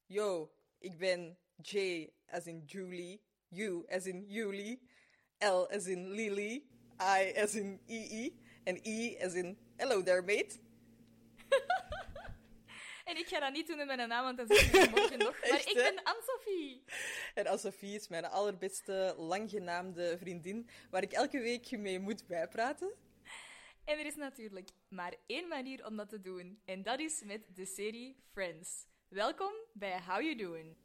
Yo, ik ben J as in Julie, U as in Julie, L as in Lily, I as in EE en E as in hello there, mate. En ik ga dat niet doen in mijn naam, want dat zeg ik morgen nog. Maar Echt, ik hè? ben Anne-Sophie. En Anne-Sophie is mijn allerbeste langgenaamde vriendin, waar ik elke week mee moet bijpraten. En er is natuurlijk maar één manier om dat te doen. En dat is met de serie Friends. Welkom bij How You Doing.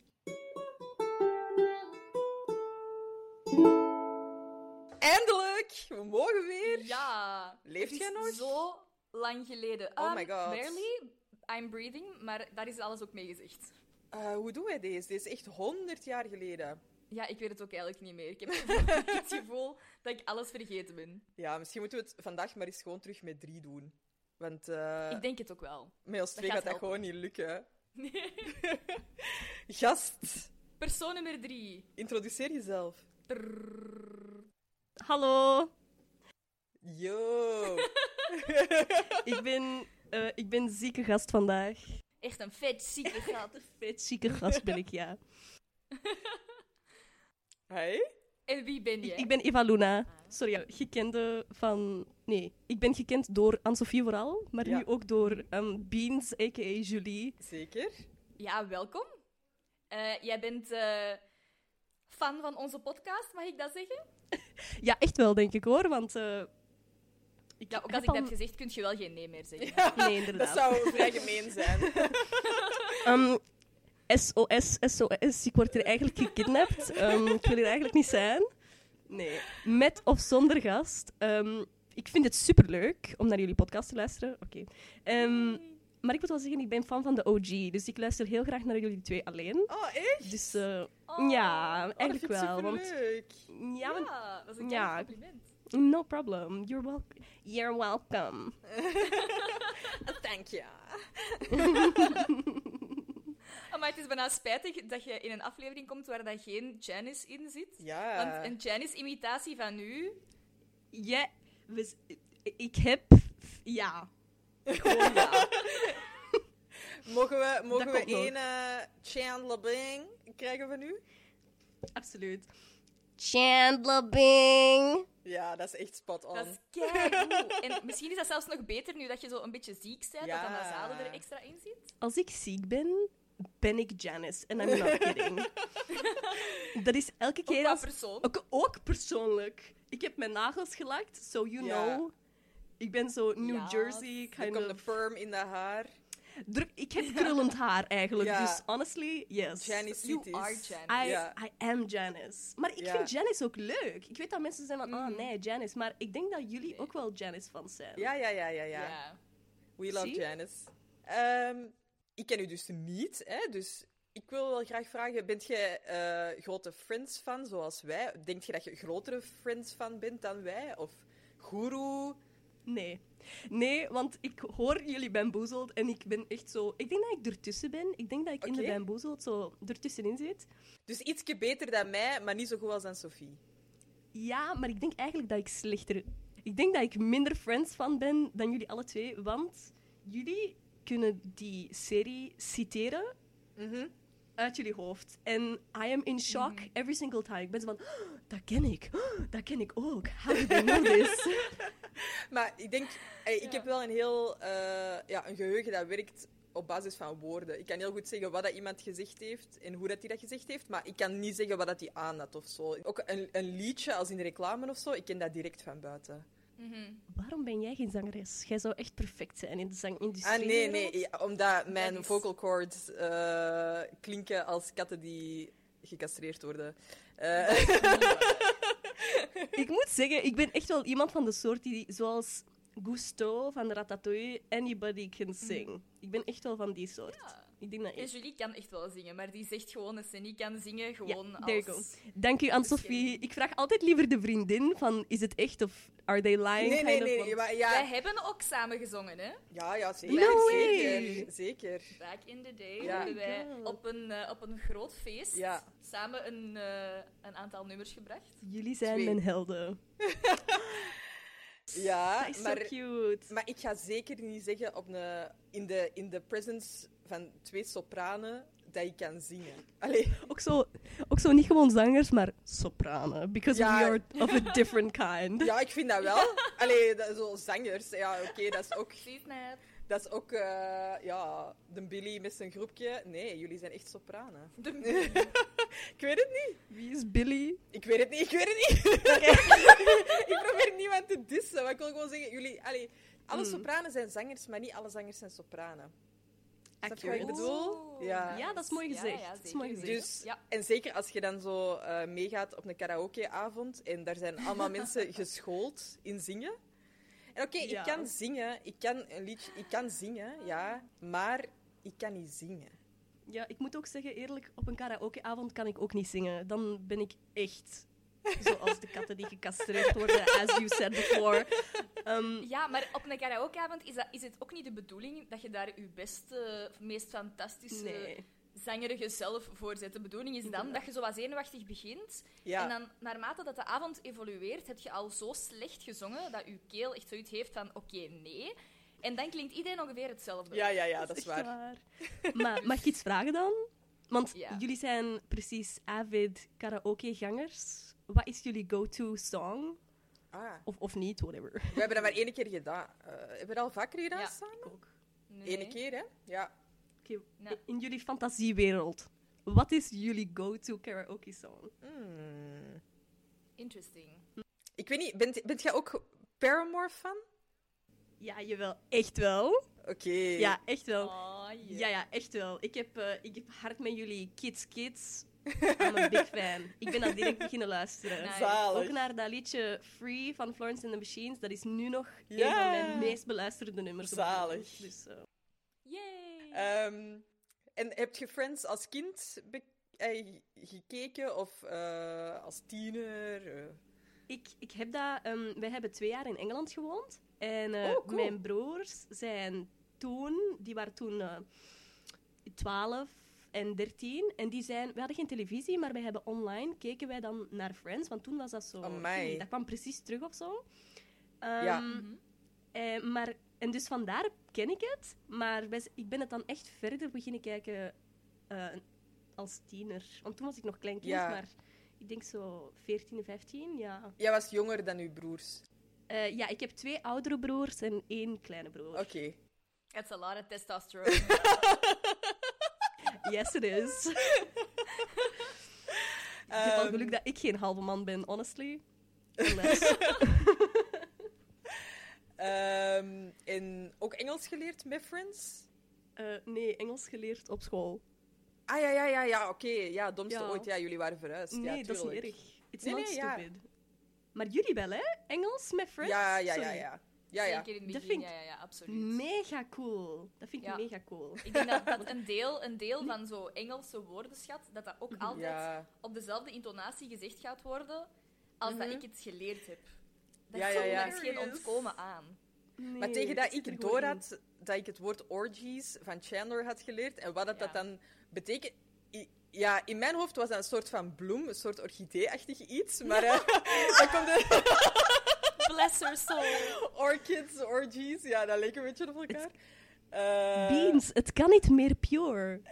Eindelijk! We mogen weer! Ja. Leeft het jij is nog? Zo lang geleden. Oh my god. Barely. I'm breathing, maar daar is alles ook mee gezegd. Hoe doen wij deze? Dit is echt 100 jaar geleden. Ja, ik weet het ook eigenlijk niet meer. Ik heb het gevoel dat ik alles vergeten ben. Ja, misschien moeten we het vandaag maar eens gewoon terug met 3 doen. Want Ik denk het ook wel. met ons 2 gaat gaat dat helpen. gewoon niet lukken. Gast, Persoon nummer 3. introduceer jezelf. Hallo, Yo! ik ben zieke gast vandaag. Echt een vet zieke gat. Vet zieke gast ben ik, ja. Hi? En wie ben je? Ik ben Eva Luna. Sorry, ja, gekende van... Nee, ik ben gekend door Anne-Sophie vooral, maar Ja. nu ook door Beans, a.k.a. Julie. Zeker? Ja, welkom. Jij bent fan van onze podcast, mag ik dat zeggen? Ja, echt wel, denk ik, hoor, want... Ja, ook als heb ik dat heb gezegd, kun je wel geen nee meer zeggen. Ja, Nee, dat inderdaad. zou vrij gemeen zijn. SOS, SOS, ik word hier eigenlijk gekidnapt. Ik wil hier eigenlijk niet zijn. Nee, met of zonder gast. Ik vind het superleuk om naar jullie podcast te luisteren. Oké. Maar ik moet wel zeggen, ik ben fan van de OG. Dus ik luister heel graag naar jullie twee alleen. Oh, echt? Dus Oh. ja, Oh, eigenlijk dat vind ik wel. Want, superleuk. ja, want, Ja, dat is een Ja. klein compliment. no problem. You're welcome. Dank je. Maar het is bijna spijtig dat je in een aflevering komt waar dat geen Janice in zit. Ja. Want een Janice-imitatie van u... Ja, ik heb... Ja. Gewoon ja. Mogen we komt nog. één Chandler Bing krijgen van u? Absoluut. Chandler Bing. Ja, dat is echt spot on. Dat is keigoed. En misschien is dat zelfs nog beter nu dat je zo een beetje ziek bent, Ja. dat dat nasale er extra in zit. Als ik ziek ben ik Janice. En I'm not kidding. Dat is elke Ook keer qua als... persoon. Ook persoonlijk. Ik heb mijn nagels gelakt, so you Ja. know. Ik ben zo New Ja, Jersey Er kind komt of... een perm in dat haar. Ik heb krullend haar eigenlijk, Ja. dus honestly, yes. Janice You Cities. are Janice. Ja. I am Janice. Maar ik Ja. vind Janice ook leuk. Ik weet dat mensen zijn van, oh nee, Janice. Maar ik denk dat jullie ook wel Janice-fans zijn. Ja. Ja. We love Zie? Janice. Ik ken u dus niet, hè? Dus ik wil wel graag vragen, bent jij grote Friends-fan zoals wij? Denk je dat je een grotere Friends-fan bent dan wij? Of Guru? Nee, want ik hoor jullie bamboezeld en ik ben echt zo... Ik denk dat ik ertussen ben. Ik denk dat ik in de Oké. bamboezeld zo ertussenin zit. Dus ietsje beter dan mij, maar niet zo goed als aan Sophie. Ja, maar ik denk eigenlijk dat ik slechter... Ik denk dat ik minder Friends-fan ben dan jullie alle twee, want jullie kunnen die serie citeren Mhm. uit jullie hoofd. En I am in shock every single time. Ik ben zo van, "Oh, dat ken ik. Oh, dat ken ik ook. How did I know this?" Maar ik denk, ik heb wel een een geheugen dat werkt op basis van woorden. Ik kan heel goed zeggen wat dat iemand gezegd heeft en hoe dat hij dat gezegd heeft, maar ik kan niet zeggen wat dat hij aan had of zo. Ook een liedje als in reclame of zo, ik ken dat direct van buiten. Waarom ben jij geen zangeres? Jij zou echt perfect zijn in de zangindustrie. Nee, ja, omdat mijn is- vocal cords klinken als katten die gecastreerd worden. Ik moet zeggen, ik ben echt wel iemand van de soort die, zoals Gusteau van Ratatouille, anybody can sing. Ik ben echt wel van die soort. Ja. Ik denk dat En Julie kan echt wel zingen, maar die zegt gewoon dat ze niet kan zingen, gewoon Ja, there you go. als... Dank u, Anne-Sophie. Ik vraag altijd liever de vriendin van, is het echt of are they lying? Nee, maar Wij ja, hebben ook samen gezongen, hè? ja, zeker. No zeker, way. zeker. Back in the day Ja. hebben wij Oh my op een groot feest Ja. samen een aantal nummers gebracht. Jullie zijn 2. mijn helden. Ja, Dat is maar, zo cute. maar ik ga zeker niet zeggen in de presence van 2 sopranen dat ik kan zingen. Allee, Ook zo niet gewoon zangers, maar sopranen. Because Ja. we are of a different kind. ja, ik vind dat wel. Allee, zo zangers, ja, oké, dat is ook... Snap. Dat is ook, de Billy met zijn groepje. Nee, jullie zijn echt sopranen. Ik weet het niet. Wie is Billy? Ik weet het niet. Ik probeer niemand te dissen, maar ik wil gewoon zeggen, jullie... alle sopranen zijn zangers, maar niet alle zangers zijn sopranen. Snap je wat ik Accurate. bedoel? Ja. Ja, dat is mooi gezegd. Ja, Dat is mooi zeker. gezegd. Dus, Ja. en zeker als je dan zo meegaat op een karaokeavond en daar zijn allemaal mensen geschoold in zingen. En oké, Ja. ik kan zingen, ik kan zingen, ja, maar ik kan niet zingen. Ja, ik moet ook zeggen, eerlijk, op een karaokeavond kan ik ook niet zingen. Dan ben ik echt zoals de katten die gecastreerd worden, as you said before. Ja, maar op een karaokeavond is het ook niet de bedoeling dat je daar je beste, meest fantastische Nee. zangerige zelf voor zet. De bedoeling is dan dat je zo wat zenuwachtig begint. Ja. En dan, naarmate dat de avond evolueert, heb je al zo slecht gezongen dat je keel echt zoiets heeft van oké, nee. En dan klinkt iedereen ongeveer hetzelfde. Ja, dat is echt waar. Maar mag ik iets vragen dan? Want Ja. jullie zijn precies avid karaokegangers. Wat is jullie go-to song? Ah, Of niet, whatever. we hebben dat maar 1 keer gedaan. Hebben we dat al vaker gedaan Ja. samen? Ook. Nee. 1 keer, hè? Ja. Oké, Ja. in jullie fantasiewereld, wat is jullie go-to karaoke song? Interesting. Ik weet niet, bent jij ook Paramore-fan? Ja, jawel. Echt wel. Oké. Ja, echt wel. Oh, Ja, echt wel. Ik heb hard met jullie Kids. I'm a big fan. Ik ben dat direct beginnen luisteren. Nice. Zalig. Ook naar dat liedje Free van Florence and the Machines. Dat is nu nog een Ja. van mijn meest beluisterde nummers. op het Zalig. moment. Dus, Yay! En heb je Friends als kind gekeken of als tiener? ik heb dat... wij hebben 2 jaar in Engeland gewoond. En Oh, cool. mijn broers zijn toen... Die waren toen 12 en 13. En we hadden geen televisie, maar wij hebben online... Keken wij dan naar Friends. Want toen was dat zo... Amai. Dat kwam precies terug of zo. Ja. En dus vandaar ken ik het. Maar ik ben het dan echt verder beginnen kijken als tiener. Want toen was ik nog klein kind, Ja. maar ik denk zo 14, 15, ja. Jij was jonger dan uw broers. Ja, ik heb 2 oudere broers en 1 kleine broer. Oké. That's a lot of testosterone. Yes, it is. Ik heb al geluk dat ik geen halve man ben, honestly. Unless. En ook Engels geleerd met Friends? Nee, Engels geleerd op school. Ah, ja, oké. Ja, domste Ja. ooit. Ja, jullie waren verhuisd. Nee, ja, dat is niet tuurlijk. erg. It's Nee, not nee, ja. stupid. Maar jullie wel, hè? Engels met Friends? Ja. Sorry. Ja. Zeker in het Dat begin, vind ik ja, absoluut. Mega cool. Dat vind ik Ja. mega cool. Ik denk dat een deel van zo'n Engelse woordenschat, dat ook altijd Ja. op dezelfde intonatie gezegd gaat worden als dat ik het geleerd heb. Dat Ja, is ja, zo- ja. daar is geen ontkomen aan. Maar tegen dat zit er ik gewoon door in. had dat ik het woord orgies van Chandler had geleerd en wat dat Ja. dan betekent... Ja, in mijn hoofd was dat een soort van bloem, een soort orchidee-achtig iets, maar dan komt de Bless her soul. orchids, orgies, ja, dat leek een beetje op elkaar. Beans, het kan niet meer pure.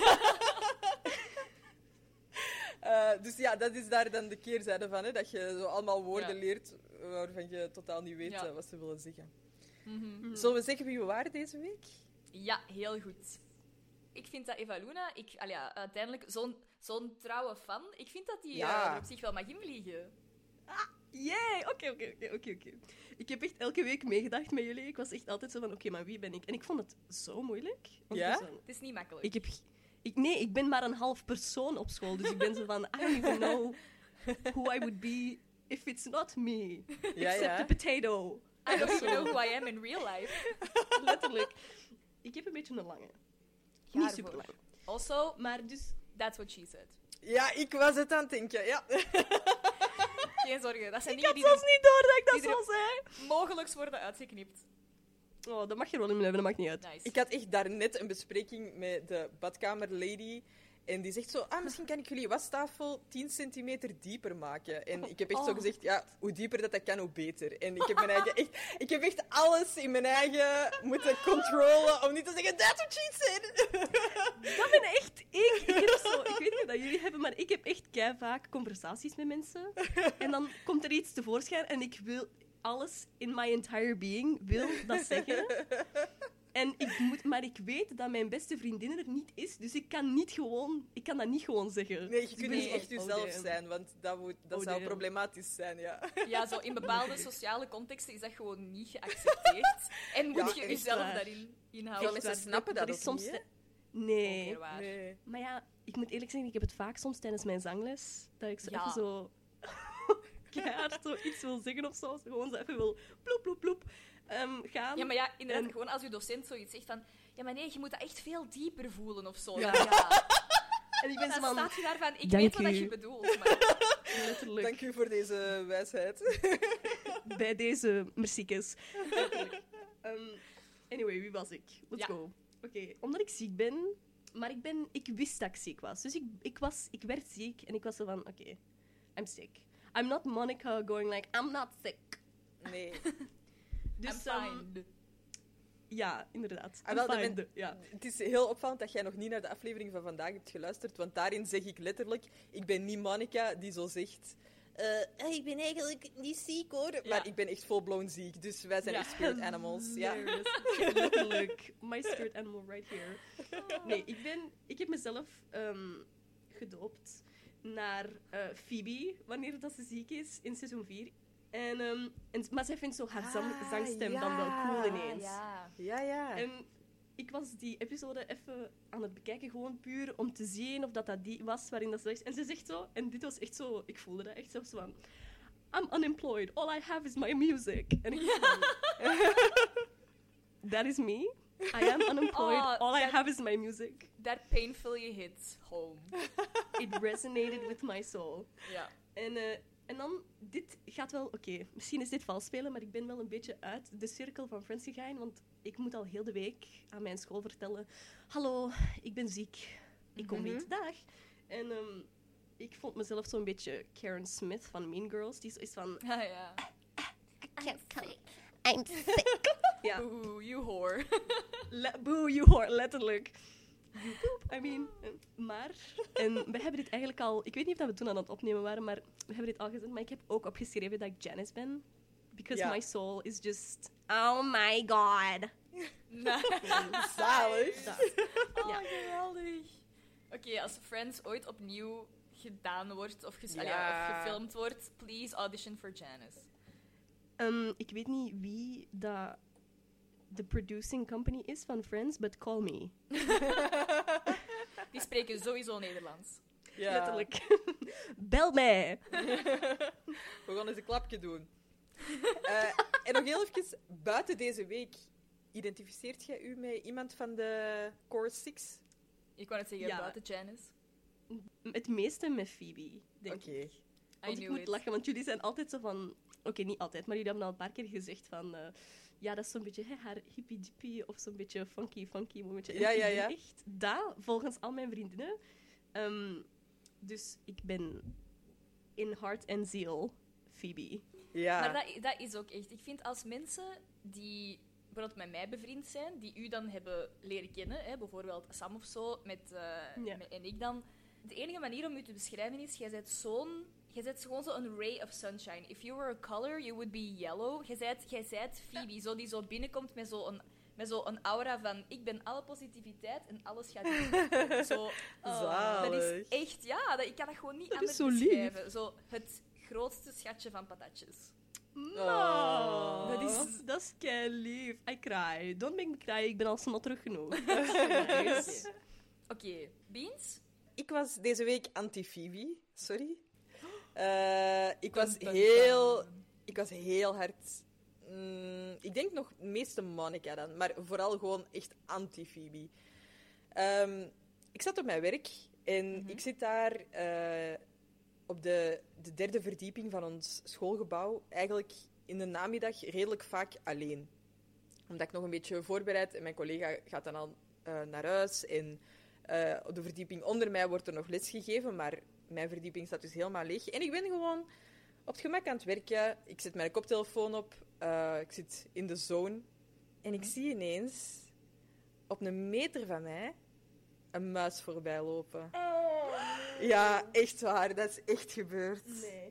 Dus ja, dat is daar dan de keerzijde van, hè, dat je zo allemaal woorden Ja. leert waarvan je totaal niet weet Ja. wat ze willen zeggen. Mhm. Zullen we zeggen wie we waren deze week? Ja, heel goed. Ik vind dat Eva Luna, uiteindelijk zo'n trouwe fan, ik vind dat die Ja. er op zich wel mag invliegen. Yay! Oké. Ik heb echt elke week meegedacht met jullie. Ik was echt altijd zo van, oké, maar wie ben ik? En ik vond het zo moeilijk. Want Ja? ik was zo- Het is niet makkelijk. ik ben maar een half persoon op school. Dus ik ben zo van, I don't even know who I would be if it's not me. Ja, Except ja. the potato. I don't even know who I am in real life. Letterlijk. Ik heb een beetje een lange. Ga Niet ervoor. super lang. Also, Maar dus... that's what she said. Ja, ik was het aan het denken, ja. Geen zorgen, dat zijn Ik dingen had die zelfs er niet door dat ik dat die zo zei. mogelijks worden uitgeknipt. Oh, dat mag je wel in mijn leven, dat maakt niet uit. Nice. Ik had echt daarnet een bespreking met de badkamerlady. En die zegt zo, misschien kan ik jullie wastafel 10 centimeter dieper maken. En ik heb echt zo gezegd, ja, hoe dieper dat kan, hoe beter. En ik heb echt alles in mijn eigen moeten controlen om niet te zeggen, that's what she said. Dat ben echt ik. Ik weet niet of dat jullie hebben, maar ik heb echt vaak conversaties met mensen. En dan komt er iets tevoorschijn en ik wil alles in my entire being wil dat zeggen. Maar ik weet dat mijn beste vriendin er niet is, dus ik kan dat niet gewoon zeggen. Nee, je kunt niet echt damn. jezelf zijn, want dat zou problematisch zijn, ja. Ja, zo in bepaalde sociale contexten is dat gewoon niet geaccepteerd. En moet je echt jezelf waar. daarin Veel inhouden. mensen snappen dat is ook soms niet, hè? Nee. Ook weer waar. Nee. Maar ja, ik moet eerlijk zeggen, ik heb het vaak soms tijdens mijn zangles, dat ik zo Ja. even zo keihard zo iets wil zeggen of zo. Gewoon zo even wil ploep, ploep, ploep gaan. Ja, maar ja, inderdaad, En- gewoon als je docent zoiets zegt van... Ja, maar nee, je moet dat echt veel dieper voelen of zo. Ja. Dan, ja. En ik ben zo Dan van, staat je daarvan... Ik Dank weet wat u. je bedoelt, maar... letterlijk, Dank u voor deze wijsheid. bij deze merciekes. Letterlijk. Anyway, wie was ik? Let's Ja. go. Oké, omdat ik ziek ben, maar ik wist dat ik ziek was. Dus ik werd ziek en ik was zo van, oké, I'm sick. I'm not Monica going like, I'm not sick. Nee. Dus, I'm fine. ja, inderdaad. Ah, wel, I'm dat fine. Ja. Het is heel opvallend dat jij nog niet naar de aflevering van vandaag hebt geluisterd, want daarin zeg ik letterlijk, ik ben niet Monica die zo zegt, ik ben eigenlijk niet ziek hoor, maar ik ben echt full-blown ziek, dus wij zijn echt spirit animals. Ja. Hilarious. Letterlijk. My spirit animal right here. Nee, ik heb mezelf gedoopt naar Phoebe, wanneer dat ze ziek is, in seizoen 4. Maar zij vindt zo haar zangstem dan wel cool ineens. Ja. Ja. En ik was die episode even aan het bekijken, gewoon puur om te zien of dat die was waarin dat ze zegt. En ze zegt zo, en dit was echt zo, ik voelde dat echt zo van... I'm unemployed, all I have is my music. En ik van... That is me. I am unemployed, Oh, all I have is my music. That painfully hits home. It resonated with my soul. Ja. En dan, dit gaat wel... Oké, misschien is dit vals spelen, maar ik ben wel een beetje uit de cirkel van Friends gegaan, want ik moet al heel de week aan mijn school vertellen... Hallo, ik ben ziek. Ik kom niet. Dag. En ik vond mezelf zo'n beetje Karen Smith van Mean Girls. Die zo is van... Ja, ja. I'm sick. Ja. Oeh, you whore. Boo, you whore, letterlijk. You poop, I mean. Maar, en we hebben dit eigenlijk al... Ik weet niet of dat we toen aan het opnemen waren, maar we hebben dit al gezegd. Maar ik heb ook opgeschreven dat ik Janice ben. Because my soul is just... Oh my god. Zalig. Dat. Oh, Ja. geweldig. Oké, als Friends ooit opnieuw gedaan wordt of Ja. of gefilmd wordt, please audition for Janice. Ik weet niet wie dat de producing company is van Friends, but call me. Die spreken sowieso Nederlands. Ja. Letterlijk. Bel mij. We gaan eens een klapje doen. En nog heel even, buiten deze week, identificeert jij u met iemand van de Core 6? Ik wou net zeggen, Ja. buiten Janice. Het meeste met Phoebe, denk Oké. ik. I Want ik knew moet it. lachen, want jullie zijn altijd zo van... Oké, niet altijd, maar jullie hebben al een paar keer gezegd van... ja, dat is zo'n beetje haar hippie-dippie of zo'n beetje funky momentje. En Ja, ik ja, ben ja. echt dat, volgens al mijn vriendinnen. Dus ik ben in hart en ziel Phoebe. Ja. Maar dat is ook echt... Ik vind als mensen die bijvoorbeeld met mij bevriend zijn, die u dan hebben leren kennen, hè, bijvoorbeeld Sam of zo, en ik dan... De enige manier om u te beschrijven is, jij bent gewoon zo'n ray of sunshine. If you were a color, you would be yellow. Jij bent Phoebe, zo, die zo binnenkomt met zo'n aura van... Ik ben alle positiviteit en alles gaat goed. Zo, Zalig. dat is echt... Ja, ik kan dat gewoon niet Dat anders is zo lief. beschrijven. Zo, het grootste schatje van patatjes. Oh. Dat is kei lief. I cry. Don't make me cry, ik ben al snotterig genoeg. Nice. Oké, Beans? Ik was deze week anti-Phoebe. Sorry. Ik was heel hard... ik denk nog het meeste Monica dan, maar vooral gewoon echt anti-Phoebe. Ik zat op mijn werk en ik zit daar op de derde verdieping van ons schoolgebouw, eigenlijk in de namiddag redelijk vaak alleen. Omdat ik nog een beetje voorbereid en mijn collega gaat dan al naar huis en Op de verdieping onder mij wordt er nog les gegeven, maar mijn verdieping staat dus helemaal leeg. En ik ben gewoon op het gemak aan het werken. Ik zet mijn koptelefoon op. Ik zit in de zone. En ik zie ineens op 1 meter van mij een muis voorbij lopen. Ja, echt waar. Dat is echt gebeurd. Nee.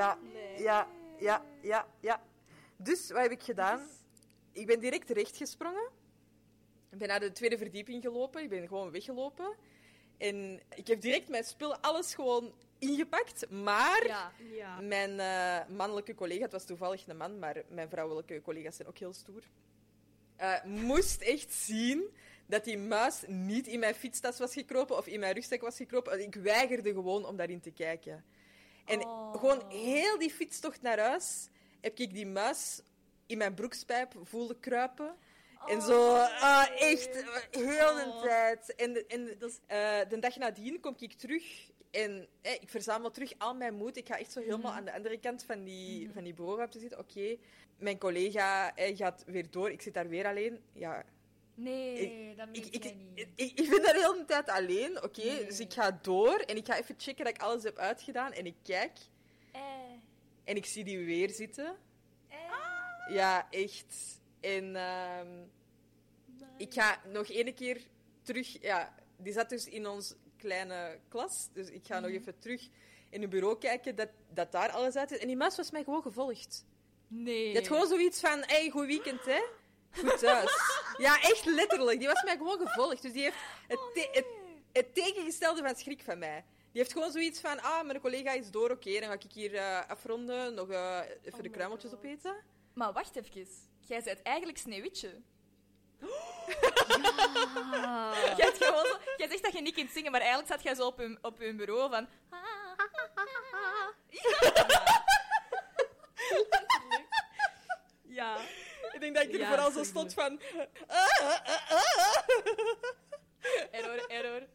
Ja. Dus, wat heb ik gedaan? Ik ben direct recht gesprongen. Ik ben naar de 2e verdieping gelopen. Ik ben gewoon weggelopen. En ik heb direct mijn spul, alles gewoon ingepakt. Maar Ja. mijn mannelijke collega, het was toevallig een man, maar mijn vrouwelijke collega's zijn ook heel stoer, moest echt zien dat die muis niet in mijn fietstas was gekropen of in mijn rugzak was gekropen. Ik weigerde gewoon om daarin te kijken. En gewoon heel die fietstocht naar huis heb ik die muis in mijn broekspijp voelen kruipen. En zo, echt, heel de tijd. En de dag nadien kom ik terug en ik verzamel terug al mijn moed. Ik ga echt zo helemaal aan de andere kant van die bureauruimte zitten. Oké, mijn collega gaat weer door. Ik zit daar weer alleen. Ja. Nee, dat weet jij niet. Ik ben daar heel de tijd alleen. Oké, dus ik ga door en ik ga even checken dat ik alles heb uitgedaan. En ik kijk en ik zie die weer zitten. Ja, echt. En ik ga nog 1 keer terug... Ja, die zat dus in ons kleine klas. Dus ik ga nog even terug in het bureau kijken dat daar alles uit is. En die muis was mij gewoon gevolgd. Nee. Die had gewoon zoiets van... Hey, goed weekend, hè? Goed thuis. Ja, echt letterlijk. Die was mij gewoon gevolgd. Dus die heeft het tegengestelde van schrik van mij. Die heeft gewoon zoiets van... Mijn collega is door, oké, dan ga ik hier afronden. Nog even de kruimeltjes opeten. Maar wacht even. Jij bent eigenlijk Sneeuwwitje. Jij zegt dat je niet kunt zingen, maar eigenlijk zat jij zo op hun bureau van... Ja. Ik denk dat ik er vooral zo stond van... Error.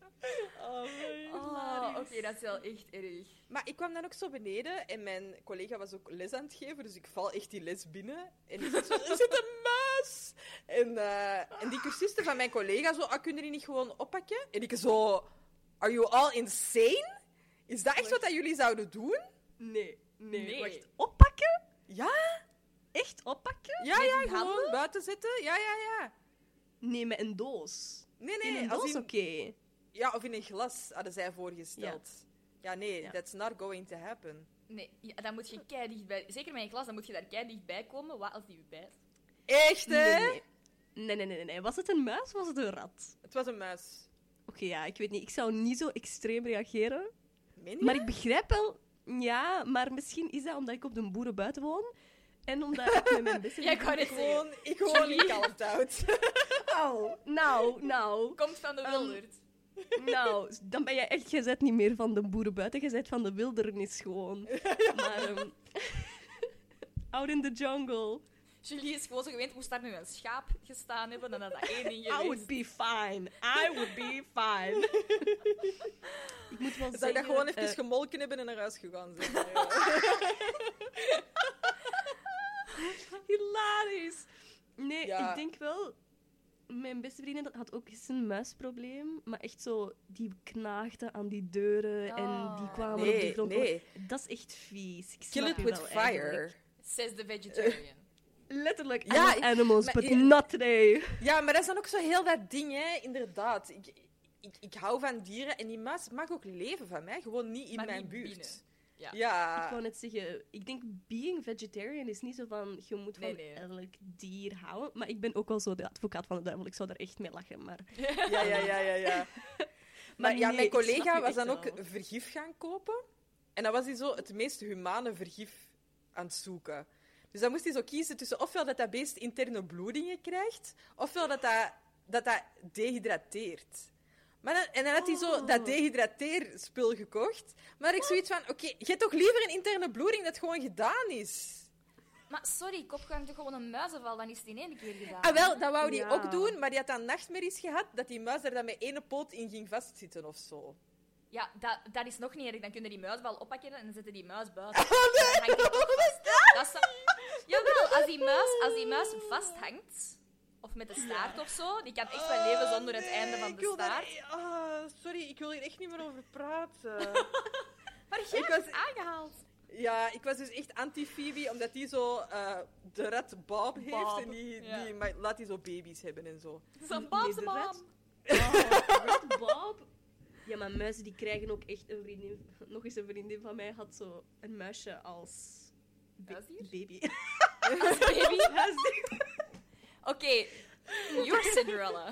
Oké, dat is wel echt erg. Maar ik kwam dan ook zo beneden en mijn collega was ook les aan het geven, dus ik val echt die les binnen. En ik zo, er zit een muis! En die cursisten van mijn collega zo, kunnen jullie niet gewoon oppakken? En ik zo, are you all insane? Is dat echt wat jullie zouden doen? Nee. Wacht, oppakken? Ja? Echt oppakken? Ja, gewoon buiten zetten. Ja. Nee, met een doos. Nee, In een doos, oké. Ja, of in een glas hadden zij voorgesteld. Ja, nee, that's not going to happen. Nee, dan moet je kei dichtbij... Zeker met je klas, dan moet je daar kei dichtbij komen. Wat als die je bijt? Echt, hè? Nee. Was het een muis of was het een rat? Het was een muis. Oké, ja, ik weet niet. Ik zou niet zo extreem reageren. Meen je? Maar ik begrijp wel... Ja, maar misschien is dat omdat ik op de boeren buiten woon. En omdat ik met mijn beste... Jij kan het Ik gewoon in Kalftout. Nou. Komt van de wilderd. Nou, dan ben jij echt... Je bent niet meer van de boeren buiten. Je bent van de wildernis gewoon. Maar... out in the jungle. Julie is gewoon zo gewend, moest daar nu een schaap gestaan hebben, dan had dat 1 ding geweest. I would be fine. Ik moet wel Zou zeggen... dat gewoon even gemolken hebben en naar huis gegaan zijn. Hilarisch. Nee, Ja. ik denk wel... Mijn beste vriendin had ook eens een muisprobleem. Maar echt zo... Die knaagde aan die deuren en die kwamen op de grond. Nee. Dat is echt vies. Ik Kill snap it je with wel fire. eigenlijk. Says the vegetarian. Letterlijk. Ja, I love animals, maar- but not today. Ja, maar dat is dan ook zo heel dat ding, hè. Inderdaad. Ik hou van dieren en die muis mag ook leven van mij. Gewoon niet in Maar mijn niet buurt. binnen. Ja. Ja. Ik wou net zeggen, ik denk being vegetarian is niet zo van, je moet van Nee. elk dier houden. Maar ik ben ook wel zo de advocaat van de duivel. Ik zou daar echt mee lachen, maar... Ja. Maar nee, ja, mijn ik snap collega je was dan echt ook wel. vergif gaan kopen. En dan was hij zo het meest humane vergif aan het zoeken. Dus dan moest hij zo kiezen tussen ofwel dat beest interne bloedingen krijgt, ofwel dat dehydrateert. En dan had hij zo dat dehydrateerspul gekocht. Maar had ik zoiets van, oké, je hebt toch liever een interne bloeding dat gewoon gedaan is? Maar sorry, kopgang toch gewoon een muizenval, dan is het in 1 keer gedaan. Ah, wel, dat wou hij Ja. ook doen, maar die had dan nachtmerries gehad dat die muis er dan met 1 poot in ging vastzitten of zo. Ja, dat is nog niet erg. Dan kunnen die muisbal oppakken en dan zetten die muis buiten. Dan hangt die toch vast. Dat is Jawel, als die muis vasthangt, of met de staart of zo, die kan echt wel leven zonder het einde van de staart. sorry, ik wil hier echt niet meer over praten. Maar jij hebt het aangehaald. Ja, ik was dus echt anti-Phoebe, omdat die zo de rat Bob heeft. Bob, En die ja. laat die zo baby's hebben en zo. Het is een Bob's de mom. rat. Red Bob. Ja, maar muizen die krijgen ook echt een vriendin. Nog eens een vriendin van mij had zo een muisje als Huisdier? baby. Als baby. Huisdier. Oké, you're Cinderella.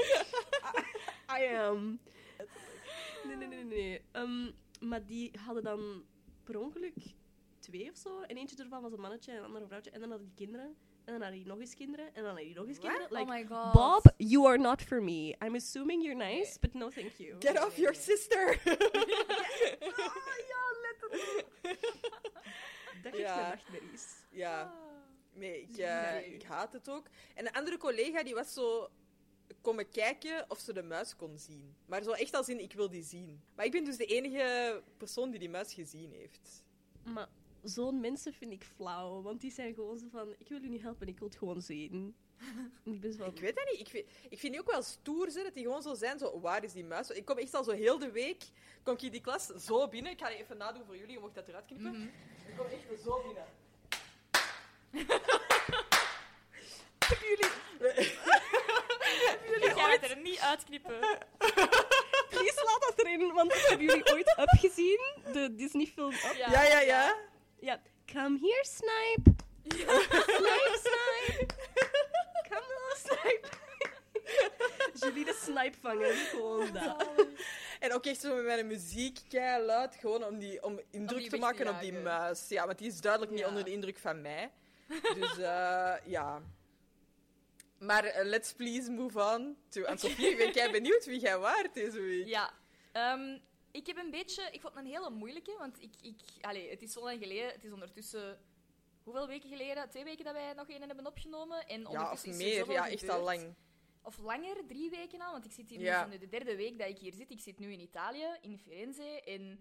I am. Nee. Maar die hadden dan per ongeluk 2 of zo. En eentje ervan was een mannetje en een ander een vrouwtje. En dan hadden die kinderen. En dan hadden die nog eens kinderen. En dan hadden die nog eens kinderen. Oh my god. Bob, you are not for me. I'm assuming you're nice, but no thank you. Get off your sister! Ja, letterlijk. Dat geeft me nachtmerries. Ja. Nee, Nee. ik haat het ook. En een andere collega die was zo komen kijken of ze de muis kon zien. Maar zo echt als in, ik wil die zien. Maar ik ben dus de enige persoon die muis gezien heeft. Maar zo'n mensen vind ik flauw. Want die zijn gewoon zo van, ik wil u niet helpen, ik wil het gewoon zien. En ik ben zo van, Ik weet dat niet. Ik vind die ook wel stoer, dat die gewoon zo zijn. Zo, waar is die muis? Ik kom echt al zo heel de week, kom ik in die klas zo binnen. Ik ga die even nadoen voor jullie, je mocht dat eruit knippen. Ik kom echt zo binnen. Ik ga het er niet uitknippen. please laat dat erin, want hebben jullie ooit Up gezien? De Disney-film Up? Ja. Ja. Come here, Snipe. Snipe. Come little Snipe. Jullie de Snipe vangen, gewoon dat. En ook echt zo met mijn muziek luid, gewoon om indruk die te weg maken te op die jagen. muis. Ja, want die is duidelijk niet Ja. onder de indruk van mij. Dus ja. Maar let's please move on to Anne-Sophie. Ik ben kei benieuwd wie jij waart deze week. Ja. Ik heb een beetje... Ik vond het een hele moeilijke, want het is zo lang geleden. Het is ondertussen... Hoeveel weken geleden? 2 weken dat wij nog een hebben opgenomen. En Ja, of ondertussen is er meer. zoveel Ja, echt al gebeurd. lang. Of langer, 3 weken al, want ik zit hier Ja. nu de 3e week dat ik hier zit. Ik zit nu in Italië, in Firenze. En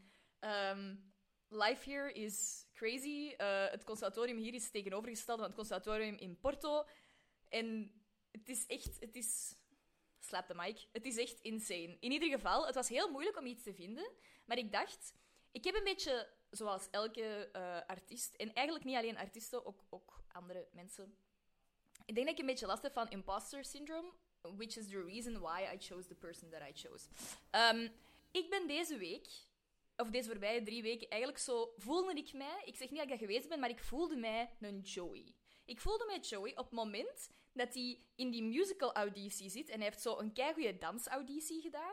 life here is crazy. Het conservatorium hier is tegenovergesteld van het conservatorium in Porto. En het is... Slap de mic. Het is echt insane. In ieder geval, het was heel moeilijk om iets te vinden. Maar ik dacht, ik heb een beetje, zoals elke artiest, en eigenlijk niet alleen artiesten, ook andere mensen. Ik denk dat ik een beetje last heb van imposter syndrome, which is the reason why I chose the person that I chose. Ik ben deze week, of deze voorbije 3 weken, eigenlijk zo voelde ik mij, ik zeg niet dat ik dat geweest ben, maar ik voelde mij een Joey. Ik voelde mij Joey op het moment dat hij in die musical-auditie zit en hij heeft zo een keigoeie dansauditie gedaan.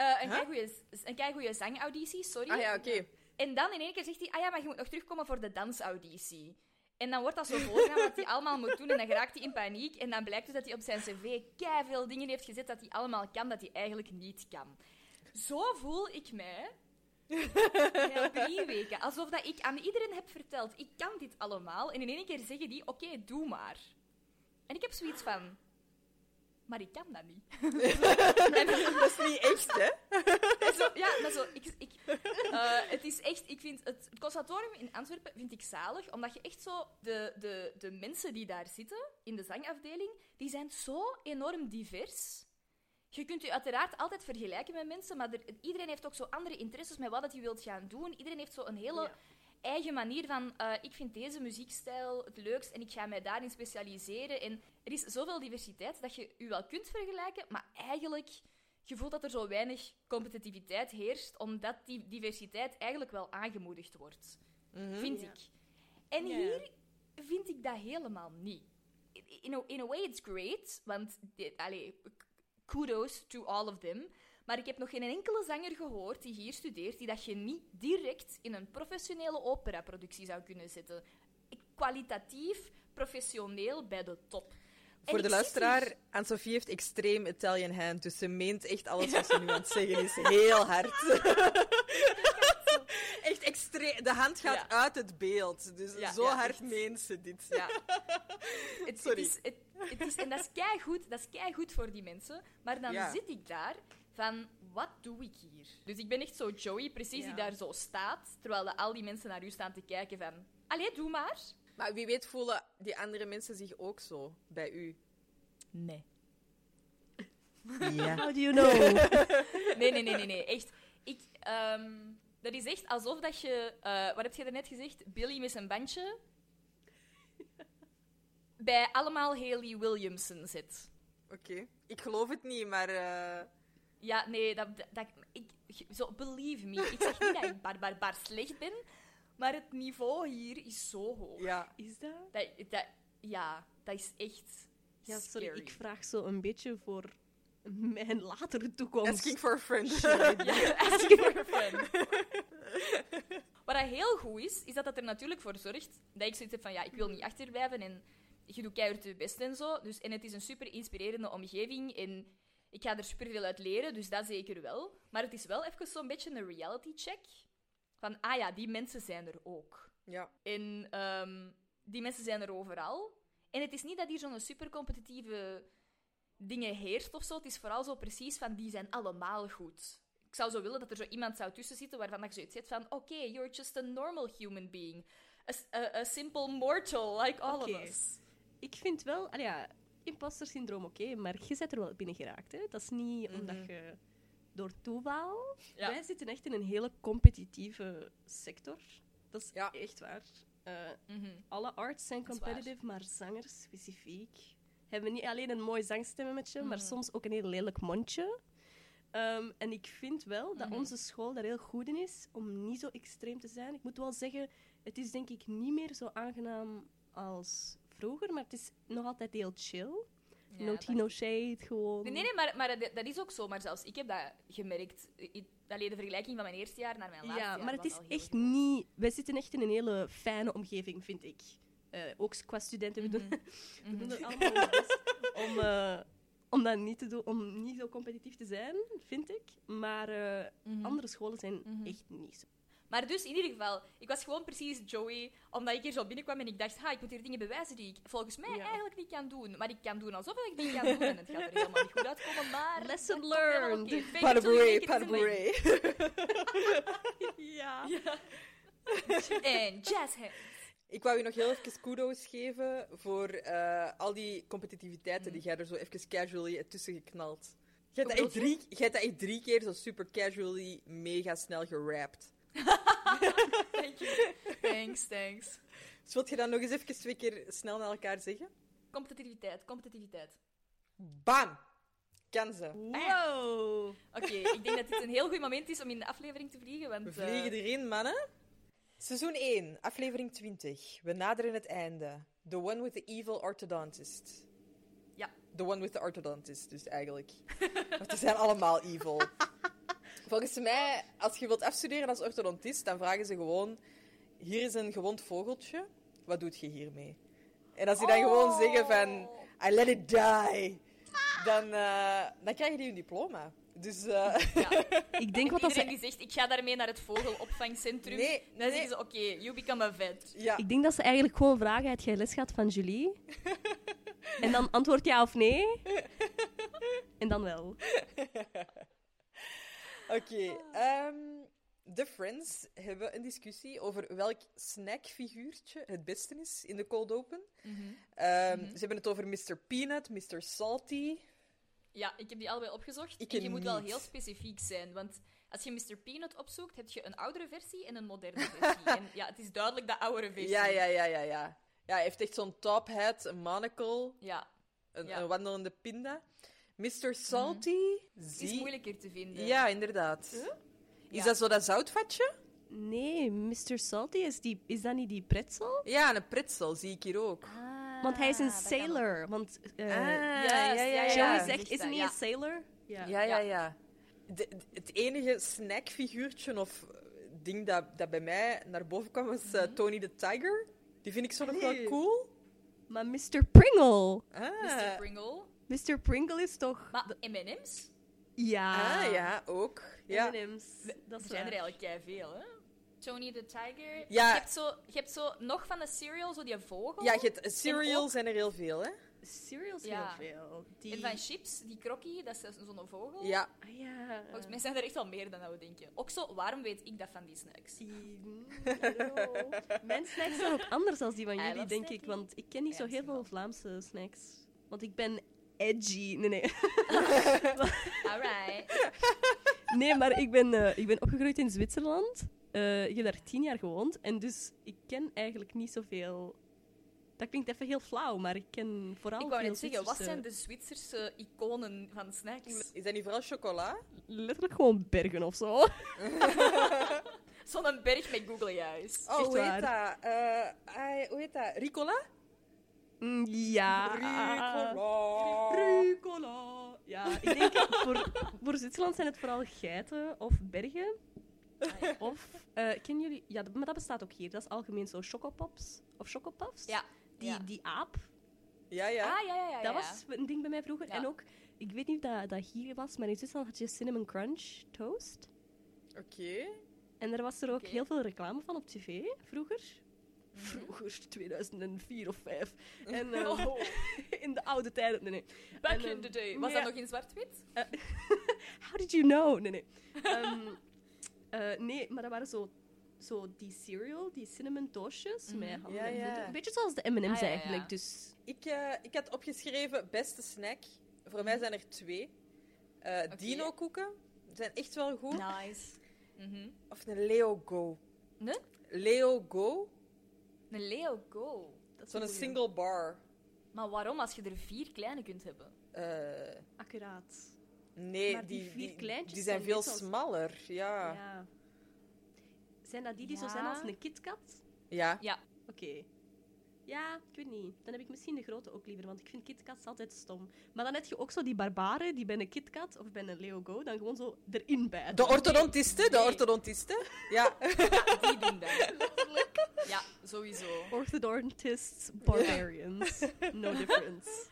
Een keigoeie zangauditie, sorry. Ah ja, oké. En dan in één keer zegt hij, maar je moet nog terugkomen voor de dansauditie. En dan wordt dat zo voorgaan wat hij allemaal moet doen en dan geraakt hij in paniek en dan blijkt dus dat hij op zijn cv keiveel dingen heeft gezet dat hij allemaal kan, dat hij eigenlijk niet kan. Zo voel ik mij heel 3 weken. Alsof dat ik aan iedereen heb verteld, ik kan dit allemaal. En in één keer zeggen die, oké, doe maar. En ik heb zoiets van... Maar ik kan dat niet. Dat is niet echt, hè? Maar zo... het is echt... Ik vind het conservatorium in Antwerpen vind ik zalig, omdat je echt zo... De mensen die daar zitten, in de zangafdeling, die zijn zo enorm divers. Je kunt je uiteraard altijd vergelijken met mensen, maar iedereen heeft ook zo andere interesses met wat dat je wilt gaan doen. Iedereen heeft zo een hele... eigen manier van, ik vind deze muziekstijl het leukst en ik ga mij daarin specialiseren. En er is zoveel diversiteit dat je je wel kunt vergelijken, maar eigenlijk, je voelt dat er zo weinig competitiviteit heerst, omdat die diversiteit eigenlijk wel aangemoedigd wordt. Vind ik. En hier vind ik dat helemaal niet. In a way it's great, want, kudos to all of them. Maar ik heb nog geen enkele zanger gehoord die hier studeert, die dat je niet direct in een professionele operaproductie zou kunnen zetten. Kwalitatief, professioneel, bij de top. Voor de luisteraar, Anne-Sophie heeft extreem Italian hand, dus ze meent echt alles wat ze nu aan het zeggen is. Heel hard. Echt extreem. De hand gaat uit het beeld, dus zo hard meent ze dit. Ja. Sorry. En dat is keigoed voor die mensen, maar dan zit ik daar... van, wat doe ik hier? Dus ik ben echt zo Joey, precies, die daar zo staat, terwijl al die mensen naar u staan te kijken van... Allee, doe maar. Maar wie weet voelen die andere mensen zich ook zo bij u? Nee. Ja. How do you know? Nee. Echt. Dat is echt alsof dat je... wat heb je daarnet gezegd? Billy met zijn bandje. Bij allemaal Hayley Williamson zit. Oké. Ik geloof het niet, maar... Ja, nee, zo, believe me. Ik zeg niet dat ik bar slecht ben, maar het niveau hier is zo hoog. Ja. Is dat? Dat is echt Ja, sorry, scary. ik vraag zo een beetje voor mijn latere toekomst. Asking for a friend. Ja, asking for a friend. Wat dat heel goed is dat het er natuurlijk voor zorgt dat ik zoiets heb van, ja, ik wil niet achterblijven en je doet keihard je best en zo. Dus, en het is een super inspirerende omgeving en ik ga er superveel uit leren, dus dat zeker wel. Maar het is wel even zo'n beetje een reality check. Van, ja, die mensen zijn er ook. Ja. En die mensen zijn er overal. En het is niet dat hier zo'n supercompetitieve dingen heerst of zo. Het is vooral zo precies van, die zijn allemaal goed. Ik zou zo willen dat er zo iemand zou tussen zitten waarvan je zoiets hebt van, oké, you're just a normal human being. A simple mortal, like all of us. Ik vind wel... imposter syndroom, oké, maar je bent er wel binnen geraakt. Hè? Dat is niet omdat je door toeval... Ja. Wij zitten echt in een hele competitieve sector. Dat is echt waar. Alle arts zijn Dat is competitive, maar zangers specifiek hebben niet alleen een mooi zangstemmetje, maar soms ook een heel lelijk mondje. En ik vind wel dat onze school daar heel goed in is om niet zo extreem te zijn. Ik moet wel zeggen, het is denk ik niet meer zo aangenaam als vroeger, maar het is nog altijd heel chill. Ja, No tea, no shade, gewoon. Nee, maar dat is ook zo. Maar zelfs ik heb dat gemerkt. De vergelijking van mijn eerste jaar naar mijn laatste jaar. Ja, maar het was is al heel echt goed. niet... Wij zitten echt in een hele fijne omgeving, vind ik. Ook qua studenten. We doen er allemaal ons best om dat niet te doen, om niet zo competitief te zijn, vind ik. Maar andere scholen zijn echt niet zo. Maar dus, in ieder geval, ik was gewoon precies Joey, omdat ik hier zo binnenkwam en ik dacht, ik moet hier dingen bewijzen die ik volgens mij eigenlijk niet kan doen. Maar ik kan doen alsof ik die kan doen en het gaat er helemaal niet goed uitkomen, maar... Lesson dat komt helemaal learned. oké. Fake it till you make it, Padaburee. Ja. En jazz hands. Ik wou je nog heel even kudo's geven voor al die competitiviteiten die jij er zo even casually tussen geknald. Jij hebt dat echt 3 keer zo super casually mega snel gerapt. Thank you. Thanks. Dus wilt je dat nog eens even 2 keer snel naar elkaar zeggen? Competitiviteit. Bam! Kan ze. Wow. Oké, ik denk dat dit een heel goed moment is om in de aflevering te vliegen, want... We vliegen erin, mannen. Seizoen 1, aflevering 20. We naderen het einde. The one with the evil orthodontist. Ja. The one with the orthodontist, dus eigenlijk. Want die zijn allemaal evil. Volgens mij, als je wilt afstuderen als orthodontist, dan vragen ze gewoon... Hier is een gewond vogeltje. Wat doet je hiermee? En als die dan gewoon zeggen van... I let it die. Dan krijg je die een diploma. Dus... Ja. Ik denk wat dat Iedereen ze... die zegt, ik ga daarmee naar het vogelopvangcentrum. Nee, Dan zeggen ze, oké, you become a vet. Ja. Ik denk dat ze eigenlijk gewoon vragen, heb jij les gehad van Julie? En dan antwoord ja of nee. En dan wel. Oké. De Friends hebben een discussie over welk snackfiguurtje het beste is in de cold open. Ze hebben het over Mr. Peanut, Mr. Salty. Ja, ik heb die allebei opgezocht. Ik En je moet wel niet. heel specifiek zijn, want als je Mr. Peanut opzoekt, heb je een oudere versie en een moderne versie. En ja, het is duidelijk de oudere versie. Ja. Ja, hij heeft echt zo'n top hat, een monocle, Ja, een wandelende pinda. Mr. Salty, het is moeilijker te vinden. Ja, inderdaad. Is Ja. dat zo dat zoutvatje? Nee, Mr. Salty, is dat niet die pretzel? Ja, een pretzel zie ik hier ook. Want hij is een dat kan ook. sailor. Want ja. Joey zegt, is hij niet Ja. een sailor? Ja. Het enige snackfiguurtje of ding dat bij mij naar boven kwam was Tony the Tiger. Die vind ik zo nog wel cool. Maar Mr. Pringle. Mr. Pringle. Mr. Pringle is toch... Maar M&M's? Ja. Ja, ook. Ja. M&M's. Dat Er is zijn er waar. eigenlijk veel, hè? Tony the Tiger. Ja. Je hebt zo nog van de cereal, zo die vogel. Ja, je hebt cereal ook- zijn er heel veel, hè? Cereals Ja. heel veel. En van chips, die krokkie, dat is zo'n vogel. Ja. Ah, ja. Volgens mij zijn er echt wel meer dan dat we denken. Ook zo, waarom weet ik dat van die snacks? I don't know. Mijn snacks zijn ook anders dan die van I jullie, love denk ik. snacking. Want ik ken niet zo Ja, heel misschien veel Vlaamse snacks. Want ik ben edgy. Nee. Alright. Nee, maar ik ben opgegroeid in Zwitserland. Ik heb daar 10 jaar gewoond. En dus ik ken eigenlijk niet zoveel... Dat klinkt even heel flauw, maar ik ken vooral Ik wou veel net zeggen, wat Zwitserse... zijn de Zwitserse iconen van snacks? Is dat niet vooral chocola? Letterlijk gewoon bergen of zo. Zo'n berg met Google juist. Oh, Echt hoe heet waar. dat? Hoe heet dat? Ricola? Ja. Ricola. Ja, ik denk voor Zwitserland zijn het vooral geiten of bergen. Of, kennen jullie... Ja, maar dat bestaat ook hier. Dat is algemeen zo chocopops of chocopuffs. Ja. Die aap. Ja, ja. Ah, ja. Dat was een ding bij mij vroeger. Ja. En ook, ik weet niet of dat hier was, maar in Zwitserland had je Cinnamon Crunch Toast. Oké. En daar was er ook Oké. heel veel reclame van op tv, vroeger. Vroeger, 2004 of 5. En Oh. in de oude tijden. Nee. Back En, in the day. Was ja. dat nog in zwart-wit? How did you know? Nee. Nee, maar dat waren zo die cereal, die cinnamon toastjes met handen Ja, en ja. voeten. Een beetje zoals de M&M's Ah, ja. eigenlijk. Dus Ik had opgeschreven beste snack. Voor mij zijn er 2. Dino-koeken. Zijn echt wel goed. Nice. Mhm. Of een Leo Go. Nee? Leo Go. Een Leo Go. Dat is Zo'n een goeie. single bar. Maar waarom als je er 4 kleine kunt hebben? accuraat. Nee, Maar die 4 kleintjes die zijn zijn veel net als- smaller. Ja. Ja. Zijn dat die zo Ja. zijn als een KitKat? Ja. Ja. Oké. Ja, ik weet niet. Dan heb ik misschien de grote ook liever, want ik vind KitKats altijd stom. Maar dan heb je ook zo die barbaren die bij een KitKat of bij een Leo Go dan gewoon zo erin bijten. De orthodontisten, de Nee. orthodontisten. Ja. Die doen dat. Ja, sowieso. Orthodontists, barbarians. No difference.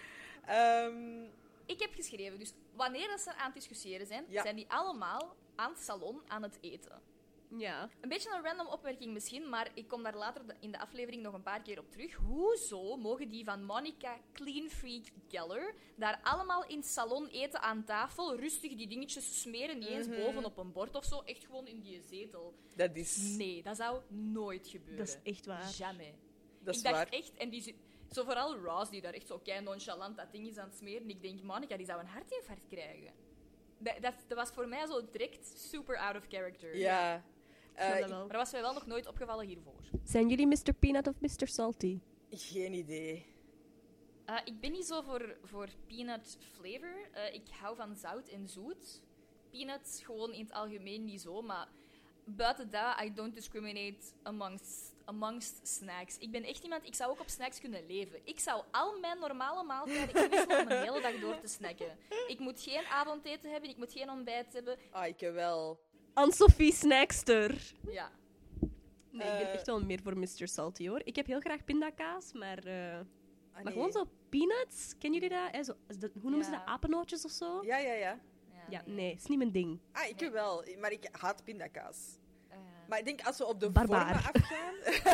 Ik heb geschreven, dus wanneer dat ze aan het discussiëren zijn, Ja. zijn die allemaal aan het salon aan het eten. Ja. Een beetje een random opmerking misschien, maar ik kom daar later in de aflevering nog een paar keer op terug. Hoezo mogen die van Monica Clean Freak Geller daar allemaal in het salon eten aan tafel, rustig die dingetjes smeren, niet eens boven op een bord of zo, echt gewoon in die zetel? Dat is, Nee, dat zou nooit gebeuren. Dat is echt waar. Jamais. dat is Ik dacht waar. echt, en die zo vooral Ross, die daar echt zo kei nonchalant dat ding is aan het smeren. Ik denk, Monica, die zou een hartinfarct krijgen. Dat was voor mij zo direct super out of character. Ja. Ik snap dat Ik- wel. Maar dat was mij wel nog nooit opgevallen hiervoor. Zijn jullie Mr. Peanut of Mr. Salty? geen idee. Ik ben niet zo voor peanut flavor. Ik hou van zout en zoet. Peanuts gewoon in het algemeen niet zo, maar buiten dat, I don't discriminate amongst snacks. Ik ben echt iemand, ik zou ook op snacks kunnen leven. Ik zou al mijn normale maaltijden inwisselen om een hele dag door te snacken. Ik moet geen avondeten hebben, ik moet geen ontbijt hebben. Ah, ik wel. Anne-Sophie Snackster. Ja. Nee, ik ben echt wel meer voor Mr. Salty, hoor. Ik heb heel graag pindakaas, maar... Ah, Maar nee. gewoon zo peanuts, kennen jullie dat? Hoe noemen ze Ja. dat? Apennootjes of zo? Ja, ja, ja. Ja, nee, is niet mijn ding. Ah, ik wel. Maar ik haat pindakaas. Eh, Maar ik denk, als we op de Barbaar. vormen afgaan...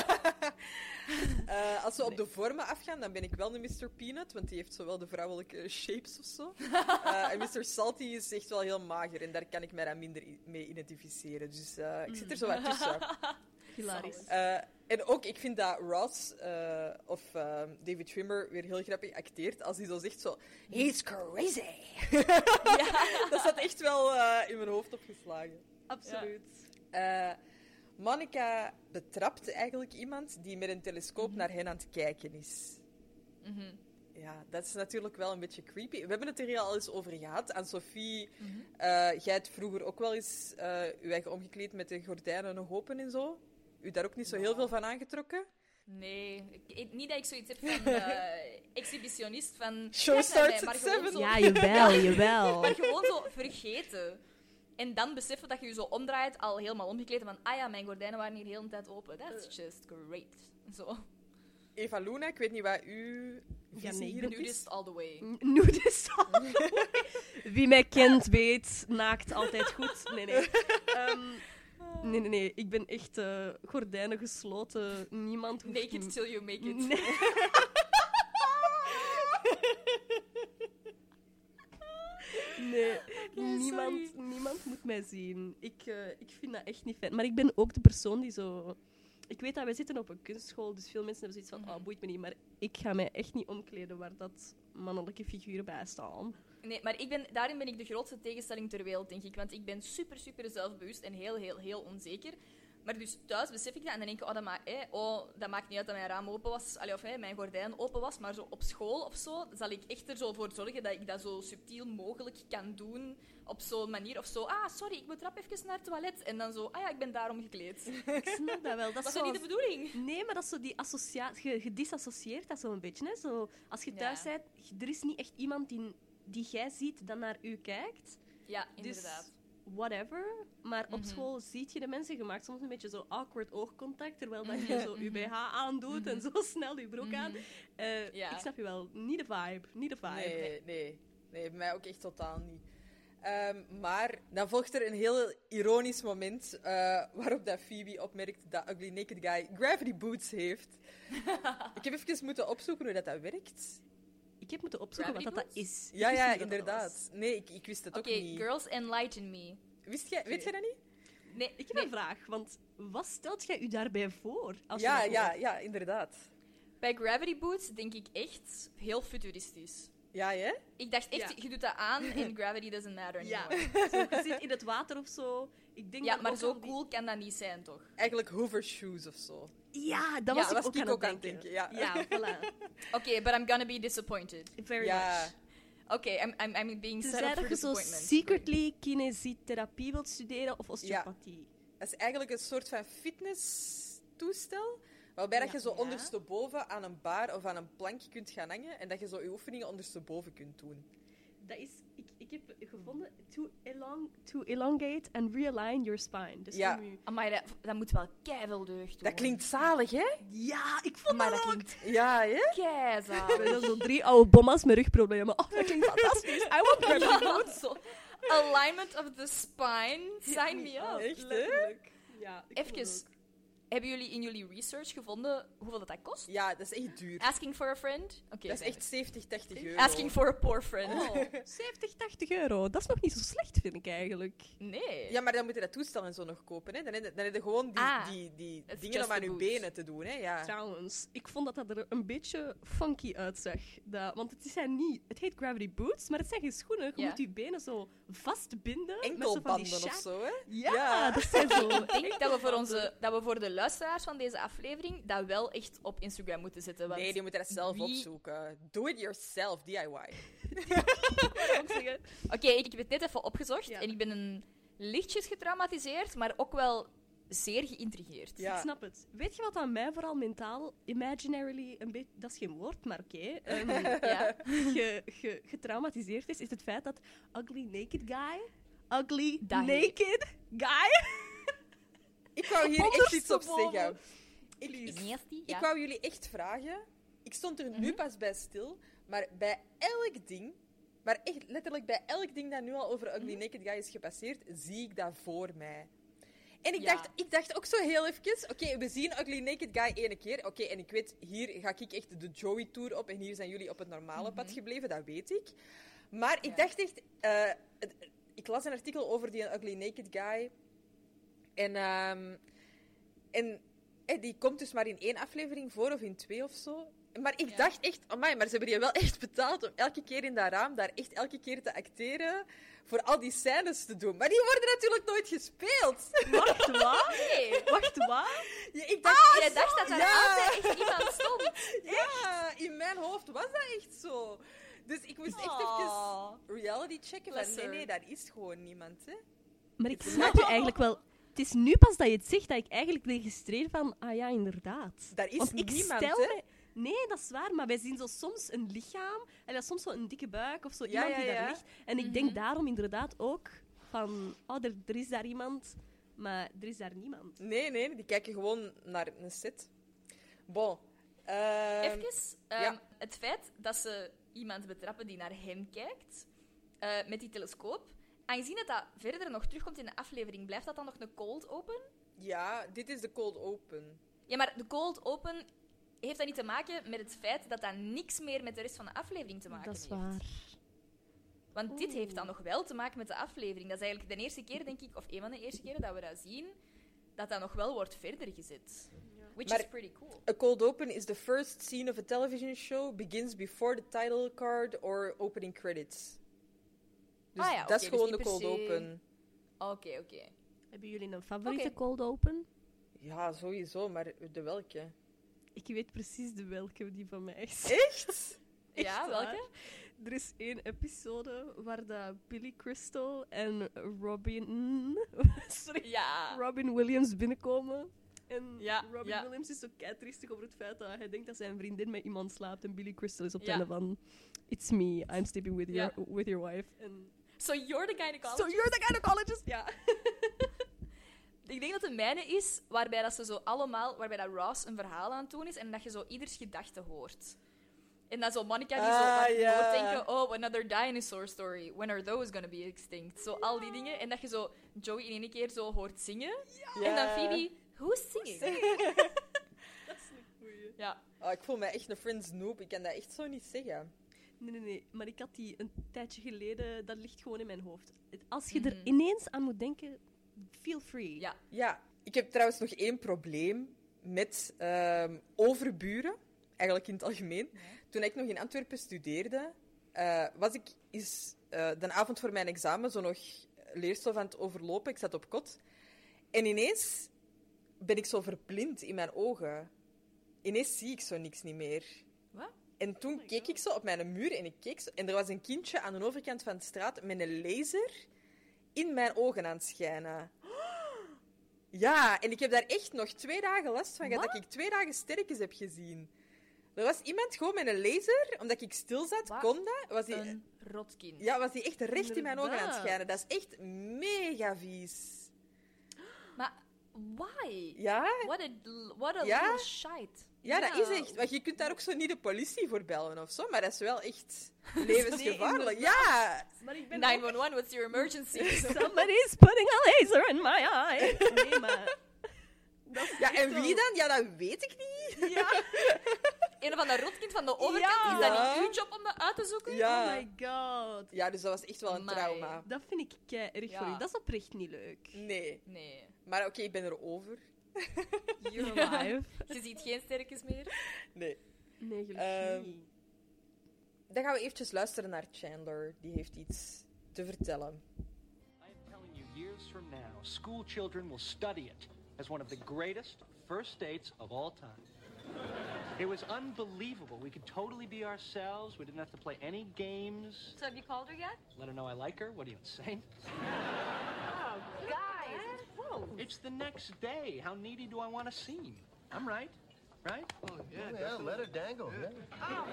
als we op de vormen afgaan, dan ben ik wel de Mr. Peanut, want die heeft zowel de vrouwelijke shapes of zo. En Mr. Salty is echt wel heel mager en daar kan ik mij dan minder mee identificeren. Dus ik zit er zo wat tussen. Hilarisch. En ook, ik vind dat Ross of David Schwimmer weer heel grappig acteert als hij zo zegt zo... He's crazy! Dat staat echt wel in mijn hoofd opgeslagen. Absoluut. Monica betrapt eigenlijk iemand die met een telescoop naar hen aan het kijken is. Ja, dat is natuurlijk wel een beetje creepy. We hebben het er hier al eens over gehad. Anne-Sophie, jij hebt vroeger ook wel eens je eigen omgekleed met de gordijnen nog open en zo. U daar ook niet zo heel veel van aangetrokken? Nee, niet dat ik zoiets heb van exhibitionist van... Show kijk naar mij, starts maar at gewoon 7. zo- Ja, jawel. Maar gewoon zo vergeten. En dan beseffen dat je je zo omdraait, al helemaal omgekleed. Van, ah ja, mijn gordijnen waren hier de hele tijd open. That's just great. Zo. Eva Luna, ik weet niet wat uw visie nee, ik hierop Nu is. is all the way. Nudist. Wie mij kent, weet, naakt altijd goed. Nee. Nee. Ik ben echt gordijnen gesloten. Niemand hoeft... Make it till you make it. Nee. Nee, niemand moet mij zien. Ik vind dat echt niet fijn. Maar ik ben ook de persoon die zo Ik weet dat wij zitten op een kunstschool, dus veel mensen hebben zoiets van, boeit me niet. Maar ik ga mij echt niet omkleden waar dat mannelijke figuren bij staan. Nee, maar daarin ben ik de grootste tegenstelling ter wereld, denk ik. Want ik ben super, super zelfbewust en heel, heel, heel onzeker. Maar dus thuis besef ik dat en dan denk ik, dat maakt niet uit dat mijn raam open was, of mijn gordijn open was, maar zo op school of zo, zal ik echt er zo voor zorgen dat ik dat zo subtiel mogelijk kan doen, op zo'n manier. Of zo, sorry, ik moet rap even naar het toilet. En dan zo, ik ben daarom gekleed. Ik snap dat wel. Dat is niet de bedoeling. Nee, maar dat is zo die associatie, je disassocieert dat zo een beetje. Hè? Zo, als je thuis bent, er is niet echt iemand die jij ziet dat naar u kijkt. Ja, inderdaad. Dus, whatever. Maar op school zie je de mensen. Je maakt soms een beetje zo awkward oogcontact, terwijl dat je zo je BH aandoet en zo snel je broek aan. Ik snap je wel. Niet de vibe. Niet de vibe. Nee, bij mij ook echt totaal niet. Maar dan volgt er een heel ironisch moment waarop dat Phoebe opmerkt dat Ugly Naked Guy gravity boots heeft. Ik heb even moeten opzoeken hoe dat werkt. Ik heb moeten opzoeken wat dat is. Ja, inderdaad. Nee, ik wist het ook niet. Oké, girls, enlighten me. Weet je dat niet? Nee. Ik heb een vraag, want wat stelt jij u daarbij voor? Ja, inderdaad. Bij gravity boots denk ik echt heel futuristisch. Ja, hè? Ik dacht echt, je doet dat aan en gravity doesn't matter anymore. Zo, je zit in het water of zo. Ik denk maar zo cool kan dat niet zijn, toch? Eigenlijk hovershoes of zo. Ja, dat was ik ook aan het denken. Ja, voilà. Oké, but I'm gonna be disappointed. Very much. Oké, I'm being set up for dat je zo disappointment. secretly kinesietherapie wilt studeren of osteopathie. Ja. Dat is eigenlijk een soort van fitnesstoestel, waarbij dat je zo ondersteboven aan een bar of aan een plankje kunt gaan hangen en dat je zo je oefeningen ondersteboven kunt doen. Dat is, ik heb gevonden, to elongate and realign your spine. Dus Amai, dat moet wel keiveel deugd doen. Dat klinkt zalig, hè? Ja, ik vond dat klinkt ja, hè? keizalig. We hebben zo 3 oude bomma's met rugproblemen. Oh, dat klinkt fantastisch. I want gravity. Alignment of the spine. Sign me up. Echt, hè? Ja, even, hebben jullie in jullie research gevonden hoeveel dat kost? Ja, dat is echt duur. Asking for a friend? Oké, dat is echt 70, 80 euro. Asking for a poor friend. 70, 80 euro. Dat is nog niet zo slecht, vind ik eigenlijk. Nee. Ja, maar dan moet je dat toestel en zo nog kopen. Hè? Dan heb je gewoon die dingen om aan je benen te doen. Hè? Ja. Trouwens, ik vond dat er een beetje funky uitzag. Want het heet gravity boots, maar het zijn geen schoenen. Je moet je benen zo vastbinden. Enkelbanden of zo, hè? Ja, dat zijn zo. Ik denk dat we voor de luisteraars van deze aflevering dat wel echt op Instagram moeten zetten. Want nee, die moeten dat zelf opzoeken. Do it yourself, DIY. Oké, ik heb het net even opgezocht en ik ben lichtjes getraumatiseerd, maar ook wel zeer geïntrigeerd. Ja. Ik snap het. Weet je wat aan mij vooral mentaal, imaginarily, een beetje, dat is geen woord, maar oké, getraumatiseerd is het feit dat Ugly Naked Guy... Ik wou hier echt iets op zeggen. Ik wou jullie echt vragen. Ik stond er nu pas bij stil, maar bij elk ding, maar echt letterlijk bij elk ding dat nu al over Ugly Naked Guy is gepasseerd, zie ik dat voor mij. En ik dacht ook zo heel even, oké, we zien Ugly Naked Guy 1 keer. Oké, en ik weet, hier ga ik echt de Joey-tour op en hier zijn jullie op het normale pad gebleven, dat weet ik. Maar ik dacht echt, ik las een artikel over die Ugly Naked Guy. En die komt dus maar in 1 aflevering voor, of in 2 of zo. Maar ik dacht echt, amai, maar ze hebben die wel echt betaald om elke keer in dat raam daar echt elke keer te acteren voor al die scènes te doen. Maar die worden natuurlijk nooit gespeeld. Wacht, wat? Nee. Wacht, wat? Ja, ik dacht, je dacht dat er altijd echt iemand stond. Ja, in mijn hoofd was dat echt zo. Dus ik moest echt even reality checken van nee, daar is gewoon niemand, hè. Maar ik snap je eigenlijk wel. Het is nu pas dat je het zegt dat ik eigenlijk registreer van, ja, inderdaad. Daar is want niemand, hè. Nee, dat is waar, maar wij zien zo soms een lichaam en dat is soms zo een dikke buik of zo, iemand die daar ligt. En ik denk daarom inderdaad ook van, er is daar iemand, maar er is daar niemand. Nee, die kijken gewoon naar een set. Bon. Even, het feit dat ze iemand betrappen die naar hen kijkt, met die telescoop, aangezien dat verder nog terugkomt in de aflevering, blijft dat dan nog een cold open? Ja, dit is de cold open. Ja, maar de cold open heeft dat niet te maken met het feit dat dat niks meer met de rest van de aflevering te maken heeft. Dat is waar. Want dit heeft dan nog wel te maken met de aflevering. Dat is eigenlijk de eerste keer, denk ik, of een van de eerste keren dat we dat zien, dat nog wel wordt verder gezet. Which Maar is pretty cool. A cold open is the first scene of a television show, begins before the title card or opening credits. Dus Ah ja, dat is oké, gewoon dus de niet cold per se- open. Oké. Hebben jullie een favoriete Oké. cold open? Ja, sowieso, maar de welke? Ik weet precies de welke die van mij is. Echt? Ja, Echt welke? waar. Er is 1 episode waar dat Billy Crystal en Robin Williams binnenkomen. En Ja, Robin ja. Williams is zo keitristig over het feit dat hij denkt dat zijn vriendin met iemand slaapt. En Billy Crystal is op het Ja. einde van... It's me, I'm sleeping with your wife. En... So you're the gynecologist? So you're the gynecologist? Ja. Ik denk dat de mijne is waarbij dat ze zo allemaal, waarbij dat Ross een verhaal aan het doen is en dat je zo ieders gedachte hoort. En dat zo Monica die zo wat ja. hoort denken, oh, another dinosaur story. When are those gonna be extinct? Zo al die dingen. En dat je zo Joey in één keer zo hoort zingen. En dan Phoebe, who's singing? Dat is een goeie. Ja. Oh, ik voel me echt een Friends noob. Ik kan dat echt zo niet zeggen. Nee. Maar ik had die een tijdje geleden... Dat ligt gewoon in mijn hoofd. Als je er ineens aan moet denken, feel free. Ja. Ja, ik heb trouwens nog 1 probleem met overburen. Eigenlijk in het algemeen. Ja. Toen ik nog in Antwerpen studeerde, was ik de avond voor mijn examen zo nog leerstof aan het overlopen. Ik zat op kot. En ineens ben ik zo verblind in mijn ogen. Ineens zie ik zo niks niet meer. Wat? En toen keek ik zo op mijn muur en ik keek zo, en er was een kindje aan de overkant van de straat met een laser in mijn ogen aan het schijnen. Ja, en ik heb daar echt nog 2 dagen last van gehad, dat ik 2 dagen sterkjes heb gezien. Er was iemand gewoon met een laser, omdat ik stil zat, Wat? kon dat. Was die, Een rotkind. ja, was die echt recht in mijn ogen aan het Inderdaad. schijnen. Dat is echt mega vies. Maar why? Ja? What a Ja? little shite. Ja, dat is echt. Want je kunt daar ook zo niet de politie voor bellen of zo, maar dat is wel echt levensgevaarlijk. Ja! Maar ik ben 911, what's your emergency? Somebody's putting a laser in my eye. Nee, maar... Dat is Ja, echt en wie wel- dan? Ja, dat weet ik niet. Ja. Een of ander rotkind van de overkant, Ja. is dat Ja. niet uw job om dat uit te zoeken? Ja. Oh my god. Ja, dus dat was echt wel een Amai. trauma. Dat vind ik kei-erg Ja. voor u. Dat is oprecht niet leuk. Nee. Nee. Maar oké, ik ben er over. You're alive. Je ziet geen sterkjes meer. Nee. Nee, gelukkig niet. Dan gaan we eventjes luisteren naar Chandler. Die heeft iets te vertellen. I am telling you, years from now, school children will study it as one of the greatest first dates of all time. It was unbelievable. We could totally be ourselves. We didn't have to play any games. So have you called her yet? Let her know I like her. What are you, insane? Oh, guys. Whoa. It's the next day. How needy do I want to seem? I'm right. Right? Yeah, let her dangle. Yeah. Oh.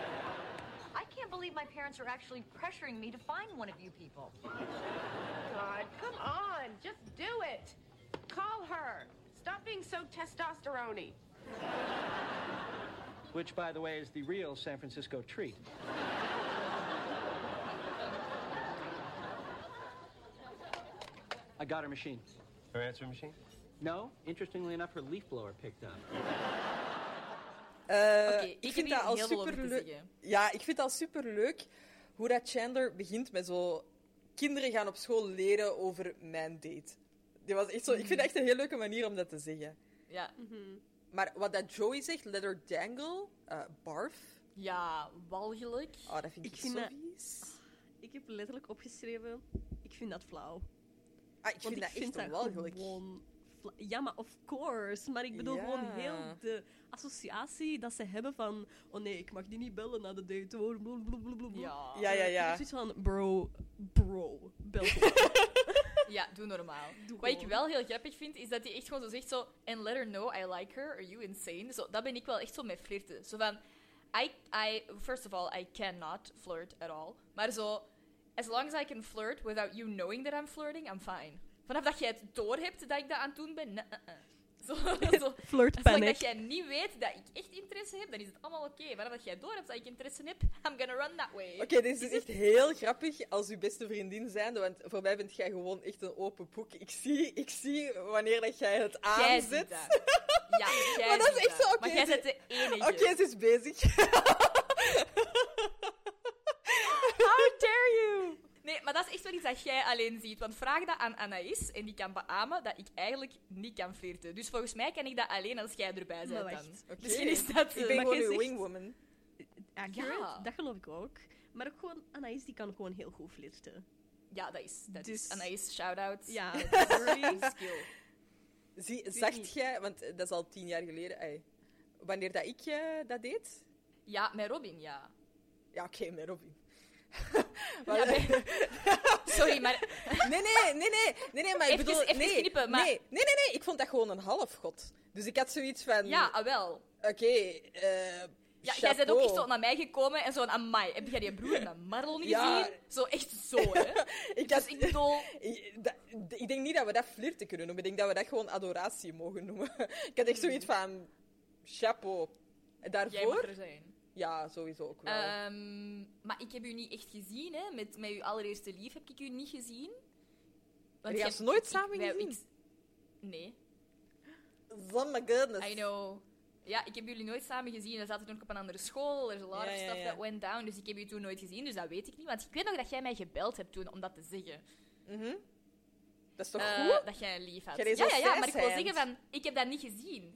I can't believe my parents are actually pressuring me to find one of you people. God, come on, just do it. Call her. Stop being so testosterone-y. Which, by the way, is the real San Francisco treat. I got her machine. Her answering machine? No, interestingly enough, her leaf blower picked up. Oké, Ik vind dat al heel veel over te superleuk. zeggen. Ja, ik vind het al superleuk hoe dat Chandler begint met zo... Kinderen gaan op school leren over mijn date. Die was echt zo... Ik vind dat echt een heel leuke manier om dat te zeggen. Ja. Maar wat dat Joey zegt, let her dangle, barf. Ja, walgelijk. Oh, dat vind ik, Ik vind zo dat- vies. Ik heb letterlijk opgeschreven, ik vind dat flauw. Ah, ik Want vind dat echt dat walgelijk. gewoon ja, maar of course. Maar ik bedoel Ja. gewoon heel de associatie dat ze hebben van... Oh nee, ik mag die niet bellen na de date hoor. Blablabla. Ja. Ja, ja, Ik ja. heb zoiets van, bro, bel gewoon. Ja, doe normaal. Doe Wat ik gewoon. wel heel grappig vind, is dat hij echt gewoon zo zegt zo... And let her know I like her, are you insane? Zo, dat ben ik wel echt zo met flirten. Zo van... First of all, I cannot flirt at all. Maar zo... As long as I can flirt without you knowing that I'm flirting, I'm fine. Vanaf dat jij het doorhebt dat ik dat aan het doen ben... Zo, Flirt Zolang panic. dat jij niet weet dat ik echt interesse heb, dan is het allemaal oké. Maar dat jij door hebt dat ik interesse heb, I'm gonna run that way. Oké, dit is echt heel grappig als uw beste vriendin zijnde, want voor mij bent jij gewoon echt een open boek. Ik zie wanneer dat jij het Jij ziet aanzet. dat. Ja, jij Maar dat is ziet echt zo, oké, Maar jij ze- bent de enige. Oké, ze is bezig. How dare you? Nee, maar dat is echt wel iets dat jij alleen ziet. Want vraag dat aan Anaïs en die kan beamen dat ik eigenlijk niet kan flirten. Dus volgens mij kan ik dat alleen als jij erbij bent Maar dan. wacht. Oké. Misschien is dat... Ik ben Maar gewoon jij een zegt- wingwoman. Accurate, Ja. dat geloof ik ook. Maar ook gewoon, Anaïs die kan gewoon heel goed flirten. Ja, dat is Dus- Anaïs, shout-out. Ja, Very skill. Zag jij, want dat is al 10 jaar geleden, wanneer dat ik dat deed? Ja, met Robin, ja. Ja, oké, met Robin. Ja, sorry, maar... Nee, maar ik Even- bedoel... even nee, knippen, maar- nee, ik vond dat gewoon een halfgod. Dus ik had zoiets van... Ja, wel. Oké, Ja, jij bent ook echt zo naar mij gekomen en zo een amai. Heb jij die broer naar Marlon gezien? Ja. Zo, echt zo, hè. ik, Dus had, ik bedoel... ik denk niet dat we dat flirten kunnen noemen. Ik denk dat we dat gewoon adoratie mogen noemen. Ik had echt zoiets van... Chapeau. Jij Daarvoor? mag er zijn. Ja, sowieso ook wel. Maar ik heb u niet echt gezien, hè. Met uw allereerste lief heb ik u niet gezien. Heb je jij- ons nooit samen wij- gezien? Nee. Oh my goodness. I know. Ja, ik heb jullie nooit samen gezien. We zaten toen ook op een andere school. Er is a lot of stuff that went down. Dus ik heb jullie toen nooit gezien. Dus dat weet ik niet. Want ik weet nog dat jij mij gebeld hebt toen om dat te zeggen. Dat is toch goed? Dat jij een lief had. Jij is Ja, al maar ik wil sassy. zeggen van... Ik heb dat niet gezien.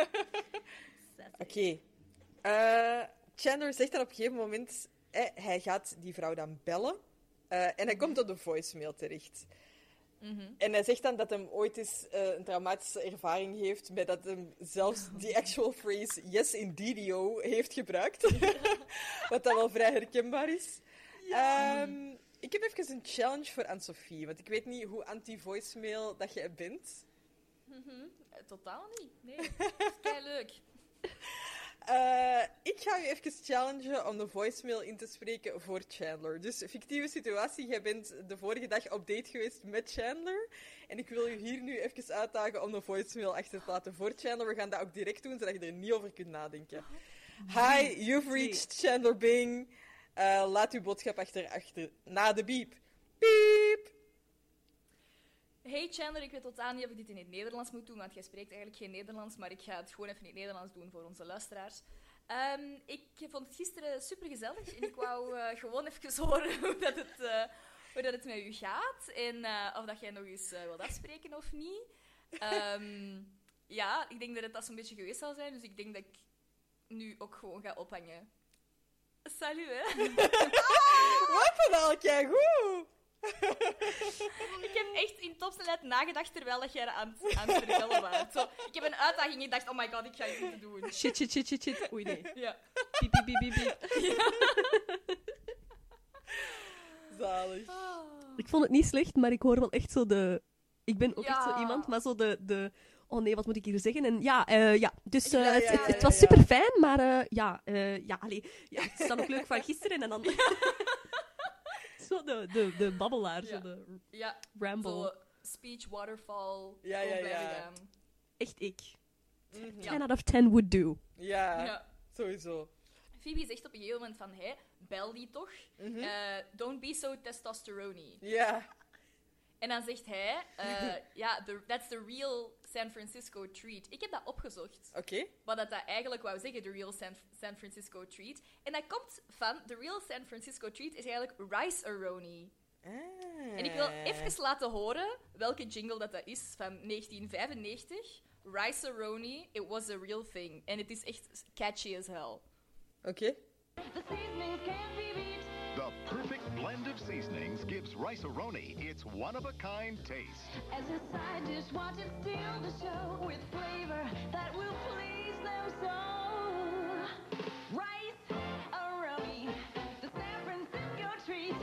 Oké. Chandler zegt dan op een gegeven moment... hij gaat die vrouw dan bellen. En hij komt op de voicemail terecht. En hij zegt dan dat hij ooit eens een traumatische ervaring heeft met dat hij zelfs die actual phrase yes indeedio heeft gebruikt. Wat dan wel vrij herkenbaar is. Ik heb even een challenge voor Anne-Sophie, want ik weet niet hoe anti-voicemail dat jij bent. Totaal niet. Nee. Dat is keileuk. Ik ga je even challengen om de voicemail in te spreken voor Chandler. Dus, fictieve situatie, jij bent de vorige dag op date geweest met Chandler. En ik wil je hier nu even uitdagen om de voicemail achter te laten voor Chandler. We gaan dat ook direct doen, zodat je er niet over kunt nadenken. Hi, you've reached Chandler Bing. Laat uw boodschap achter na de beep. Piep! Hey Chandler, ik weet totaal niet of ik dit in het Nederlands moet doen, want jij spreekt eigenlijk geen Nederlands, maar ik ga het gewoon even in het Nederlands doen voor onze luisteraars. Ik vond het gisteren supergezellig en ik wou gewoon even horen hoe dat het met u gaat en of dat jij nog eens wilt afspreken of niet. Ja, ik denk dat het zo'n beetje geweest zal zijn, dus ik denk dat ik nu ook gewoon ga ophangen. Salut, hè. Wat van al, keigoed! Ik heb echt in topsnelheid nagedacht terwijl dat jij aan het vertellen was. Zo, ik heb een uitdaging en ik dacht, oh my god, ik ga iets moeten doen. Shit. Oei, nee. Ja. Piep, piep, piep, piep, piep. Zalig. Ik vond het niet slecht, maar ik hoor wel echt zo de... Ik ben ook echt zo Ja. iemand, maar zo de... Oh nee, wat moet ik hier zeggen? En ja, dus Ja, het was ja. super fijn, maar het is dan ook leuk van gisteren en dan... Zo de babbelaar, Ja. zo de Ja, ramble. zo speech waterfall. Ja, gewoon ja, blijven ja. gaan. Echt ik. Mhm. 10 out of 10 would do. Ja, Ja. sowieso. Phoebe zegt op een gegeven moment van, hé, bel die toch? Don't be so testosterone. Ja. En dan zegt hij, that's the real San Francisco treat. Ik heb dat opgezocht. Oké. Wat dat eigenlijk wou zeggen, de real San Francisco treat. En dat komt van, de real San Francisco treat is eigenlijk rice-a-roni. En ik wil even laten horen welke jingle dat is van 1995. Rice-a-roni, it was a real thing. En het is echt catchy as hell. Oké. The seasonings can't be beat. The perfect blend of seasonings gives Rice-A-Roni its one-of-a-kind taste. As a side dish, watch it steal the show with flavor that will please them so. Rice-A-Roni, the San Francisco treat.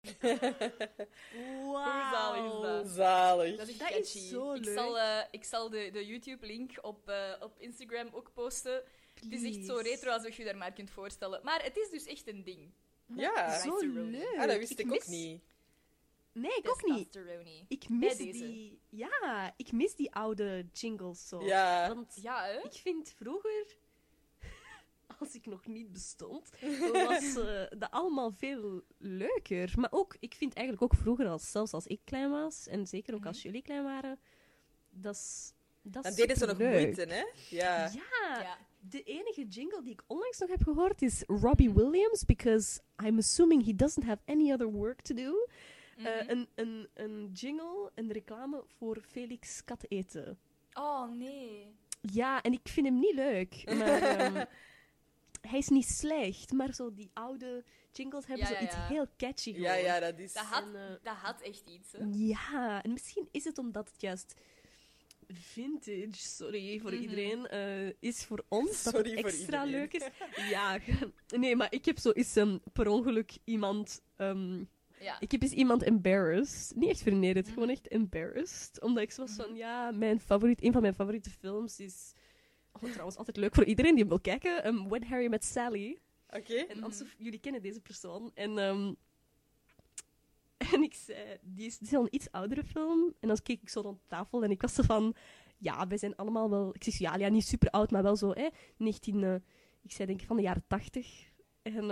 Hoe zalig is dat? Zalig. Dat is Dat is catchy. zo ik leuk. Ik zal de YouTube-link op Instagram ook posten. Het is echt zo Please. retro alsof je je daar maar kunt voorstellen. Maar het is dus echt een ding. Ja. Zo Rice-A-Roni. leuk. Ah, dat wist ik ook mis- niet. Nee, ik ook niet. Testosterone. Ik mis Bij deze. die... Ja, ik mis die oude jingles zo. Ja. Want Ja, hè? ik vind vroeger, als ik nog niet bestond, was dat allemaal veel leuker. Maar ook, ik vind eigenlijk ook vroeger, zelfs als ik klein was, en zeker ook als jullie klein waren, dat is Dan deden ze nog superleuk. moeite, hè? Ja. Ja, Ja. de enige jingle die ik onlangs nog heb gehoord is Robbie Williams, because I'm assuming he doesn't have any other work to do. een jingle, een reclame voor Felix Kateten. Oh, nee. Ja, en ik vind hem niet leuk. Maar hij is niet slecht. Maar zo die oude jingles hebben zoiets heel catchy gewoon. Ja, dat is... Dat had echt iets, hè? Ja, en misschien is het omdat het juist vintage, sorry voor iedereen, is voor ons. Dat het extra leuk is. Ja, nee, maar ik heb zo eens per ongeluk iemand... Ik heb eens iemand embarrassed. Niet echt vernederd, gewoon echt embarrassed. Omdat ik zo was van, een van mijn favoriete films is... trouwens, altijd leuk voor iedereen die hem wil kijken. When Harry Met Sally. Oké. En alsof jullie kennen deze persoon. En ik zei, die is al een iets oudere film. En dan keek ik zo rond tafel en ik was zo van... Ja, wij zijn allemaal wel... Ik zeg, ja, niet super oud, maar wel zo, 19... ik zei denk ik van de jaren 80. En...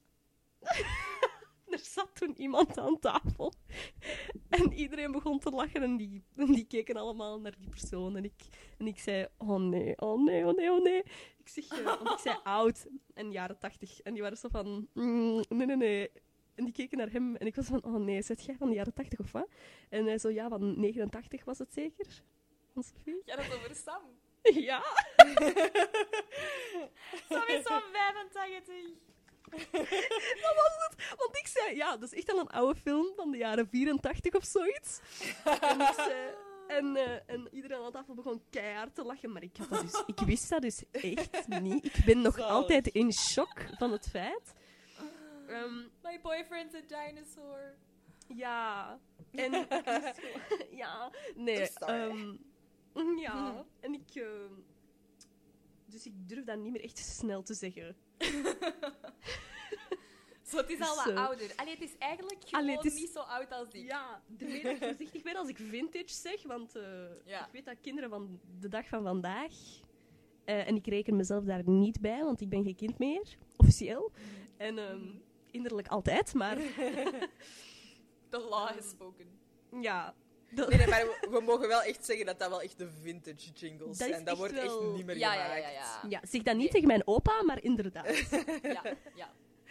er zat toen iemand aan tafel. En iedereen begon te lachen en die keken allemaal naar die persoon. En ik zei, oh nee. Ik zeg, want ik zei oud en jaren 80. En die waren zo van, nee. En die keken naar hem en ik was van, oh nee, zet jij van de jaren 80 of wat? En hij zo, ja, van 89 was het zeker? Van Sophie? Ja, dat over Sam. Ja. Sam is van 85. Dat was het. Want ik zei, ja, dat is echt al een oude film van de jaren 84 of zoiets. En ik zei... En iedereen aan tafel begon keihard te lachen, maar ik wist dat dus echt niet. Ik ben nog altijd in shock van het feit. My boyfriend's a dinosaur. Ja. En ja, nee. Ja. En ik... dus ik durf dat niet meer echt snel te zeggen. Zo, het is al wat ouder. Allee, het is eigenlijk gewoon niet zo oud als ik. Ja, de meer ik voorzichtig ben als ik vintage zeg, want ik weet dat kinderen van de dag van vandaag... en ik reken mezelf daar niet bij, want ik ben geen kind meer, officieel. En innerlijk altijd, maar... The law has spoken. Ja. Nee, maar we mogen wel echt zeggen dat dat wel echt de vintage jingles zijn. Dat wordt wel... echt niet meer gemaakt. Ja, zeg dat niet tegen mijn opa, maar inderdaad. Ja.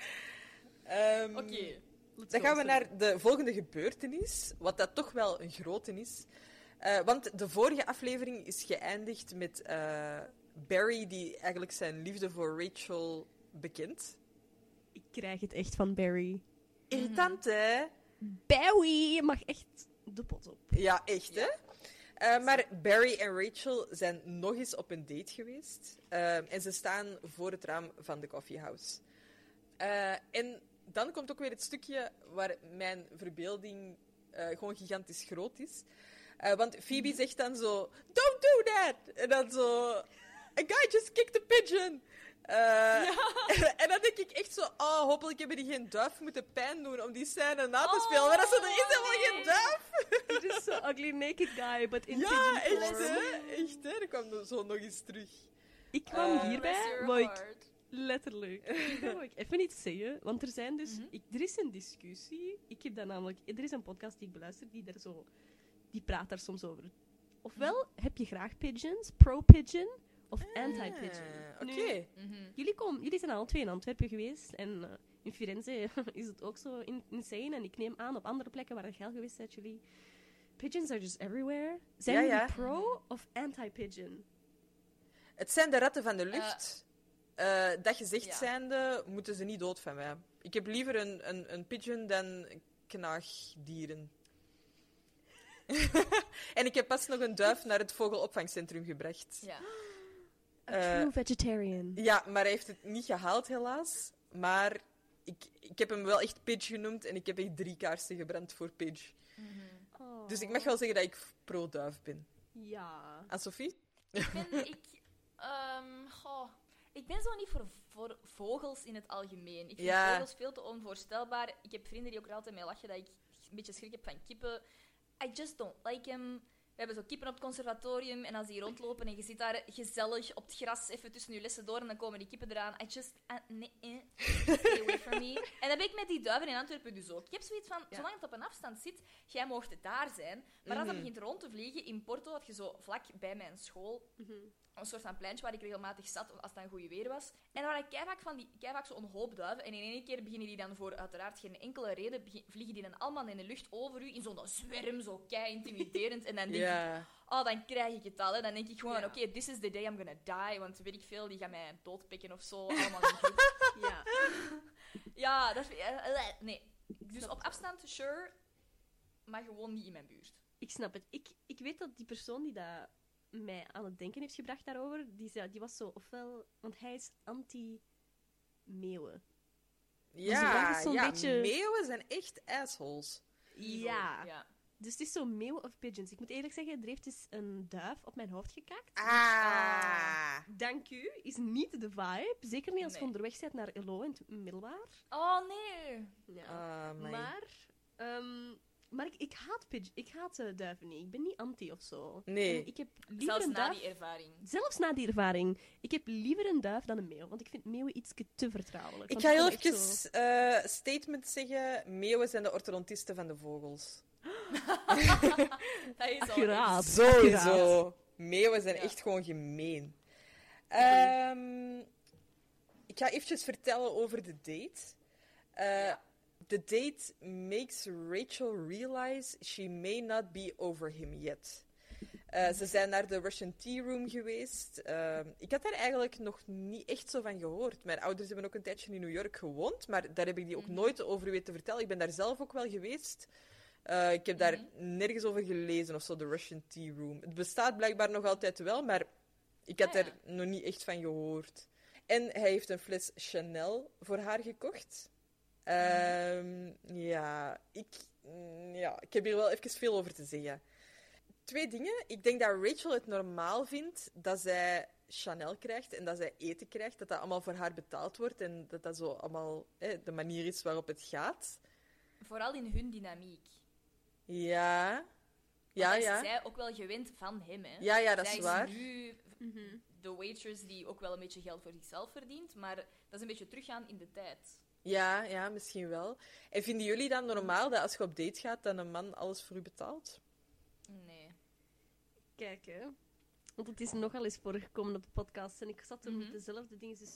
Oké. Dan gaan we naar de volgende gebeurtenis, wat dat toch wel een grote is. Want de vorige aflevering is geëindigd met Barry, die eigenlijk zijn liefde voor Rachel bekent. Ik krijg het echt van Barry. Irritant, hè? Barry, je mag echt de pot op. Ja, echt, hè? Maar Barry en Rachel zijn nog eens op een date geweest. En ze staan voor het raam van de coffeehouse. En dan komt ook weer het stukje waar mijn verbeelding gewoon gigantisch groot is. Want Phoebe zegt dan zo... Don't do that! En dan zo... A guy just kicked a pigeon! En dan denk ik echt zo... Oh, hopelijk hebben die geen duif moeten pijn doen om die scène na te spelen. Maar dat is helemaal geen duif! Het is zo ugly naked guy, but in pigeon echt, form. Echt, hè? Dat kwam zo nog eens terug. Ik kwam hierbij, wou ik... Letterlijk. Dat wil ik even iets zeggen, want er zijn dus... Er is een discussie. Ik heb dat namelijk... Er is een podcast die ik beluister, die praat daar soms over. Ofwel heb je graag pigeons, pro-pigeon, of anti-pigeon. Oké. Jullie zijn al 2 in Antwerpen geweest, en in Firenze is het ook zo insane. En ik neem aan, op andere plekken waar je al geweest bent, jullie... Pigeons are just everywhere. Zijn jullie pro of anti-pigeon? Het zijn de ratten van de lucht... dat gezegd zijnde, moeten ze niet dood van mij. Ik heb liever een pigeon dan knaagdieren. En ik heb pas nog een duif naar het vogelopvangcentrum gebracht. Ja. A true vegetarian. Ja, maar hij heeft het niet gehaald, helaas. Maar ik heb hem wel echt Pidge genoemd en ik heb echt 3 kaarsen gebrand voor Pidge. Oh. Dus ik mag wel zeggen dat ik pro-duif ben. Ja. En Sophie? Ik ben zo niet voor vogels in het algemeen. Ik vind vogels veel te onvoorstelbaar. Ik heb vrienden die ook er altijd mee lachen dat ik een beetje schrik heb van kippen. I just don't like them. We hebben zo kippen op het conservatorium en als die rondlopen en je zit daar gezellig op het gras even tussen je lessen door en dan komen die kippen eraan. Stay away from me. En dat ben ik met die duiven in Antwerpen dus ook. Ik heb zoiets van, zolang het op een afstand zit, jij mocht het daar zijn. Maar als dat begint rond te vliegen, in Porto had je zo vlak bij mijn school een soort van pleintje waar ik regelmatig zat als het dan goed weer was. En daar waren keivaak zo'n hoop duiven. En in één keer beginnen die dan voor uiteraard geen enkele reden, vliegen die dan allemaal in de lucht over u, in zo'n zwerm, zo kei intimiderend. En dan denk ik, dan krijg ik het al. Hè. Dan denk ik gewoon, oké, this is the day I'm gonna die. Want weet ik veel, die gaan mij doodpikken of zo. Allemaal in groep. Ja, dat is... nee. Dus op afstand, sure, maar gewoon niet in mijn buurt. Ik snap het. Ik weet dat die persoon die dat mij aan het denken heeft gebracht daarover, die was zo, ofwel... Want hij is anti-meeuwen. Ja, dus beetje... meeuwen zijn echt assholes. Ja. Dus het is zo meeuwen of pigeons. Ik moet eerlijk zeggen, er heeft dus een duif op mijn hoofd gekakt. Dank u. Is niet de vibe. Zeker niet als je onderweg bent naar Elo in het middelbaar. Oh, nee. Ja. Maar ik haat duiven niet. Ik ben niet anti of zo. Nee. En ik heb liever Zelfs een na duif, die ervaring. Zelfs na die ervaring. Ik heb liever een duif dan een meeuw. Want ik vind meeuwen iets te vertrouwelijk. Ik ga heel even statement zeggen. Meeuwen zijn de orthodontisten van de vogels. Dat is Accuraat. Sowieso. Meeuwen zijn echt gewoon gemeen. Ik ga eventjes vertellen over de date. The date makes Rachel realize she may not be over him yet. Ze zijn naar de Russian Tea Room geweest. Ik had daar eigenlijk nog niet echt zo van gehoord. Mijn ouders hebben ook een tijdje in New York gewoond, maar daar heb ik die ook nooit over weten vertellen. Ik ben daar zelf ook wel geweest. Ik heb daar nergens over gelezen of zo, de Russian Tea Room. Het bestaat blijkbaar nog altijd wel, maar ik had er nog niet echt van gehoord. En hij heeft een fles Chanel voor haar gekocht. Ik heb hier wel even veel over te zeggen. 2 dingen. Ik denk dat Rachel het normaal vindt dat zij Chanel krijgt en dat zij eten krijgt, dat dat allemaal voor haar betaald wordt en dat dat zo allemaal de manier is waarop het gaat. Vooral in hun dynamiek. Ja. Want is zij ook wel gewend van hem, hè? Ja, dat is waar. Zij is nu de waitress die ook wel een beetje geld voor zichzelf verdient, maar dat is een beetje teruggaan in de tijd. Ja, misschien wel. En vinden jullie dan normaal dat als je op date gaat, dat een man alles voor u betaalt? Nee. Kijk, hè. Want het is nogal eens voorgekomen op de podcast en ik zat toen met dezelfde dingen, dus...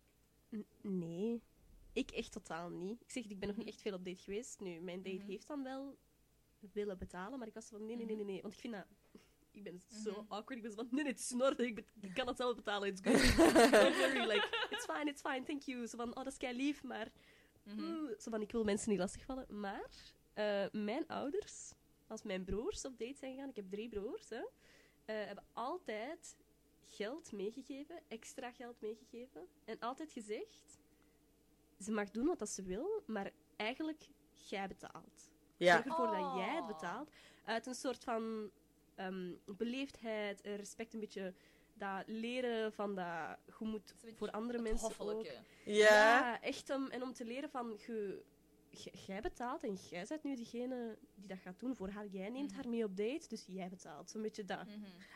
Nee. Ik echt totaal niet. Ik zeg, ik ben nog niet echt veel op date geweest. Nu, mijn date heeft dan wel willen betalen, maar ik was van nee. Want ik vind dat... Ik ben zo awkward. Ik ben zo van, nee, het is in orde. Ik kan het zelf betalen. It's good. Don't worry. Like, it's fine. Thank you. Zo van, dat is kei lief, maar... Zo van, ik wil mensen niet lastigvallen. Maar mijn ouders, als mijn broers op date zijn gegaan... Ik heb 3 broers, hè. Hebben altijd geld meegegeven. Extra geld meegegeven. En altijd gezegd... Ze mag doen wat ze wil, maar eigenlijk, jij betaalt. Zorg ervoor dat jij het betaalt. Uit een soort van... beleefdheid, respect, een beetje dat leren van dat je moet voor andere mensen ook... Ja, echt om te leren van jij betaalt en jij bent nu degene die dat gaat doen voor haar. Jij neemt haar mee op date, dus jij betaalt. Zo'n beetje dat.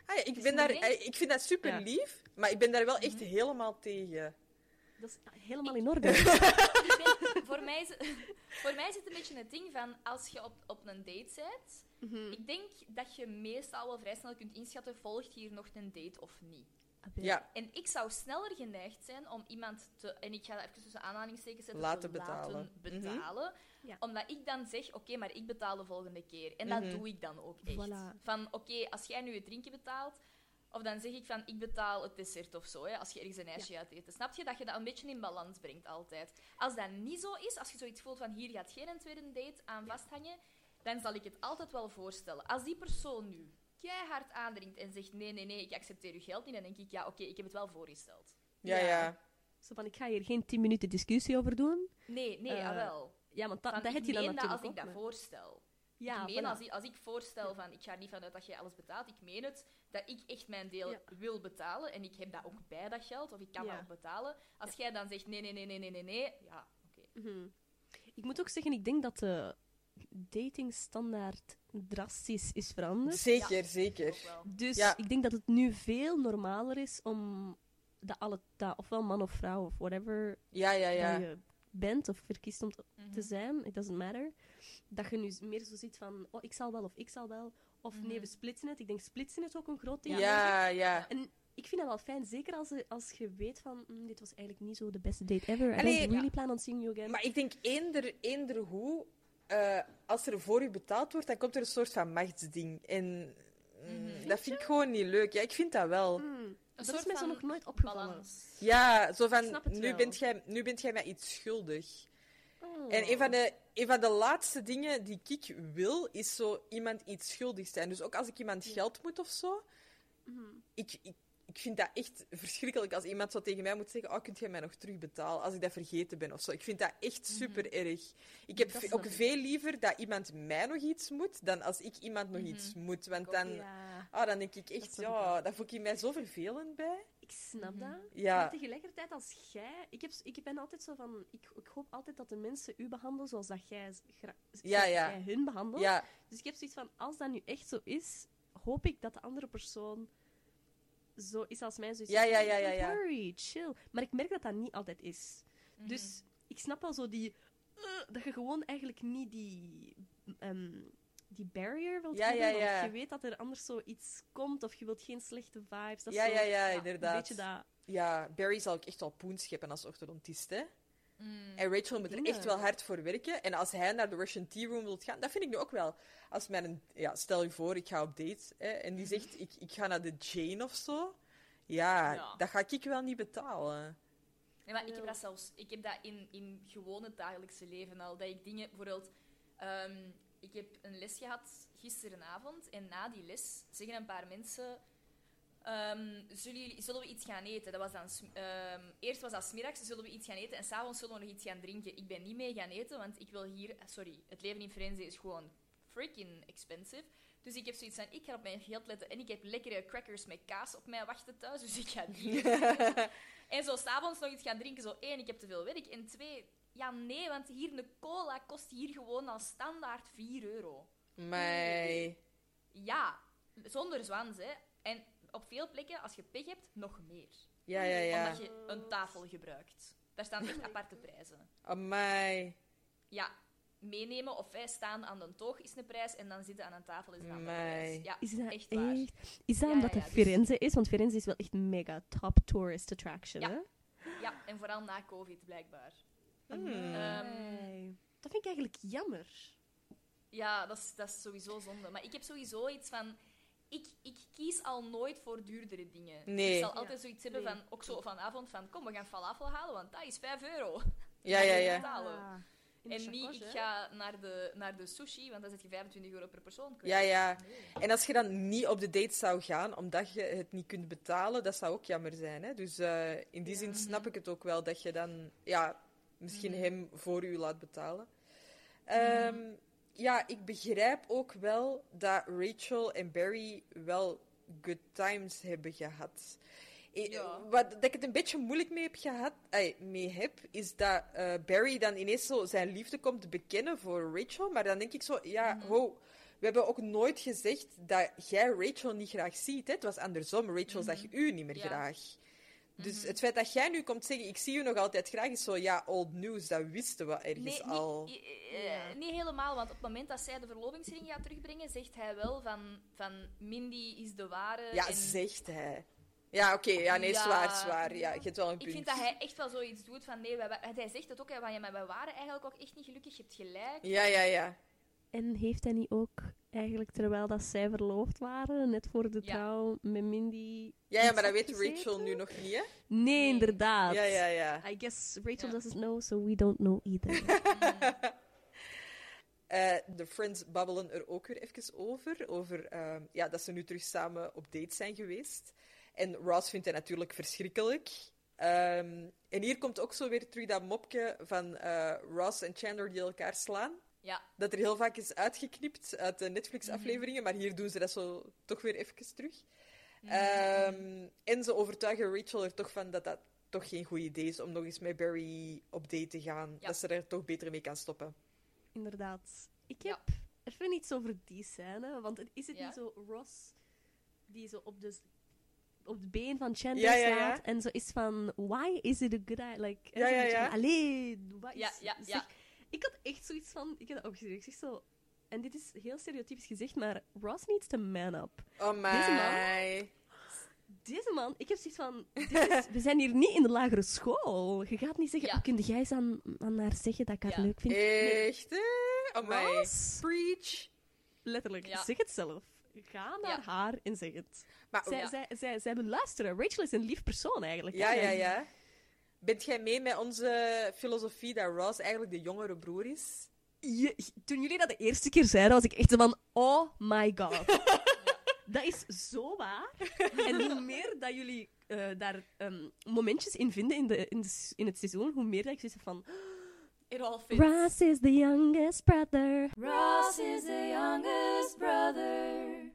Ik vind dat super lief, maar ik ben daar wel echt helemaal tegen. Dat is helemaal in orde. Voor mij is het een beetje het ding van, als je op een date bent, ik denk dat je meestal wel vrij snel kunt inschatten, volgt hier nog een date of niet. Ja. En ik zou sneller geneigd zijn om iemand te... En ik ga dat even tussen aanhalingstekens zetten. Laten betalen. Ja. Omdat ik dan zeg, oké, maar ik betaal de volgende keer. En dat doe ik dan ook echt. Voilà. Van, oké, als jij nu het drinkje betaalt... Of dan zeg ik van, ik betaal het dessert of zo, hè, als je ergens een ijsje gaat eten. Snap je dat je dat een beetje in balans brengt altijd? Als dat niet zo is, als je zoiets voelt van, hier gaat geen tweede date aan vasthangen, dan zal ik het altijd wel voorstellen. Als die persoon nu keihard aandringt en zegt, nee, ik accepteer uw geld niet, dan denk ik, ja, oké, ik heb het wel voorgesteld. Ja. Zo van, ik ga hier geen 10 minuten discussie over doen. Nee, jawel. Ja, want dat heb je dan natuurlijk als ik ook, dat maar... voorstel. Ja, ik meen, voilà. als ik voorstel van, ik ga er niet vanuit dat jij alles betaalt, ik meen het, dat ik echt mijn deel wil betalen en ik heb dat ook bij, dat geld, of ik kan dat ook betalen. Als jij dan zegt, nee, ja, oké. Ik moet ook zeggen, ik denk dat datingstandaard drastisch is veranderd. Zeker, zeker. Ook wel. Dus Ja. ik denk dat het nu veel normaler is om dat ofwel man of vrouw of whatever Ja. dat je bent of verkiest om Mhm. te zijn, it doesn't matter. Dat je nu meer zo ziet van, ik zal wel of ik zal wel. Of nee, we splitsen het. Ik denk splitsen het ook een groot ding. Ja. En ik vind dat wel fijn, zeker als je weet van, dit was eigenlijk niet zo de beste date ever. I Allee, don't really plan on seeing you again. Maar ik denk eender hoe, als er voor je betaald wordt, dan komt er een soort van machtsding. En dat vind ik gewoon niet leuk. Ja, ik vind dat wel. Dat soort is mij zo van nog nooit opgevallen. balans. Ja, zo Ik van, snap het nu wel. bent jij mij iets schuldig. Oh. En een van de laatste dingen die ik wil, is zo iemand iets schuldig zijn. Dus ook als ik iemand geld moet of zo, ik vind dat echt verschrikkelijk als iemand zo tegen mij moet zeggen, kunt jij mij nog terugbetalen als ik dat vergeten ben of zo. Ik vind dat echt super erg. Ik heb Dat snap ook ik. veel liever dat iemand mij nog iets moet, dan als ik iemand nog iets moet. Want dan, Ja, dan denk ik echt, snap ik wel. daar voel ik mij zo vervelend bij. ik snap dat. Ja. Maar tegelijkertijd, als jij... Ik ben altijd zo van... Ik hoop altijd dat de mensen u behandelen zoals dat jij hun behandelt. Ja, Dus ik heb zoiets van, als dat nu echt zo is, hoop ik dat de andere persoon zo is als mij. Zoiets Ja, van, ja, ja, ja, don't ja. worry, chill. Maar ik merk dat dat niet altijd is. Dus ik snap wel zo dat je gewoon eigenlijk niet die barrier wilt Ja, hebben. ja, ja. Want je weet dat er anders zoiets komt, of je wilt geen slechte vibes. Dat is ja, zo, ja, ja, inderdaad. Een beetje dat... Ja, Barry zal ook echt wel poen scheppen als orthodontist, hè. En Rachel moet er Ja. echt wel hard voor werken. En als hij naar de Russian Tea Room wil gaan, dat vind ik nu ook wel. Als stel je voor, ik ga op date, hè, en die zegt, ik ga naar de Jane of zo. Ja, dat ga ik wel niet betalen. Nee, maar ik heb dat in gewoon het dagelijkse leven al. Dat ik dingen, bijvoorbeeld, ik heb een les gehad gisterenavond en na die les zeggen een paar mensen, zullen we iets gaan eten? Dat was dan, eerst was dat 's middags, zullen we iets gaan eten en 's avonds zullen we nog iets gaan drinken. Ik ben niet mee gaan eten, want ik wil hier, het leven in Firenze is gewoon freaking expensive. Dus ik heb zoiets van, ik ga op mijn geld letten en ik heb lekkere crackers met kaas op mij wachten thuis, dus ik ga die eten. En zo 's avonds nog iets gaan drinken. Zo 1, ik heb te veel werk. En 2, ja nee, want hier een cola kost hier gewoon al standaard €4. Maar... Ja, zonder zwans, hè. En op veel plekken, als je pech hebt, nog meer. Ja. Omdat je een tafel gebruikt. Daar staan echt aparte prijzen. Amai. Ja, meenemen of wij staan aan de toog is een prijs en dan zitten aan een tafel is een andere Amai. prijs. Ja, Is dat echt waar. echt? Is dat Ja, omdat ja, het ja, dus- Firenze is? Want Firenze is wel echt een mega top tourist attraction, Ja. hè? Ja, en vooral na COVID, blijkbaar. Dat vind ik eigenlijk jammer. Ja, dat is sowieso zonde. Maar ik heb sowieso iets van... Ik kies al nooit voor duurdere dingen. Nee. Ik zal altijd zoiets hebben van... Ook zo vanavond van... Kom, we gaan falafel halen, want dat is €5. Ja. Betalen. In de En niet, chakos, ik hè? ga naar de sushi, want dan zet je €25 per persoon kwijt. Ja. En als je dan niet op de date zou gaan, omdat je het niet kunt betalen, dat zou ook jammer zijn, hè. Dus in die zin snap ik het ook wel, dat je dan... Ja, misschien hem voor u laat betalen. Ja, ik begrijp ook wel dat Rachel en Barry wel good times hebben gehad. Wat dat ik het een beetje moeilijk mee heb, is dat Barry dan ineens zo zijn liefde komt te bekennen voor Rachel. Maar dan denk ik zo, we hebben ook nooit gezegd dat jij Rachel niet graag ziet. Hè? Het was andersom, Rachel zag u niet meer graag. Dus het feit dat jij nu komt zeggen, ik zie u nog altijd graag, is zo, old news, dat wisten we ergens al. Niet helemaal, want op het moment dat zij de verlovingsring gaat terugbrengen, zegt hij wel van Mindy is de ware. Ja, en... zegt hij. Ja, oké, zwaar. Ja, je hebt wel een punt. Ik vind dat hij echt wel zoiets doet van, nee, hij zegt het ook, hè, van, maar wij waren eigenlijk ook echt niet gelukkig, je hebt gelijk. Ja. En heeft hij niet ook eigenlijk, terwijl dat zij verloofd waren, net voor de trouw met Mindy... Ja, maar dat weet Rachel nu nog niet, hè? Nee, inderdaad. Ja. I guess Rachel doesn't know, so we don't know either. De friends babbelen er ook weer even over dat ze nu terug samen op date zijn geweest. En Ross vindt hij natuurlijk verschrikkelijk. En hier komt ook zo weer terug dat mopje van Ross en Chandler die elkaar slaan. Ja. Dat er heel vaak is uitgeknipt uit de Netflix-afleveringen, maar hier doen ze dat zo toch weer even terug. En ze overtuigen Rachel er toch van dat dat toch geen goed idee is om nog eens met Barry op date te gaan. Ja. Dat ze er toch beter mee kan stoppen. Inderdaad. Ik heb even iets over die scène, want is het niet zo Ross die zo op het been van Chandler slaat en zo is van, why is it a good idea? Like, allee, wat is... Ja. Ik had echt zoiets van, ik heb dat opgeschreven, ik zeg zo, en dit is heel stereotypisch gezegd, maar Ross needs to man up. Oh my. Deze man, ik heb zoiets van, we zijn hier niet in de lagere school. Je gaat niet zeggen, kun jij eens aan haar zeggen dat ik haar leuk vind? Echt, hè? Oh my. Ross. Preach. Letterlijk, zeg het zelf. Ga naar haar en zeg het. Maar, zij wil luisteren. Rachel is een lief persoon eigenlijk. Ja. Bent jij mee met onze filosofie dat Ross eigenlijk de jongere broer is? Toen jullie dat de eerste keer zeiden, was ik echt zo van, oh my god. Dat is zo waar. En hoe meer dat jullie daar momentjes in vinden in het seizoen, hoe meer dat ik zoiets heb van... It all fits. Ross is the youngest brother. Ross is the youngest brother.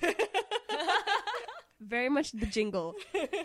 Very much the jingle.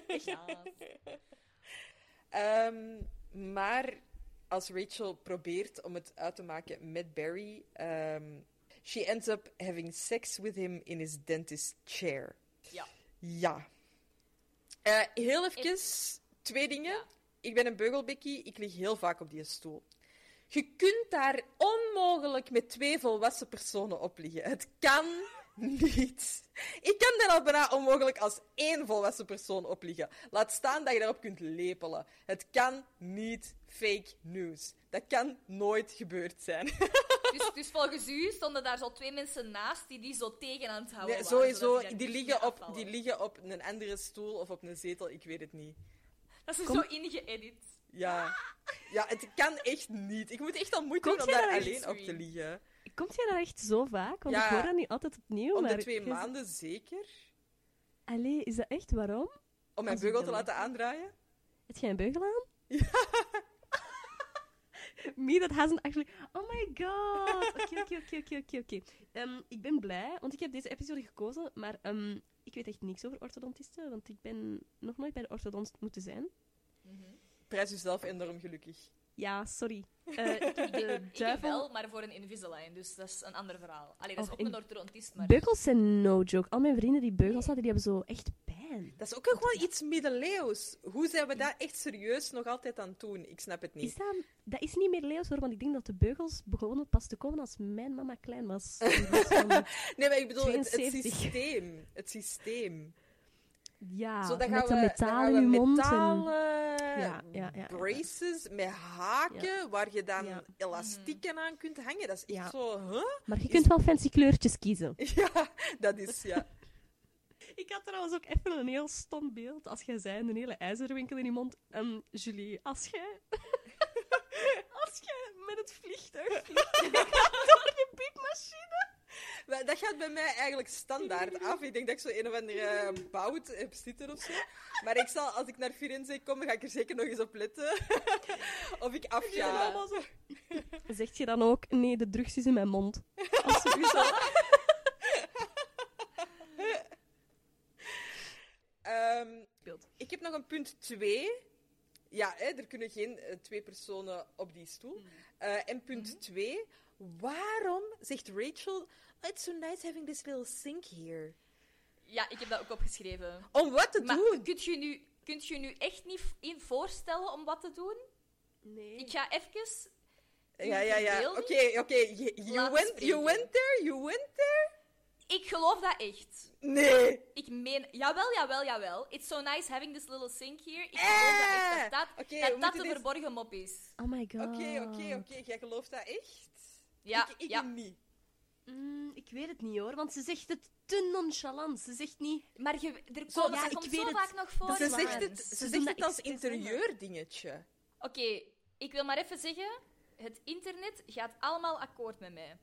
Maar als Rachel probeert om het uit te maken met Barry, she ends up having sex with him in his dentist chair. Ja. Heel even, 2 dingen. Ja. Ik ben een beugelbekkie, ik lig heel vaak op die stoel. Je kunt daar onmogelijk met 2 volwassen personen op liggen. Het kan niet. Ik kan daar al bijna onmogelijk als 1 volwassen persoon op liggen. Laat staan dat je daarop kunt lepelen. Het kan niet. Fake news. Dat kan nooit gebeurd zijn. Dus volgens u stonden daar zo 2 mensen naast die zo tegen aan het houden waren? Sowieso. Die liggen op een andere stoel of op een zetel. Ik weet het niet. Dat is zo ingeëdit. Ja, het kan echt niet. Ik moet echt al moeite doen om daar alleen op te liggen. Komt jij daar echt zo vaak? Want ik hoor dat nu altijd opnieuw. Om de 2 maanden zeker. Allee, is dat echt? Waarom? Om mijn beugel te laten aandraaien. Heb jij een beugel aan? Ja. Me, that hasn't actually... Oh my god. Oké. Ik ben blij, want ik heb deze episode gekozen, maar ik weet echt niks over orthodontisten, want ik ben nog nooit bij de orthodontist moeten zijn. Prijs jezelf enorm gelukkig. Ja, sorry. Ik wel, maar voor een Invisalign, dus dat is een ander verhaal. Allee, dat is ook een orthodontist, maar... Beugels zijn no joke. Al mijn vrienden die beugels hadden, die hebben zo echt pijn. Dat is ook gewoon iets middeleeuws. Hoe zijn we dat echt serieus nog altijd aan het doen? Ik snap het niet. Dat is niet middeleeuws hoor, want ik denk dat de beugels begonnen pas te komen als mijn mama klein was. Nee, maar ik bedoel het systeem. Ja, zo, dan met gaan metaal in je mond. Metalen braces met haken, waar je dan elastieken aan kunt hangen. Dat is echt zo... Huh? Maar je kunt wel fancy kleurtjes kiezen. Ja, dat is, Ik had trouwens ook even een heel stom beeld. Als jij zei, een hele ijzerwinkel in je mond. Julie, als jij met het vliegtuig vliegt door je piepmachine... Dat gaat bij mij eigenlijk standaard af. Ik denk dat ik zo een of andere bout heb zitten of zo. Maar als ik naar Firenze kom, ga ik er zeker nog eens op letten. Of ik afga. Zegt je dan ook, nee, de drugs is in mijn mond. Ik heb nog een punt 2. Ja, er kunnen geen 2 personen op die stoel. En punt 2. Waarom zegt Rachel... It's so nice having this little sink here. Ja, ik heb dat ook opgeschreven. Om wat te doen? Kunt je nu echt niet voorstellen om wat te doen? Nee. Ik ga even... Ja. Oké. You went there? Ik geloof dat echt. Nee. Ik meen... Jawel. It's so nice having this little sink here. Ik geloof dat echt. Dat de verborgen mop is. Oh my god. Oké. Jij gelooft dat echt? Ja. Ik niet. Ik weet het niet hoor, want ze zegt het te nonchalant. Ze zegt niet... Maar dat komt zo vaak nog voor. Ze zegt het als interieurdingetje. Oké, ik wil maar even zeggen... Het internet gaat allemaal akkoord met mij.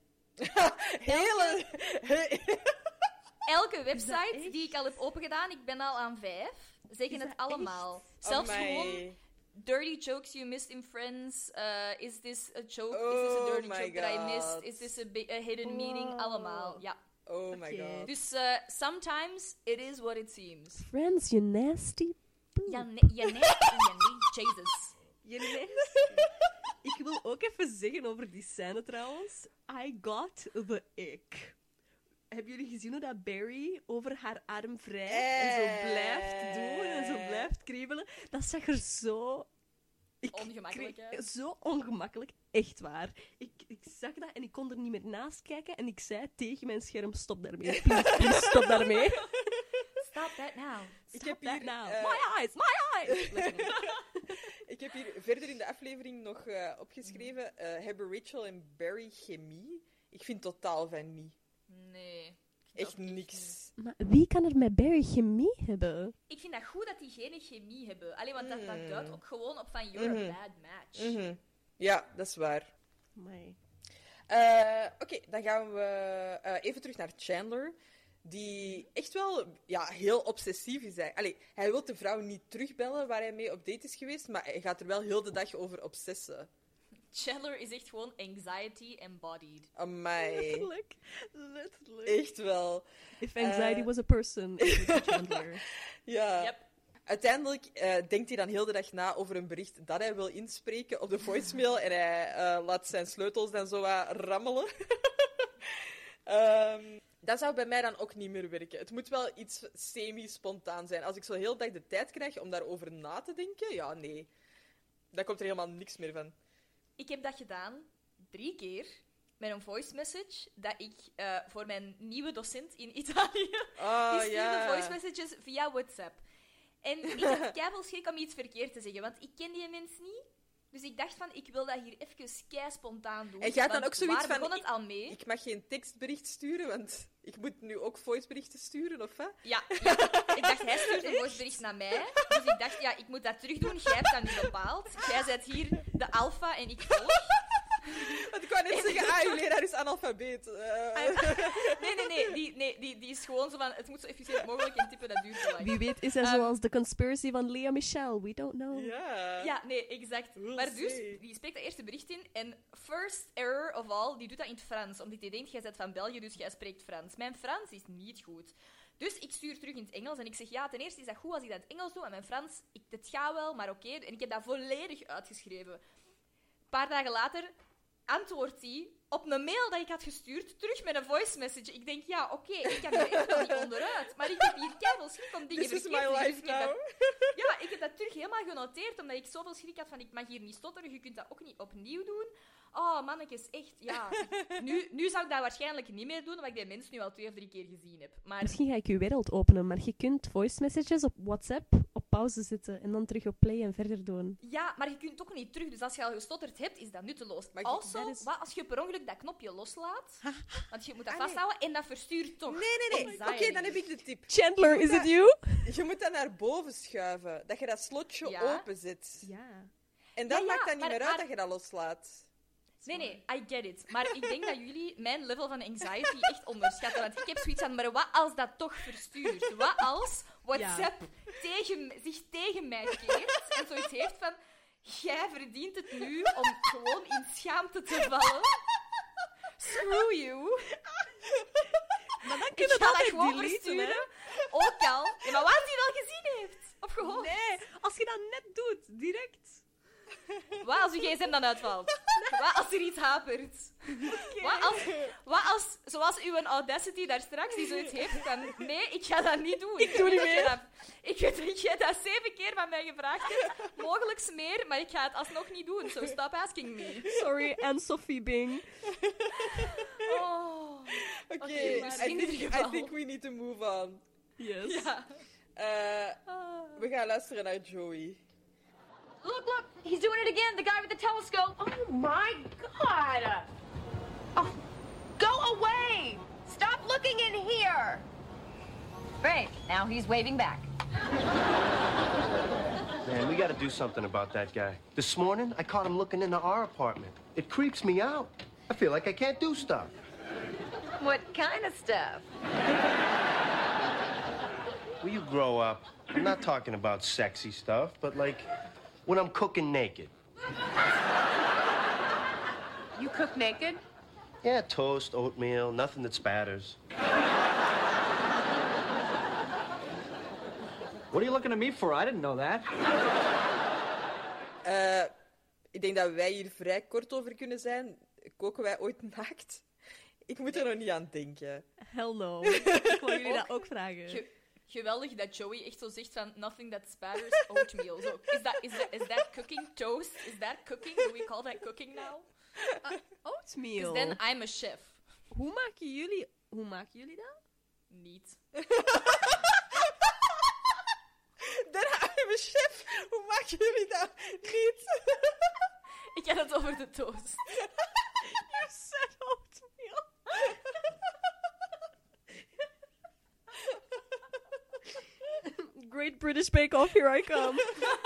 Elke website die ik al heb opengedaan, ik ben al aan 5, zeggen het allemaal. Echt? Zelfs gewoon... Dirty jokes you missed in Friends. Is this a joke? Is this a dirty joke that I missed? Is this a hidden meaning? Allemaal, ja. Oh my god. Dus sometimes it is what it seems. Friends, you nasty. Ja, nasty. Jesus. You nasty. Ik wil ook even zeggen over die scène trouwens. I got the ick. Hebben jullie gezien hoe dat Barry over haar arm wrijft en zo blijft doen en zo blijft kriebelen? Dat zag er zo... Ongemakkelijk, hè? Zo ongemakkelijk, echt waar. Ik zag dat en ik kon er niet meer naast kijken en ik zei tegen mijn scherm, stop daarmee. Please, stop daarmee. Stop that now. Ik heb Stop hier, that now. My eyes! ik heb hier verder in de aflevering nog opgeschreven, hebben Rachel en Barry chemie? Ik vind totaal van niet. Nee. Echt niks. Maar wie kan er met Barry chemie hebben? Ik vind dat goed dat die geen chemie hebben. Allee, want dat duidt ook gewoon op van you're a bad match. Ja, dat is waar. Amai. Oké, dan gaan we even terug naar Chandler. Die echt wel heel obsessief is. Hij wil de vrouw niet terugbellen waar hij mee op date is geweest, maar hij gaat er wel heel de dag over obsessen. Chandler is echt gewoon anxiety embodied. Amai. Letterlijk. Echt wel. If anxiety was a person, it would be Chandler. Ja. Yep. Uiteindelijk denkt hij dan heel de dag na over een bericht dat hij wil inspreken op de voicemail en hij laat zijn sleutels dan zo wat rammelen. Dat zou bij mij dan ook niet meer werken. Het moet wel iets semi-spontaan zijn. Als ik zo heel de dag de tijd krijg om daarover na te denken, ja, nee. Dan komt er helemaal niks meer van. Ik heb dat gedaan 3 keer met een voice message dat ik voor mijn nieuwe docent in Italië die stuurde voice messages via WhatsApp. En ik had keiveel schrik om iets verkeerd te zeggen, want ik ken die mens niet. Dus ik dacht van, ik wil dat hier even kei spontaan doen. En jij had dan ook zoiets waar van, begon het al mee? Ik mag geen tekstbericht sturen, want ik moet nu ook voiceberichten sturen, of wat? Ja. Ik dacht, hij stuurt een voicebericht naar mij. Dus ik dacht, ik moet dat terug doen. Jij hebt dat nu bepaald. Jij bent hier de alfa en ik volg. Want ik wou net zeggen, uw leraar is analfabeet. Nee, die is gewoon zo van, het moet zo efficiënt mogelijk en typen, dat duurt te lang. Wie weet is hij zoals de conspiracy van Lea Michele. We don't know. Ja, nee, exact. Maar dus, die spreekt dat eerste bericht in en first error of all, die doet dat in het Frans. Omdat hij denkt, jij bent van België, dus jij spreekt Frans. Mijn Frans is niet goed. Dus ik stuur terug in het Engels en ik zeg, ten eerste is dat goed als ik dat in het Engels doe. En mijn Frans, het gaat wel, maar oké. En ik heb dat volledig uitgeschreven. Een paar dagen later antwoordt hij op een mail dat ik had gestuurd, terug met een voice message. Ik denk, oké, ik kan er echt wel niet onderuit. Maar ik heb hier keiveel schrik om dingen This is verkeerd my te life zeggen. now. Ik heb dat terug helemaal genoteerd, omdat ik zoveel schrik had van, ik mag hier niet stotteren, je kunt dat ook niet opnieuw doen. Oh, mannetjes, echt, Nu zou ik dat waarschijnlijk niet meer doen, omdat ik die mensen nu al 2 of 3 keer gezien heb. Maar Misschien ga ik je wereld openen, maar je kunt voice messages op WhatsApp op pauze zetten en dan terug op play en verder doen. ja, maar je kunt ook niet terug. Dus als je al gestotterd hebt, is dat nutteloos. Maar Wat als je per ongeluk dat knopje loslaat? Want je moet dat vasthouden en dat verstuurt toch. Nee. Anxiety. Oké, dan heb ik de tip. Chandler, is it you? Je moet dat naar boven schuiven. Dat je dat slotje openzet. Ja. En dan Ja, maakt dat niet maar- meer uit maar- dat je dat loslaat. Nee, I get it. Maar ik denk dat jullie mijn level van anxiety echt onderschatten. Want ik heb zoiets van, maar wat als dat toch verstuurt? Wat als WhatsApp zich tegen mij keert en zoiets heeft van, jij verdient het nu om gewoon in schaamte te vallen. Screw you. Maar dan Ik kun je ga dat dat altijd gewoon deleten, versturen. hè? Ook al. Ja, maar wat als hij het al gezien heeft? Of gehoord? Nee, als je dat net doet, direct. Wat als uw gsm dan uitvalt? Wat als er iets hapert? Wat als, zoals uw Audacity daar straks, die zoiets heeft van, nee, ik ga dat niet doen. Ik doe niet weet meer. dat Ik weet dat jij dat 7 keer van mij gevraagd hebt. Mogelijks meer, maar ik ga het alsnog niet doen. So stop asking me. Sorry, en Sophie Bing. Oh. Oké, maar I in ieder think- geval. I think we need to move on. Yes. Ja. We gaan luisteren naar Joey. Look, he's doing it again, the guy with the telescope. Oh my God! Oh, go away! Stop looking in here! Great, now he's waving back. Man, we gotta do something about that guy. This morning, I caught him looking into our apartment. It creeps me out. I feel like I can't do stuff. What kind of stuff? Will you grow up? I'm not talking about sexy stuff, but like when I'm cooking naked. You cook naked? Yeah, toast, oatmeal, nothing that spatters. What are you looking at me for? I didn't know that. Ik denk dat wij hier vrij kort over kunnen zijn. Koken wij ooit naakt? Ik moet er nog niet aan denken. Hell no. Ik wil jullie dat ook vragen. Geweldig dat Joey echt zo zegt van nothing that spatters oatmeal. Zo, is that cooking toast? Is that cooking? Do we call that cooking now? Oatmeal. Because then I'm a chef. Hoe maken jullie dat? Niet. Dan I'm a chef. Hoe maken jullie dat? Niet. Ik had het over de toast. You said oatmeal. Great British Bake Off, here I come.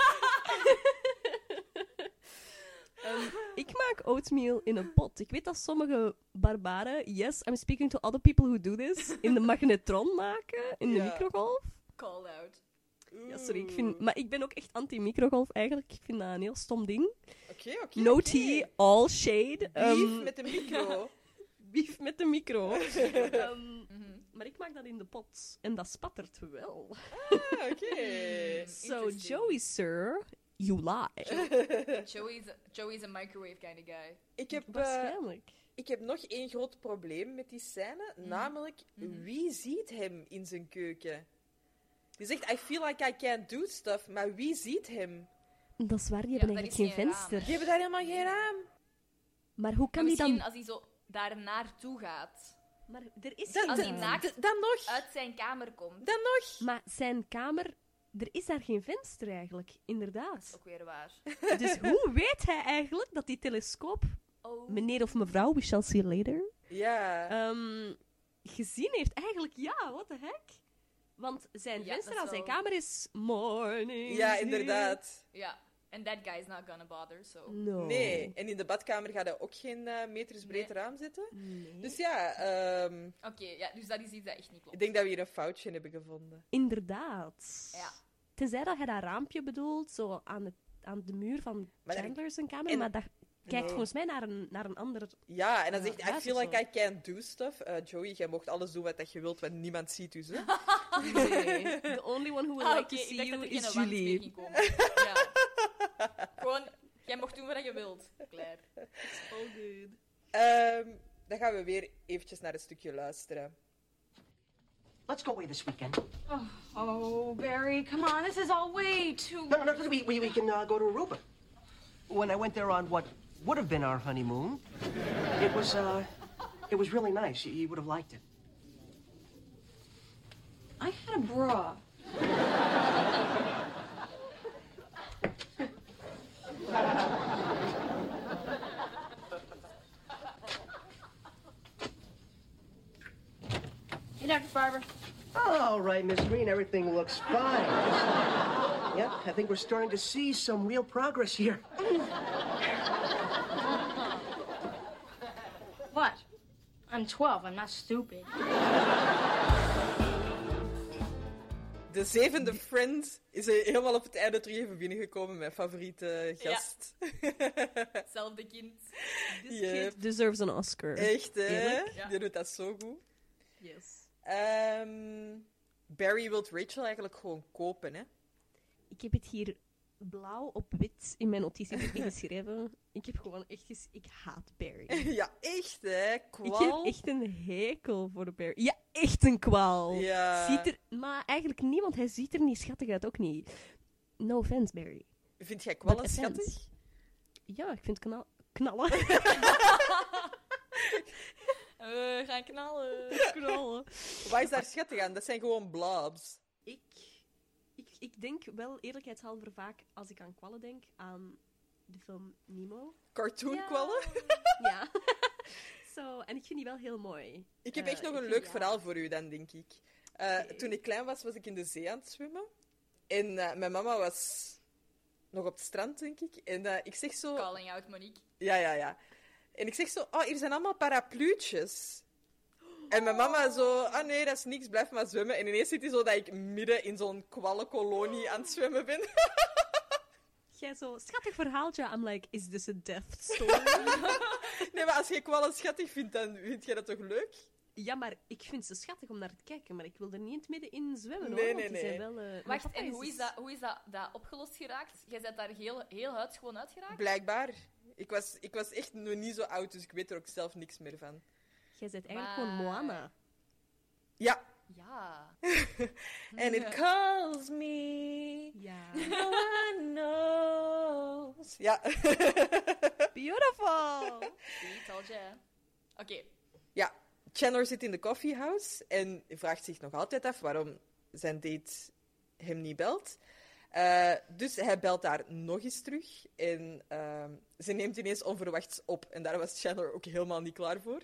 Ik maak oatmeal in een pot. Ik weet dat sommige barbaren, yes, I'm speaking to other people who do this, in de magnetron maken, in de microgolf. Call out. Ja, sorry, maar ik ben ook echt anti-microgolf eigenlijk. Ik vind dat een heel stom ding. Oké. No tea, all shade. Beef met de micro. Beef met de micro. Maar ik maak dat in de pot. En dat spattert wel. Ah, oké. So, Joey, sir, you lie. Joey's a microwave kind of guy. Waarschijnlijk. Ik heb nog één groot probleem met die scène. Namelijk, wie ziet hem in zijn keuken? Die zegt, I feel like I can't do stuff. Maar wie ziet hem? Dat is waar, die hebben eigenlijk geen venster. Die hebben daar helemaal geen raam. Maar hoe kan maar die dan... als hij zo daar naartoe gaat. Maar er is als hij naakt dan nog. uit zijn kamer komt. Dan nog. Maar zijn kamer... Er is daar geen venster eigenlijk, inderdaad. Dat is ook weer waar. Dus hoe weet hij eigenlijk dat die telescoop... Meneer of mevrouw, we shall see later. Ja. Gezien heeft eigenlijk... Ja, what the heck? Want zijn venster aan zijn kamer is... Morning. Ja, inderdaad. Ja. And that guy is not gonna bother, so... No. Nee, en in de badkamer gaat hij ook geen metersbreed raam zitten. Nee. Dus ja... Oké, ja, dus dat is iets dat echt niet klopt. Ik denk dat we hier een foutje hebben gevonden. Inderdaad. Ja. Tenzij dat hij dat raampje bedoelt, zo aan de muur van Chandler zijn kamer, maar dat kijkt volgens mij naar een ander... Ja, en dan zegt I feel like zo. I can't do stuff. Joey, jij mocht alles doen wat je wilt, want niemand ziet dus, hè? Nee. The only one who would like to see you is Julie. Ja. Gewoon, jij mocht doen wat je wilt. Klaar. It's all good. Dan gaan we weer eventjes naar een stukje luisteren. Let's go away this weekend. Oh, Barry, come on. This is all way too... No, we can go to Aruba. When I went there on what would have been our honeymoon, it was really nice. You would have liked it. I had a bra. Hey, Dr. Barber. All right, Miss Green, everything looks fine. Yep, I think we're starting to see some real progress here. What? I'm 12. I'm not stupid. De zevende friend is helemaal op het einde terug even binnengekomen. Mijn favoriete gast. Hetzelfde kind. This kid deserves an Oscar. Echt, hè? Eerlijk? Die doet dat zo goed. Yes. Barry wil Rachel eigenlijk gewoon kopen, hè? Ik heb het hier blauw op wit in mijn notitieboekje geschreven. Ik heb gewoon echt ik haat Barry. Ja, echt, hè? Kwal. Ik heb echt een hekel voor Barry. Ja, echt een kwaal. Ja. Maar eigenlijk niet, want hij ziet er niet schattig uit, ook niet. No offense, Barry. Vind jij kwallen schattig? Ja, ik vind knallen. We gaan knallen. Wat is daar schattig aan? Dat zijn gewoon blobs. Ik denk wel eerlijkheidshalve vaak, als ik aan kwallen denk, aan de film Nemo. Cartoonkwallen? Ja. En ik vind die wel heel mooi. Ik heb echt nog een leuk verhaal voor u dan, denk ik. Toen ik klein was ik in de zee aan het zwemmen. En mijn mama was nog op het strand, denk ik. En ik zeg zo... Calling out Monique. Ja. En ik zeg zo, hier zijn allemaal parapluutjes. En mijn mama zo, nee, dat is niks, blijf maar zwemmen. En ineens zit hij zo dat ik midden in zo'n kwallenkolonie aan het zwemmen ben. Jij zo, schattig verhaaltje. I'm like, is this a death story? Nee, maar als je kwallen schattig vindt, dan vind jij dat toch leuk? Ja, maar ik vind ze schattig om naar te kijken, maar ik wil er niet in het midden in zwemmen, Nee, hoor. nee, Want die nee. zijn wel... Wacht, en hoe is dat opgelost geraakt? Jij bent daar heel huids gewoon uitgeraakt? Blijkbaar. Ik was echt nog niet zo oud, dus ik weet er ook zelf niks meer van. Jij bent eigenlijk gewoon Moana. Ja. Ja. And it calls me. Ja. No one knows. Ja. Beautiful! See, told you. Oké. Ja, Chandler zit in de coffeehouse en vraagt zich nog altijd af waarom zijn date hem niet belt. Dus hij belt daar nog eens terug en ze neemt ineens onverwachts op. En daar was Chandler ook helemaal niet klaar voor.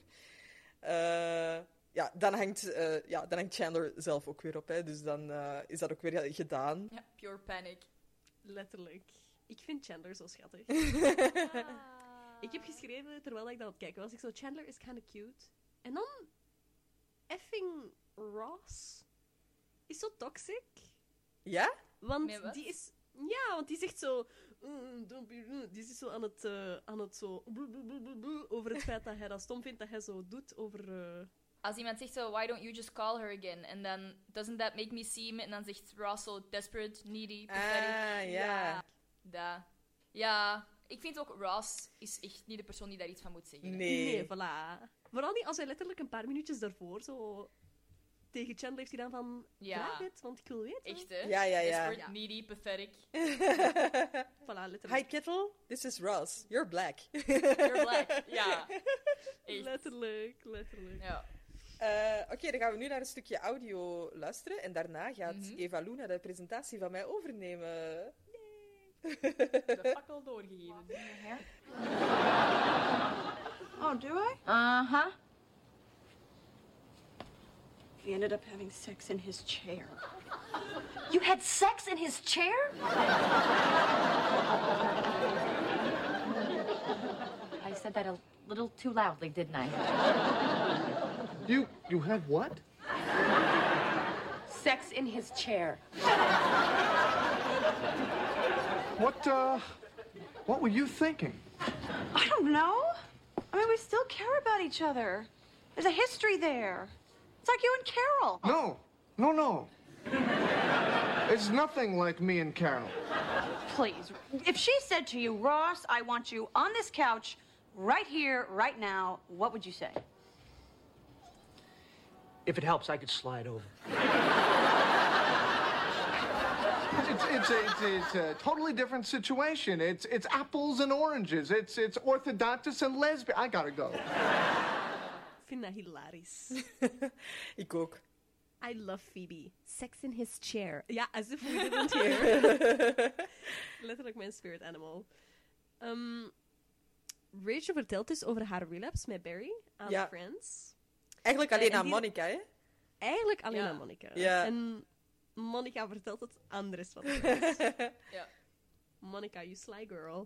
Dan hangt Chandler zelf ook weer op, hè. Dus dan is dat ook weer gedaan. Ja, pure panic. Letterlijk. Ik vind Chandler zo schattig. Ik heb geschreven, terwijl ik dat aan het kijken was, ik zo, Chandler is kind of cute. En dan, effing Ross is zo toxic. Ja? Want die is... Ja, want die zegt zo... don't be rude. Die is zo aan het zo... over het feit dat hij dat stom vindt dat hij zo doet over... Als iemand zegt zo, why don't you just call her again? En dan, doesn't that make me seem... En dan zegt Ross zo, desperate, needy, pathetic. Ja. Ja, ik vind ook Ross is echt niet de persoon die daar iets van moet zeggen. Nee, voilà. Vooral niet als hij letterlijk een paar minuutjes daarvoor zo... Tegen Chandler heeft hij dan van... Vraag het, want ik wil weten. Echt, hè? Ja. Desperate, needy, pathetic. Voilà, letterlijk. Hi, Kettle. This is Ross. You're black. You're black. Ja. Echt. Letterlijk. Ja. Oké, dan gaan we nu naar een stukje audio luisteren. En daarna gaat Eva Luna de presentatie van mij overnemen. De fakkel doorgegeven. Oh, do I? Uh-huh. He ended up having sex in his chair. You had sex in his chair? I said that a little too loudly, didn't I? You had what? Sex in his chair. What were you thinking? I don't know. I mean, we still care about each other. There's a history there. It's like you and Carol. No. It's nothing like me and Carol. Please. If she said to you, Ross, I want you on this couch right here, right now, what would you say? If it helps, I could slide over. It's a totally different situation. It's apples and oranges. It's orthodontist and lesbian. I gotta go. Ik vind dat hilarisch. Ik ook. I love Phoebe. Sex in his chair. Ja, as if we didn't hear. Letterlijk mijn spirit animal. Rachel vertelt dus over haar relapse met Barry aan Friends. Eigenlijk alleen aan Monica, hè? Eigenlijk alleen aan Monica. Ja. En Monica vertelt het aan de rest van de Friends. Ja. Monica, you sly girl.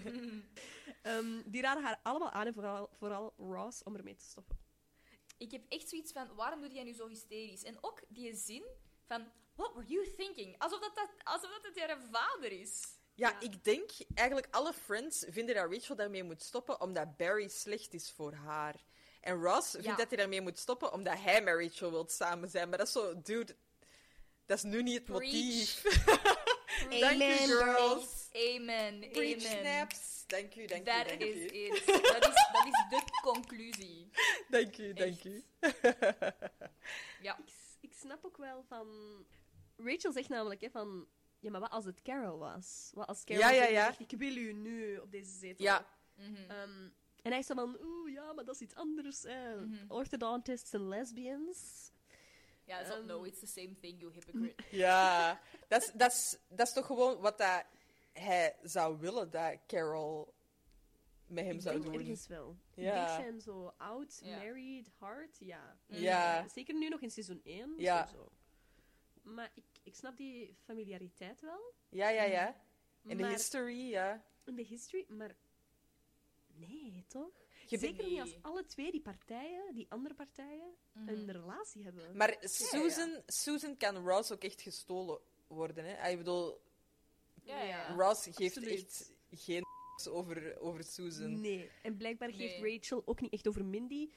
Die raden haar allemaal aan en vooral Ross om ermee te stoppen. Ik heb echt zoiets van, waarom doe jij nu zo hysterisch? En ook die zin van, what were you thinking? Alsof dat haar vader is. Ja, ik denk eigenlijk alle Friends vinden dat Rachel daarmee moet stoppen omdat Barry slecht is voor haar. En Ross vindt dat hij daarmee moet stoppen omdat hij met Rachel wil samen zijn. Maar dat is zo, dude, dat is nu niet het motief. Dank u, girls. Amen. Preach snaps. Dank u. Dat is de conclusie. Dank u. Ja. Ik snap ook wel van... Rachel zegt namelijk van... Ja, maar wat als het Carol was? Wat als Carol zegt, ik wil u nu op deze zetel? Ja. En hij is zo van... ja, maar dat is iets anders. Orthodontists en lesbians. Ja, so, no, it's the same thing, you hypocrite. Ja, dat is toch gewoon wat dat hij zou willen dat Carol met hem zou doen. Ik denk ergens wel. Ja. Ik denk zijn zo oud, married, hard, ja. Ja. Zeker nu nog in seizoen 1. Ja. Sowieso. Maar ik snap die familiariteit wel. Ja. In de history, ja. In de history, maar... Nee, toch? Zeker niet als alle twee die andere partijen, een relatie hebben. Maar Susan kan Ross ook echt gestolen worden, hè? Ik bedoel... Ross geeft echt geen over Susan. Nee, en blijkbaar geeft Rachel ook niet echt over Mindy.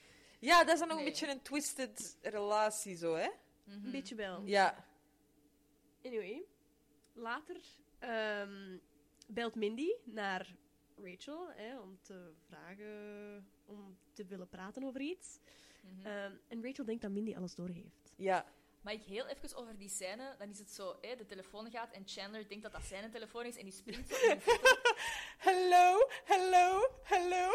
Ja, dat is dan nog een beetje een twisted relatie, zo, hè? Een beetje wel. Ja. Anyway, later belt Mindy naar Rachel om te vragen, om te willen praten over iets. En Rachel denkt dat Mindy alles doorheeft. Ja. Maar ik heel even over die scène, dan is het zo, de telefoon gaat en Chandler denkt dat dat zijn telefoon is en die springt zo in de Hallo, hallo, hallo.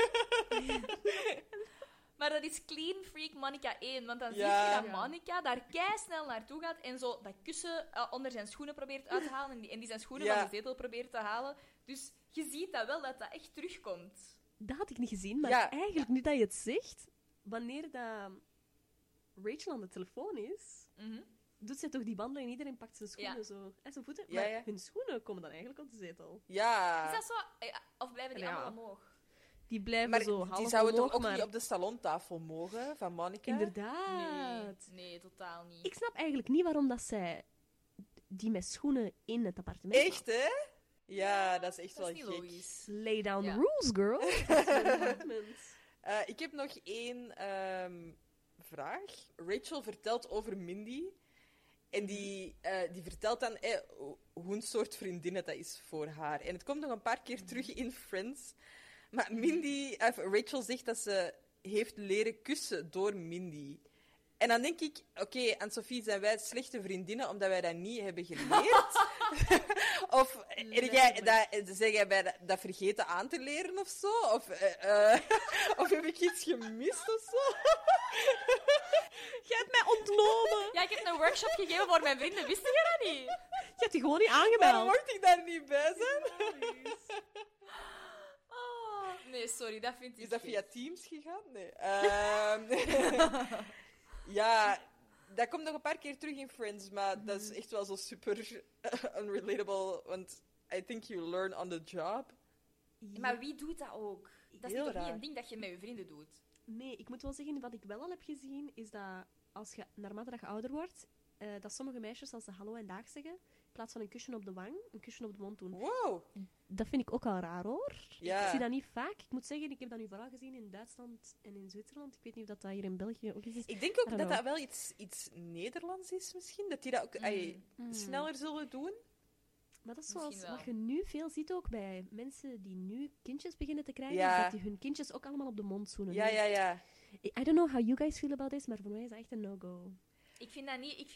Maar dat is clean freak Monica 1, want dan zie Ja. je dat Monica daar keisnel naartoe gaat en zo dat kussen onder zijn schoenen probeert uit te halen en die zijn schoenen van de zetel probeert te halen. Dus je ziet dat wel, dat dat echt terugkomt. Dat had ik niet gezien, maar eigenlijk, nu dat je het zegt, wanneer dat Rachel aan de telefoon is, doet zij toch die banden en iedereen pakt zijn schoenen zo. En zijn voeten. Ja, maar ja. hun schoenen komen dan eigenlijk op de zetel. Ja. Is dat zo? Of blijven die allemaal omhoog? Die blijven Maar zo half die zouden omhoog, toch ook maar... niet op de salontafel mogen van Monica? Inderdaad. Nee, totaal niet. Ik snap eigenlijk niet waarom dat zij die met schoenen in het appartement Echt, hè? Ja, dat is echt wel niet gek. logisch. Lay down the Ja. rules, girl. Dat is mijn appartement. Ik heb nog één vraag. Rachel vertelt over Mindy. En die vertelt dan hoe een soort vriendin dat is voor haar. En het komt nog een paar keer terug in Friends. Maar Rachel zegt dat ze heeft leren kussen door Mindy. En dan denk ik, oké, Anne-Sophie, zijn wij slechte vriendinnen omdat wij dat niet hebben geleerd? Of zeg jij dat vergeten aan te leren of zo? Of heb ik iets gemist of zo? Jij hebt mij ontnomen. Ja, ik heb een workshop gegeven voor mijn vrienden. Wist je dat niet? Je hebt die gewoon niet aangebeld. Waarom mocht ik daar niet bij zijn? Nee, sorry, dat vind ik Is dat gek. via Teams gegaan? Nee. Ja, dat komt nog een paar keer terug in Friends, maar dat is echt wel zo super unrelatable, want I think you learn on the job. Maar wie doet dat ook? Dat is Heel toch niet raar. een ding dat je met je vrienden doet? Nee, ik moet wel zeggen, wat ik wel al heb gezien, is dat als je, naarmate dat je ouder wordt, dat sommige meisjes, als ze hallo en dag zeggen, in plaats van een kusje op de wang, een kusje op de mond doen. Wow. Dat vind ik ook al raar, hoor. Ja. Ik zie dat niet vaak. Ik moet zeggen, ik heb dat nu vooral gezien in Duitsland en in Zwitserland. Ik weet niet of dat hier in België ook is. Ik denk ook dat dat wel iets Nederlands is, misschien. Dat die dat ook sneller zullen doen. Maar dat is Misschien zoals wel. wat je nu veel ziet ook bij mensen die nu kindjes beginnen te krijgen, Ja. dat die hun kindjes ook allemaal op de mond zoenen. Ja. I don't know how you guys feel about this, maar voor mij is dat echt een no-go. Ik vind dat niet...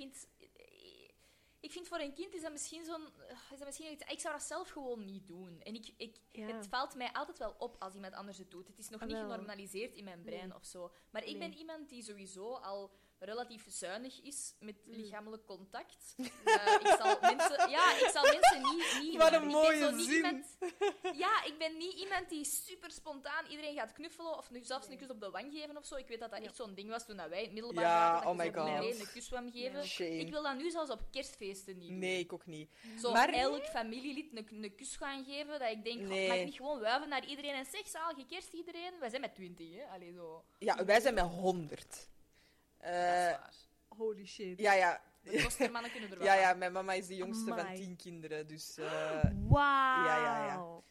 Ik vind voor een kind is dat misschien zo'n... Ik zou dat zelf gewoon niet doen. En het valt mij altijd wel op als iemand anders het doet. Het is nog niet wel. genormaliseerd in mijn brein of zo. Maar ik ben iemand die sowieso al relatief zuinig is met lichamelijk contact. Ik zal mensen niet Wat maar een ik ben mooie zo niet zin. iemand- Ja, ik ben niet iemand die super spontaan iedereen gaat knuffelen of nu zelfs een kus op de wang geven of zo. Ik weet dat dat echt zo'n ding was toen dat wij in het middelbaar Ja, zaten. oh Dat je my zo God. iedereen een kus kwam geven. Shame. Ik wil dat nu zelfs op kerstfeesten niet doen. Nee, ik ook niet. Zo Maar- elk familielid een kus gaan geven, dat ik denk, Nee. mag ik niet gewoon wuiven naar iedereen en zeg, zalige kerst iedereen? Wij zijn met 20, hè? Allee, zo. Ja, wij zijn met 100. Dat is waar. Holy shit. Ja. De kostermannen kunnen er wel Ja, aan. mijn mama is de jongste van Amai. 10 kinderen, dus... Wauw. Ja.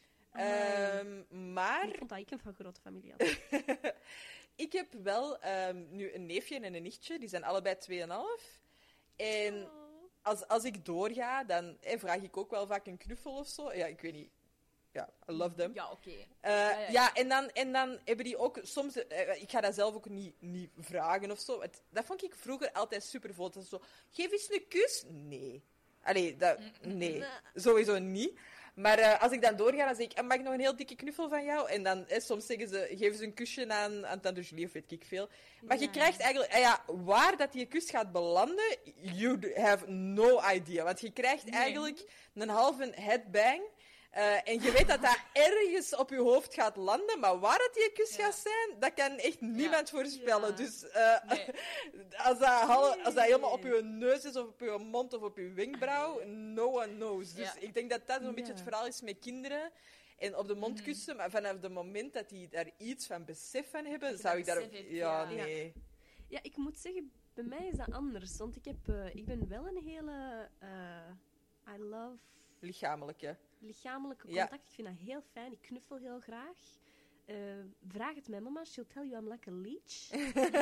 Maar Ik vond dat ik een van grote familie had. ik heb wel nu een neefje en een nichtje, die zijn allebei 2,5. En als ik doorga, dan vraag ik ook wel vaak een knuffel of zo. Ja, ik weet niet. Ja, I love them. Ja, oké. Ja, en dan hebben die ook soms... ik ga dat zelf ook niet vragen of zo. Dat vond ik vroeger altijd super vol. Dat is zo, geef eens een kus. Nee. Allee, nee. Sowieso niet. Maar als ik dan doorga, dan zeg ik, mag ik nog een heel dikke knuffel van jou? En dan soms geven ze een kusje aan Tante Julie, of weet ik veel. Maar je krijgt eigenlijk... waar dat die kus gaat belanden, you have no idea. Want je krijgt eigenlijk een halve headbang... en je weet dat dat ergens op je hoofd gaat landen, maar waar het die kus gaat zijn, dat kan echt niemand voorspellen. Ja. Dus als dat helemaal op je neus is, of op je mond, of op je wenkbrauw, no one knows. Dus ik denk dat dat zo'n beetje het verhaal is met kinderen. En op de mond kussen, maar vanaf het moment dat die daar iets van besef van hebben, zou ik daar ook... besef hebt, Ja, ja. nee. Ja, ik moet zeggen, bij mij is dat anders. Want ik ben wel een hele... I love Lichamelijk, hè. lichamelijke Ja. contact. Ik vind dat heel fijn. Ik knuffel heel graag. vraag het mijn mama. She'll tell you I'm like a leech.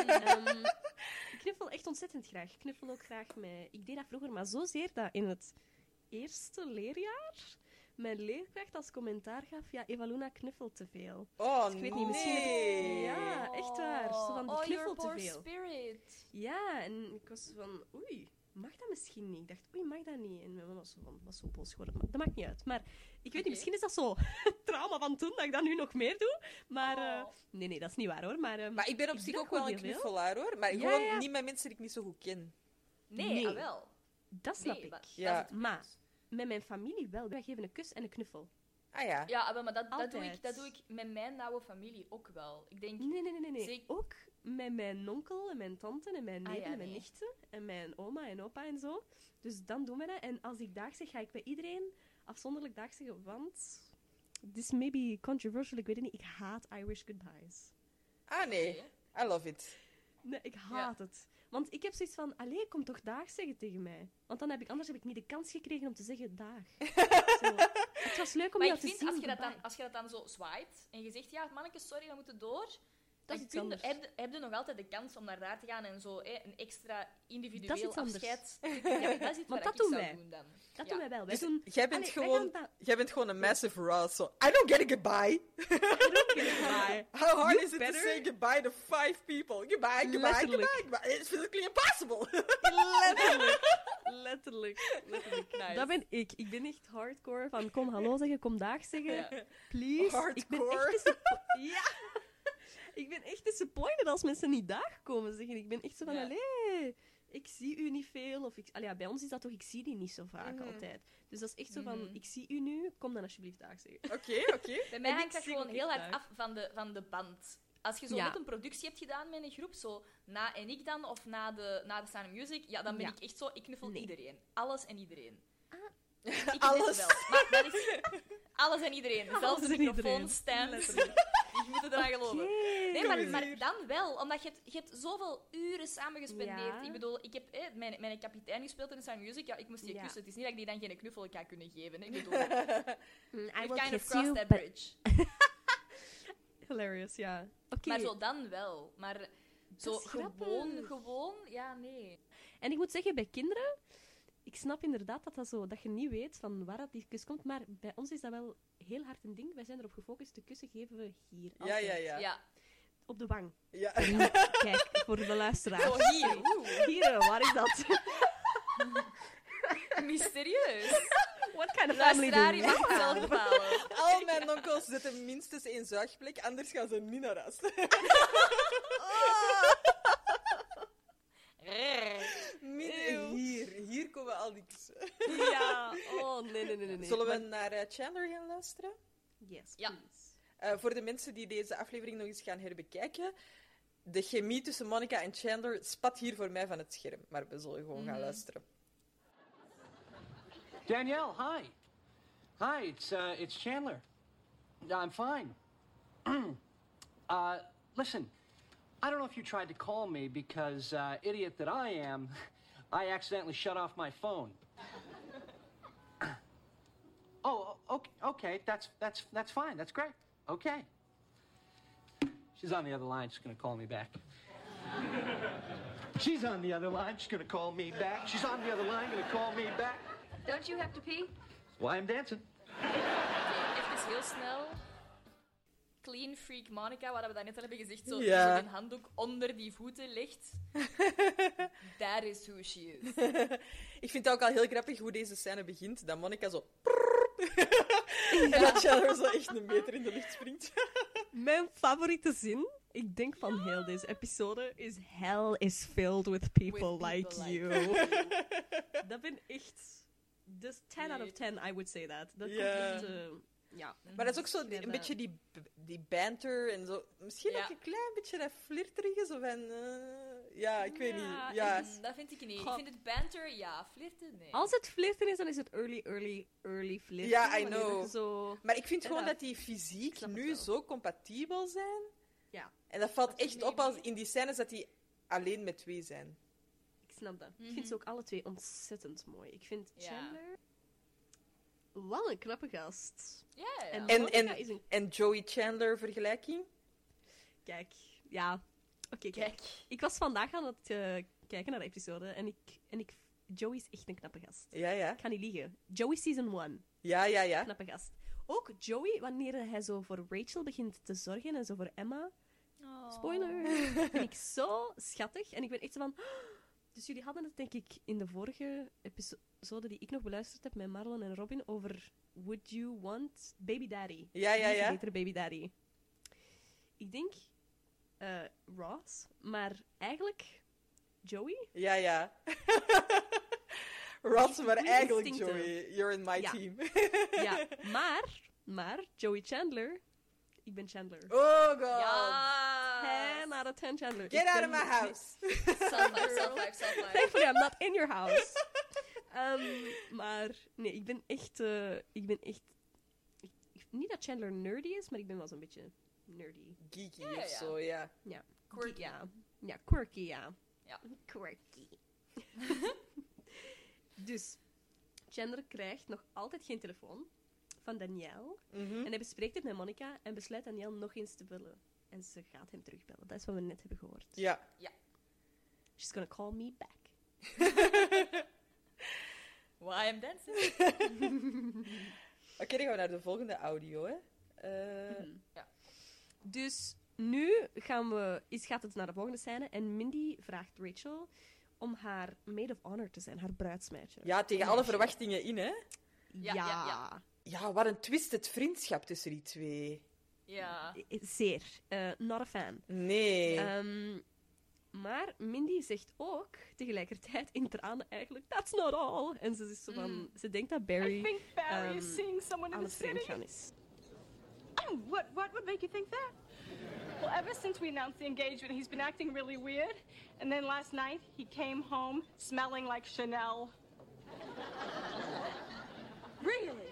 Ik knuffel echt ontzettend graag. Ik knuffel ook graag met... Ik deed dat vroeger, maar zozeer dat in het eerste leerjaar mijn leerkracht als commentaar gaf, ja, Eva Luna knuffelt te veel. Oh, dus ik weet niet, misschien... Ja, echt waar. Zo van, die knuffelt te your veel. poor spirit. Ja, en ik was van, oei, mag dat misschien niet? Ik dacht, oei, mag dat niet? En mijn mama was zo boos geworden. Maar dat maakt niet uit. Maar ik weet niet, misschien is dat zo trauma van toen, dat ik dat nu nog meer doe. Maar nee, dat is niet waar, hoor. Maar ik ben op zich ook wel een knuffelaar, hoor. Maar gewoon niet met mensen die ik niet zo goed ken. Nee. Wel. Dat snap ik. Maar met mijn familie wel. Wij geven een kus en een knuffel. Ah ja. Ja, maar dat doe ik met mijn nauwe familie ook wel. Ik denk... Nee. Ook met mijn onkel en mijn tante en mijn neven en mijn nichten en mijn oma en opa en zo. Dus dan doen we dat. En als ik dag zeg, ga ik bij iedereen afzonderlijk dag zeggen, want... This may be controversial, ik weet het niet. Ik haat Irish goodbyes. Ah, nee. I love it. Nee, ik haat het. Want ik heb zoiets van, allee, kom toch dag zeggen tegen mij. Want anders heb ik niet de kans gekregen om te zeggen dag. Zo. Het was leuk om jou te zien. Maar ik vind, als je dat dan zo zwaait en je zegt, ja, manneke, sorry, we moeten door... Dan heb je nog altijd de kans om naar daar te gaan en zo een extra individueel afscheid. Ja, dat is iets want wat dat ik doen zou doen dan. Dat doen wij wel. Dus jij bent gewoon een massive Ross. So, I don't get a goodbye. I don't get a goodbye. How hard is it to say goodbye to 5 people? Goodbye. It's physically impossible. Letterlijk. Nice. Dat ben ik. Ik ben echt hardcore van kom hallo zeggen, kom dag zeggen. Please. Hardcore. Ik ben echt disappointed als mensen niet dag komen zeggen. Ik ben echt zo van, allee, ik zie u niet veel. Of bij ons is dat toch, ik zie die niet zo vaak altijd. Dus dat is echt zo van, ik zie u nu, kom dan alsjeblieft dag zeggen. Oké. Bij mij hangt dat gewoon heel hard af van de band. Als je zo net een productie hebt gedaan met een groep, zo na en ik dan, of na de Sound of Music, ja, dan ben ik echt zo, ik knuffel iedereen. Alles en iedereen. Ik alles. Wel. Maar dat is alles en iedereen. Zelfs de microfoonstand. Je moet het eraan geloven. Nee, maar dan wel. Omdat je hebt zoveel uren samen gespendeerd. Ja. Ik bedoel, ik heb mijn kapitein gespeeld in de Sound Music. Ja, ik moest die kussen. Het is niet dat ik die dan geen knuffel kan kunnen geven. Ik bedoel, I will kind of kiss crossed you, that but... bridge. Hilarious, ja. Okay. Maar zo dan wel. Maar zo gewoon, ja, nee. En ik moet zeggen, bij kinderen... Ik snap inderdaad dat je niet weet van waar dat die kus komt, maar bij ons is dat wel heel hard een ding. Wij zijn erop gefocust, de kussen geven we hier. Altijd. Ja. Op de wang. Ja. Kijk, voor de luisteraars. Zo hier. Hier, waar is dat? Mysterieus. What kind of family do Luisteraar, je you mag het zelf bepalen. Al mijn onkels zitten minstens 1 zuigplek, anders gaan ze niet naar huis. Hier komen al die kussen. Ja, nee. Zullen we naar Chandler gaan luisteren? Yes, ja. Voor de mensen die deze aflevering nog eens gaan herbekijken, de chemie tussen Monica en Chandler spat hier voor mij van het scherm. Maar we zullen gewoon gaan luisteren. Danielle, hi. Hi, it's Chandler. I'm fine. Listen, I don't know if you tried to call me because, idiot that I am, I accidentally shut off my phone. Oh, okay. That's fine. That's great. Okay. She's on the other line. She's gonna call me back. She's on the other line. She's gonna call me back. She's on the other line. Gonna call me back. Don't you have to pee? That's why I'm dancing. Even heel snel. Clean freak Monica, wat we daarnet al hebben gezegd, zo een handdoek onder die voeten legt. That is who she is. Ik vind het ook al heel grappig hoe deze scène begint. Dat Monica zo... En dat Chandler zo echt 1 meter in de lucht springt. Mijn favoriete zin, ik denk van heel deze episode, is hell is filled with people like you. Dat ben echt... Dus 10 out of 10, I would say that. Dat komt echt... Ja. Maar dat is ook zo een beetje die banter en zo. Misschien ook een klein beetje dat flirterige, zo van... ja, ik weet niet. Ja. Dat vind ik niet. Ik vind het banter, flirten, nee. Als het flirten is, dan is het early flirten. Ja, I know. Zo... Maar ik vind gewoon dat die fysiek nu zo compatibel zijn. Ja. En dat valt echt op als in die scènes dat die alleen met 2 zijn. Ik snap dat. Ik vind ze ook alle 2 ontzettend mooi. Ik vind Chandler... Wel een knappe gast. Ja. En Monica is een... En Joey Chandler vergelijking? Kijk, ja. Oké, kijk. Ik was vandaag aan het kijken naar de episode en Joey is echt een knappe gast. Ja. Ik ga niet liegen. Joey season 1. Ja. Knappe gast. Ook Joey, wanneer hij zo voor Rachel begint te zorgen en zo voor Emma. Oh. Spoiler. Vind ik zo schattig. En ik ben echt zo van... Dus jullie hadden het, denk ik, in de vorige episode die ik nog beluisterd heb met Marlon en Robin over Would You Want Baby Daddy? Ja. Betere Baby Daddy. Ik denk Ross, maar eigenlijk Joey. Ja. Ross, maar goede eigenlijk instincten. Joey. You're in my team. Ja, maar Joey Chandler... Ik ben Chandler. Oh god. Ja. 10 out of 10 Chandler. Get out of my house. Self-life. Thankfully, I'm not in your house. Maar nee, ik ben echt... Niet dat Chandler nerdy is, maar ik ben wel zo'n beetje nerdy. Geeky Ja. of zo, ja. Ja. Quirky. Ja, quirky, ja. Ja. Quirky. Dus, Chandler krijgt nog altijd geen telefoon van Danielle. En hij bespreekt het met Monica en besluit Danielle nog eens te bellen. En ze gaat hem terugbellen. Dat is wat we net hebben gehoord. Ja. She's gonna call me back. Why I'm dancing? Oké, dan gaan we naar de volgende audio, hè. Ja. Dus nu gaat het naar de volgende scène en Mindy vraagt Rachel om haar maid of honor te zijn, haar bruidsmeisje. Ja, tegen alle verwachtingen in, hè. Ja. Ja, wat een twisted vriendschap tussen die twee. Ja. Zeer. Not a fan. Nee. Maar Mindy zegt ook tegelijkertijd in tranen eigenlijk, that's not all. En ze is zo van, ze denkt dat Barry, I think Barry is seeing someone in aan the het vreemd city. gaan is. What would make you think that? Well, ever since we announced the engagement, he's been acting really weird. And then last night, he came home smelling like Chanel. Really?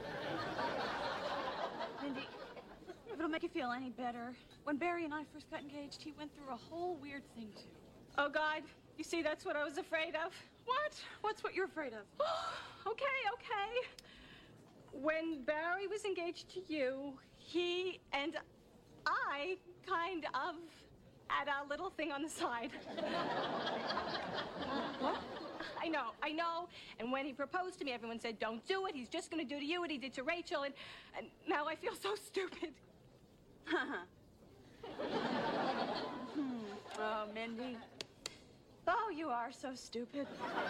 Mindy, if it'll make you feel any better, when Barry and I first got engaged, he went through a whole weird thing too. Oh, God. You see, that's what I was afraid of. What? What's what you're afraid of? Okay. When Barry was engaged to you, he and I kind of had a little thing on the side. What? I know. And when he proposed to me, everyone said, don't do it. He's just going to do to you what he did to Rachel. And now I feel so stupid. Oh, Mindy. Oh, you are so stupid.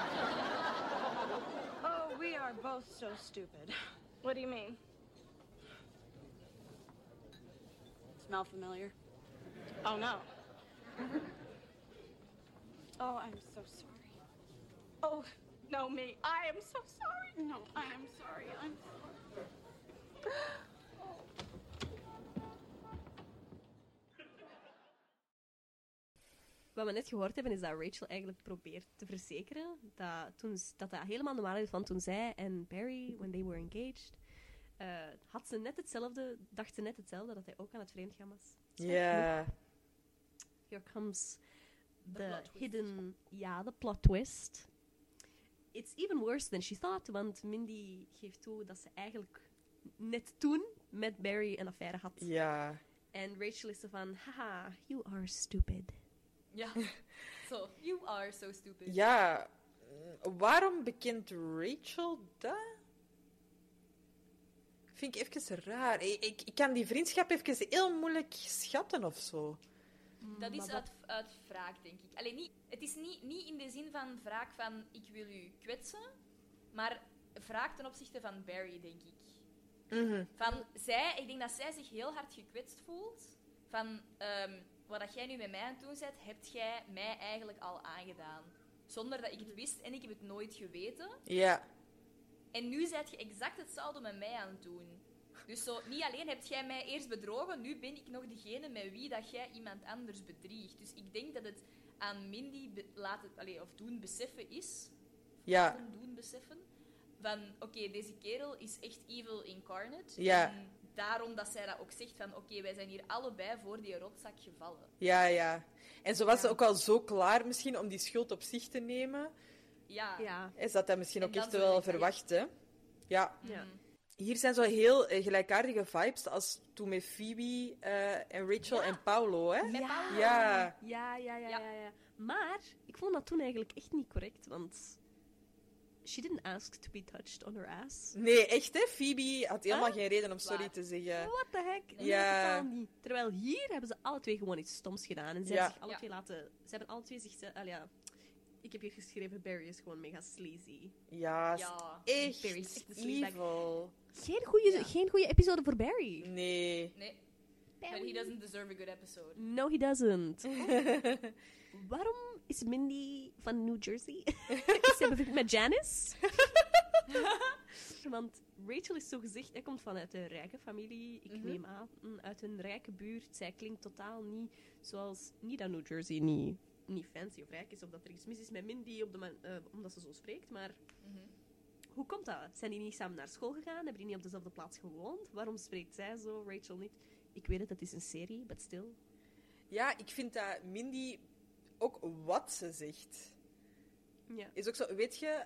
Oh, we are both so stupid. What do you mean? Smell familiar? Oh, no. Oh, I'm so sorry. Oh, no, me. I am so sorry. No, I am sorry. I'm sorry. Wat we net gehoord hebben, is dat Rachel eigenlijk probeert te verzekeren dat helemaal normaal is. Want toen zij en Barry, when they were engaged, dacht ze net hetzelfde, dat hij ook aan het vreemdgaan was. Ja. Here comes the hidden, the plot twist. It's even worse than she thought, want Mindy geeft toe dat ze eigenlijk net toen met Barry een affaire had. Ja. En Rachel is zo van, haha, you are stupid. Ja. So, you are so stupid. Ja. Waarom bekent Rachel dat? Vind ik even raar. Ik kan die vriendschap even heel moeilijk schatten of zo. Dat is uit wraak, denk ik. Alleen het is niet in de zin van wraak van ik wil u kwetsen, maar wraak ten opzichte van Barry, denk ik. Van ik denk dat zij zich heel hard gekwetst voelt. Van wat jij nu met mij aan het doen bent, hebt jij mij eigenlijk al aangedaan. Zonder dat ik het wist en ik heb het nooit geweten. Ja. En nu zijt je exact hetzelfde met mij aan het doen. Dus zo, niet alleen hebt jij mij eerst bedrogen, nu ben ik nog degene met wie dat jij iemand anders bedriegt. Dus ik denk dat het aan Mindy doen beseffen is. Ja. Doen beseffen. Van, oké, deze kerel is echt evil incarnate. Ja. En daarom dat zij dat ook zegt van, oké, wij zijn hier allebei voor die rotzak gevallen. Ja. En zo was ze ook al zo klaar misschien om die schuld op zich te nemen. Ja. Is dat misschien En ook dan echt zo wel denk ik, verwacht, hè? Ja. Hier zijn zo heel gelijkaardige vibes als toen met Phoebe en Rachel en Paulo, hè? Met Paulo. Ja. Maar ik vond dat toen eigenlijk echt niet correct, want she didn't ask to be touched on her ass. Nee, echt, hè? Phoebe had helemaal geen reden om sorry te zeggen. What the heck? Nee, Ja. totaal niet. Terwijl hier hebben ze alle twee gewoon iets stoms gedaan. En ze hebben zich alle twee laten... Ze hebben alle twee zichzelf... Ik heb hier geschreven, Barry is gewoon mega sleazy. Ja, echt Barry is echt een sleazebag. evil. Geen goede episode voor Barry. Nee. But he doesn't deserve a good episode. No, he doesn't. Waarom is Mindy van New Jersey? Ze bevriend met Janice. Want Rachel is zo gezegd, hij komt vanuit een rijke familie. Ik neem aan, uit een rijke buurt. Zij klinkt totaal niet zoals... Niet dat New Jersey niet fancy of rijk is, of dat er iets mis is met Mindy omdat ze zo spreekt, maar... Hoe komt dat? Zijn die niet samen naar school gegaan? Hebben die niet op dezelfde plaats gewoond? Waarom spreekt zij zo, Rachel niet? Ik weet het, is een serie, but still. Ja, ik vind dat Mindy ook wat ze zegt. Ja. Is ook zo, weet je,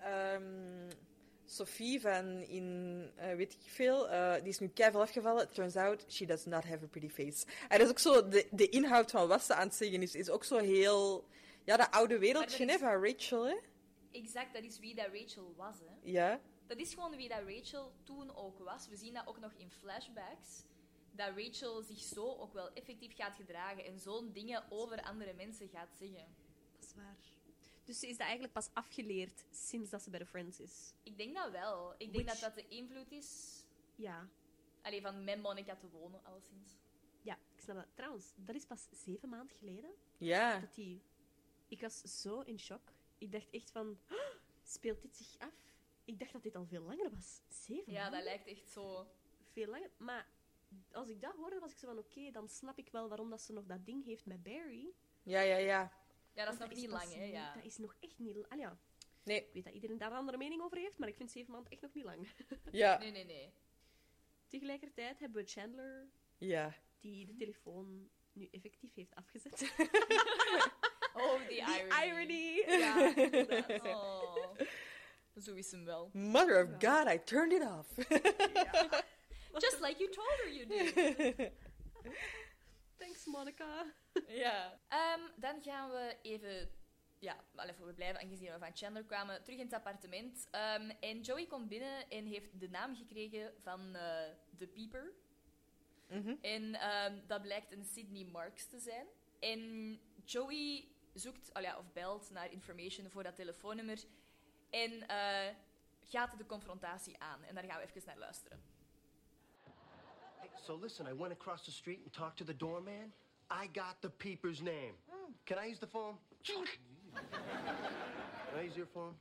Sophie van in, weet ik veel, die is nu keiveel afgevallen. It turns out, she does not have a pretty face. En dat is ook zo, de inhoud van wat ze aan het zeggen is ook zo heel, ja, dat oude wereldje hè, van Rachel, hè. Exact, dat is wie dat Rachel was, hè. Ja. Dat is gewoon wie dat Rachel toen ook was. We zien dat ook nog in flashbacks. Dat Rachel zich zo ook wel effectief gaat gedragen en zo'n dingen over andere mensen gaat zeggen. Dat is waar. Dus ze is dat eigenlijk pas afgeleerd sinds dat ze bij de Friends is? Ik denk dat wel. Ik denk dat dat de invloed is... Ja. Allee, van met Monica te wonen, alleszins. Ja, ik snap dat. Trouwens, dat is pas 7 maanden geleden. Ja. Dat ik was zo in shock. Ik dacht echt van... "Oh, speelt dit zich af? Ik dacht dat dit al veel langer was. 7 maanden? Ja, dat lijkt echt zo... Veel langer. Maar als ik dat hoorde, was ik zo van... Oké, dan snap ik wel waarom dat ze nog dat ding heeft met Barry. Ja. Ja, dat is Want nog niet lang, hè. Ja. Dat is nog echt niet lang. Ja. Nee. Ik weet dat iedereen daar een andere mening over heeft, maar ik vind 7 maanden echt nog niet lang. Ja. Nee. Tegelijkertijd hebben we Chandler... Ja. Die de telefoon nu effectief heeft afgezet. Oh, the irony. Ja, inderdaad. Oh. Zo is hem wel. Mother of God, I turned it off. Just like you told her you did. Thanks, Monica. Ja. Dan gaan we even... Ja, we blijven, aangezien we van Chandler kwamen, terug in het appartement. En Joey komt binnen en heeft de naam gekregen van de pieper. En dat blijkt een Sydney Marks te zijn. En Joey zoekt, of belt naar information voor dat telefoonnummer. En gaat de confrontatie aan. En daar gaan we even naar luisteren. Hey, so listen, I went across the street and talked to the doorman. I got the peeper's name. Can I use the phone? Can I use your phone?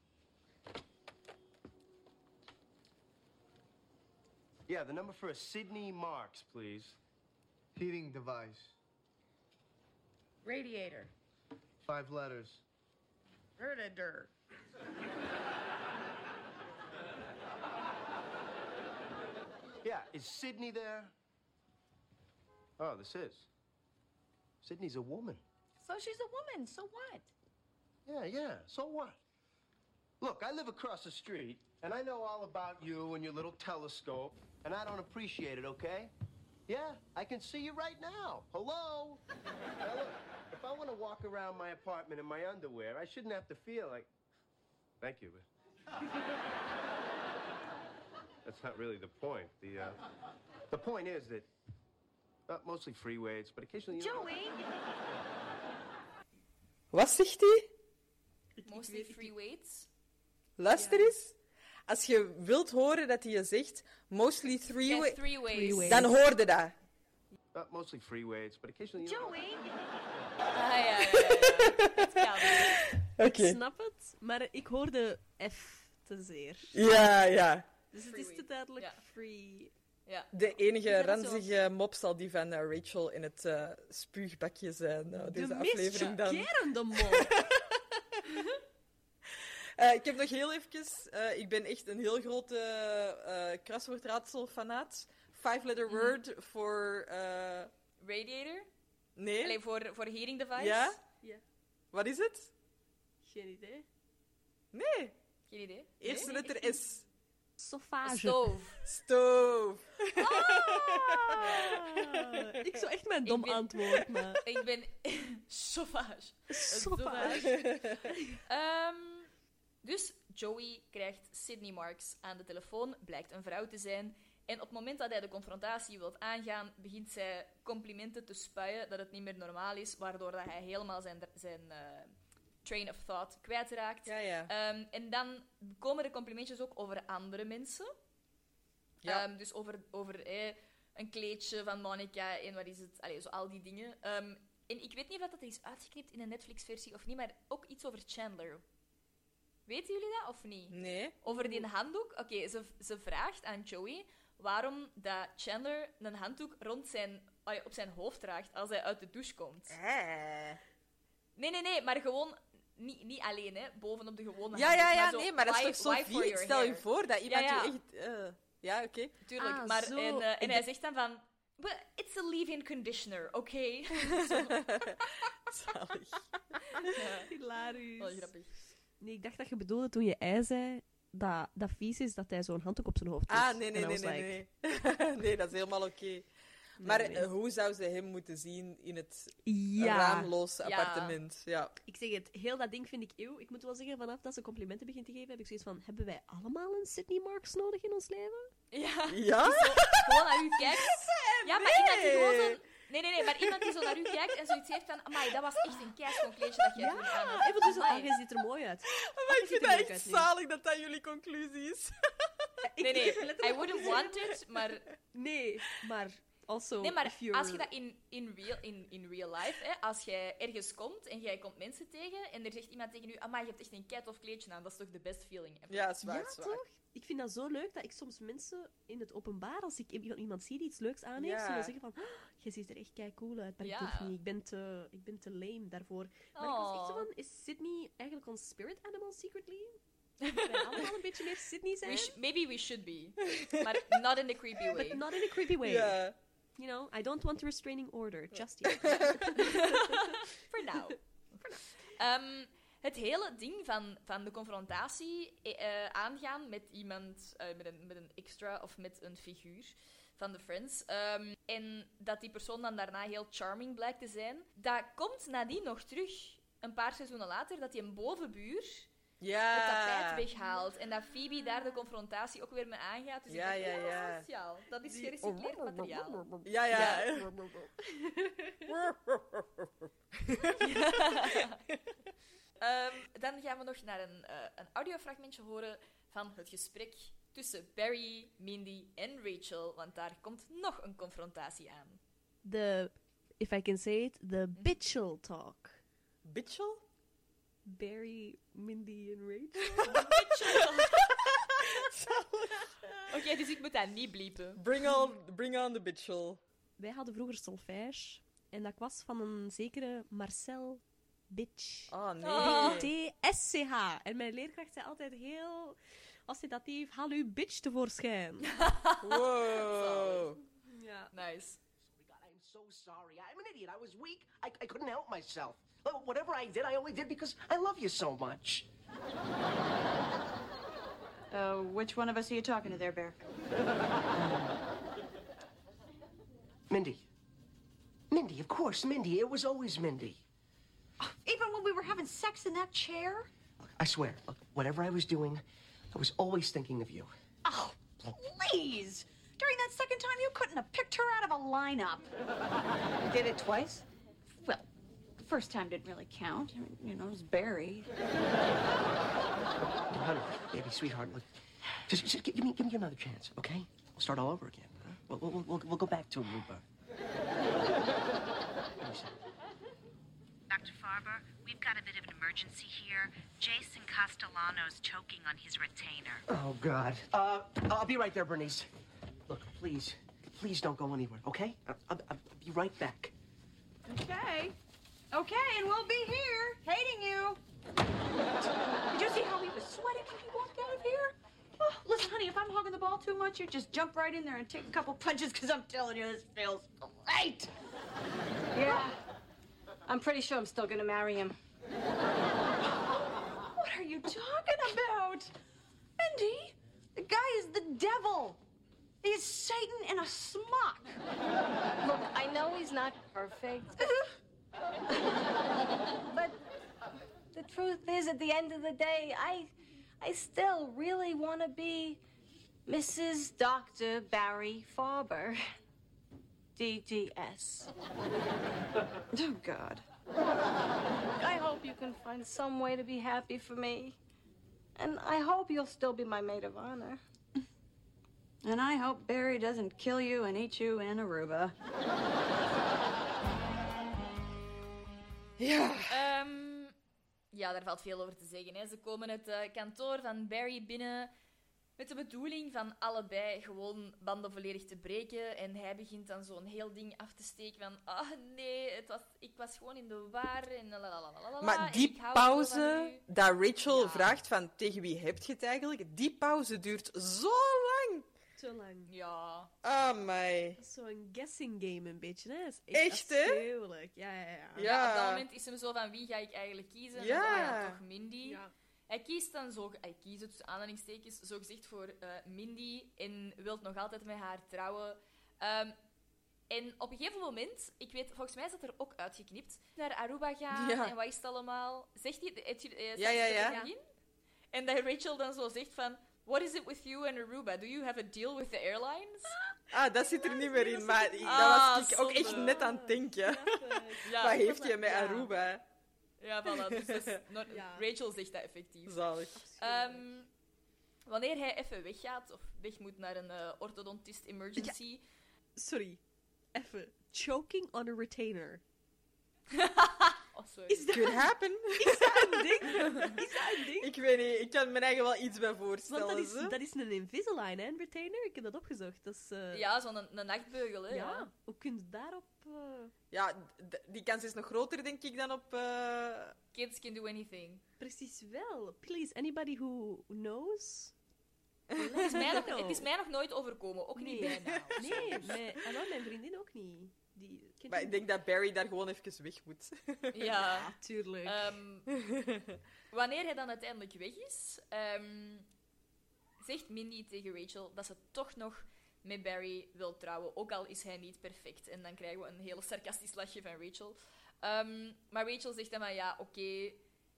Yeah, the number for a Sydney Marks, please. Heating device. Radiator. 5 letters. Herdider. Yeah, is Sydney there? Oh, this is. Sydney's a woman. So she's a woman, so what? Yeah, so what? Look, I live across the street, and I know all about you and your little telescope, and I don't appreciate it, okay? Yeah, I can see you right now. Hello? Now look, if I want to walk around my apartment in my underwear, I shouldn't have to feel like... Thank you, but... That's not really the point. The point is that... mostly free weights, but occasionally... Joey! Wat zegt hij? Mostly free weights. Luister eens. Als je wilt horen dat hij je zegt, mostly three weights, dan hoorde dat. Mostly free weights, but occasionally... Joey! Oké. Ik snap het, maar ik hoorde F te zeer. Ja. Dus het is te duidelijk free... Ja. De enige ranzige mop zal die van Rachel in het spuugbakje zijn. Deze aflevering dan. De meest chockerende mop. Ik heb nog heel even... ik ben echt een heel grote kraswoordraadsel-fanaat. 5-letter word voor... Radiator? Nee. Alleen voor hearing device? Ja? Ja. Wat is het? Geen idee. Nee. Geen idee. Eerste letter S. Sofage. Stoof. Ik zou echt mijn dom antwoord, maar... Ik ben... Sauvage. Dus Joey krijgt Sydney Marks aan de telefoon, blijkt een vrouw te zijn. En op het moment dat hij de confrontatie wil aangaan, begint zij complimenten te spuien dat het niet meer normaal is, waardoor dat hij helemaal zijn train of thought kwijtraakt. Ja. En dan komen de complimentjes ook over andere mensen. Ja. Dus over een kleedje van Monica en wat is het? Allee, zo al die dingen. En ik weet niet of dat is uitgeknipt in een Netflix-versie of niet, maar ook iets over Chandler. Weten jullie dat of niet? Nee. Over die handdoek? Oké, ze vraagt aan Joey waarom dat Chandler een handdoek op zijn hoofd draagt als hij uit de douche komt. Nee, maar gewoon... Niet alleen, hè. Bovenop de gewone handdoek. Maar dat is toch zo vies? Stel je voor dat iemand je echt... Ja, oké. Tuurlijk, maar... En hij zegt dan van... But it's a leave-in conditioner, oké? Zalig. Hilarisch. Wel grappig. Nee, ik dacht dat je bedoelde toen je zei dat vies is dat hij zo'n handdoek op zijn hoofd doet. Nee. Nee, dat is helemaal oké. Maar hoe zou ze hem moeten zien in het raamloze appartement? Ja. Ik zeg het, heel dat ding vind ik eeuw. Ik moet wel zeggen, vanaf dat ze complimenten begint te geven, heb ik zoiets van, hebben wij allemaal een Sydney Marks nodig in ons leven? Ja? Die gewoon naar u kijkt. Ja, maar iemand die gewoon zo... Nee, maar iemand die zo naar u kijkt en zoiets heeft van, amai, dat was echt een keischoon kleedje dat jij toen aan had. Even dus je ziet er mooi uit. Maar ik vind dat echt zalig dat dat jullie conclusie is. Nee, I wouldn't want it, maar... Nee, maar... Also, nee, maar als je dat in real life, hè, als jij ergens komt en jij komt mensen tegen en er zegt iemand tegen u, amai, je hebt echt een keitof kleedje aan, dat is toch de best feeling ever. Ja, zwaar. Ja, toch? Ik vind dat zo leuk dat ik soms mensen in het openbaar, als ik iemand zie die iets leuks aan heeft, zullen zeggen van, je ziet er echt kei cool uit, maar ik hoef niet, ik ben te lame daarvoor. Maar ik was echt zo van, is Sydney eigenlijk ons spirit animal secretly? Moeten wij allemaal een beetje meer Sydney zijn? Maybe we should be. But not in the creepy way. But not in a creepy way. Yeah. You know, I don't want a restraining order, just yet. For now. Het hele ding van de confrontatie aangaan met iemand, met een extra of met een figuur van de Friends, en dat die persoon dan daarna heel charming blijkt te zijn, dat komt nadien nog terug, een paar seizoenen later, dat die een bovenbuur het tapijt weghaalt en dat Phoebe daar de confrontatie ook weer mee aangaat. Dus sociaal. Dat is gerecycleerd materiaal. Ja. Dan gaan we nog naar een audiofragmentje horen van het gesprek tussen Barry, Mindy en Rachel, want daar komt nog een confrontatie aan. If I can say it, the bitchel talk. Bitchel? Barry, Mindy en Rachel. Oké, dus ik moet dat niet bliepen. Bring on the bitchel. Wij hadden vroeger solfège en dat was van een zekere Marcel Bitch. Oh, nee. B-I-T-S-C-H. En mijn leerkracht zei altijd heel ostentatief, haal uw bitch tevoorschijn. Wow. Ja. Nice. I'm so sorry. I'm an idiot. I was weak. I couldn't help myself. Whatever I did, I only did because I love you so much. Which one of us are you talking to there, Bear? Mindy. Mindy, of course, Mindy. It was always Mindy. Even when we were having sex in that chair? I swear, look, whatever I was doing, I was always thinking of you. Oh, please! During that second time, you couldn't have picked her out of a lineup. You did it twice? Well, the first time didn't really count. I mean, you know, it was Barry. Honey, baby, sweetheart, look, just give me another chance, okay? We'll start all over again. Huh? We'll go back to Aruba. Dr. Farber, we've got a bit of an emergency here. Jason Castellano's choking on his retainer. Oh, God. I'll be right there, Bernice. Look, please don't go anywhere, okay? I'll be right back. Okay, and we'll be here, hating you. Did you see how he was sweating when he walked out of here? Oh, listen, honey, if I'm hogging the ball too much, you just jump right in there and take a couple punches, because I'm telling you, this feels great. Yeah. I'm pretty sure I'm still gonna marry him. What are you talking about? Mindy, The guy is the devil. He is Satan in a smock. Look, I know he's not perfect. But the truth is, at the end of the day, I still really want to be Mrs. Dr. Barry Farber. DDS. Oh, God. I hope you can find some way to be happy for me. And I hope you'll still be my maid of honor. And I hope Barry doesn't kill you and eat you in Aruba. Ja. Ja, daar valt veel over te zeggen. Hè. Ze komen het kantoor van Barry binnen met de bedoeling van allebei gewoon banden volledig te breken. En hij begint dan zo'n heel ding af te steken van... Ah, nee, ik was gewoon in de war en lalalala. Maar die pauze dat Rachel vraagt van tegen wie heb je het eigenlijk, die pauze duurt zo lang. Zo lang. Ja. Amai. Zo'n guessing game een beetje, hè? Is echt hè? Afschuwelijk. Ja, op dat moment is hem zo van wie ga ik eigenlijk kiezen? Ja. En zo, toch Mindy. Ja. Hij kiest dan hij kiest tussen aanhalingstekens zogezegd voor Mindy en wil nog altijd met haar trouwen. En op een gegeven moment, ik weet, volgens mij is dat er ook uitgeknipt, naar Aruba gaan en wat is het allemaal? Zegt hij? Ja. En dat Rachel dan zo zegt van, what is it with you and Aruba? Do you have a deal with the airlines? Dat zit er niet meer in, maar daar was ik ook echt net aan het denken. Wat heeft hij met Aruba? Ja, voilà. Dus Rachel zegt dat effectief. Zalig. Wanneer hij even weggaat, of weg moet naar een orthodontist emergency... Ja. Sorry. Even. Choking on a retainer. Oh, sorry. Could happen. Is dat een ding? Ik weet niet. Ik kan me eigen wel iets bij voorstellen. Want dat is een Invisalign, hè, een retainer? Ik heb dat opgezocht. Dat is, ja, zo'n nachtbeugel, hè. Ja. Hoe kun je daarop... Ja, die kans is nog groter, denk ik, dan op... Kids can do anything. Precies wel. Please, anybody who knows... Het is mij nog nooit overkomen. Ook niet bijna. Nee, mijn vriendin ook niet. Maar ik denk dat Barry daar gewoon even weg moet. Ja, tuurlijk. Wanneer hij dan uiteindelijk weg is, zegt Mindy tegen Rachel dat ze toch nog met Barry wil trouwen, ook al is hij niet perfect. En dan krijgen we een heel sarcastisch lachje van Rachel. Maar Rachel zegt dan van, ja, oké,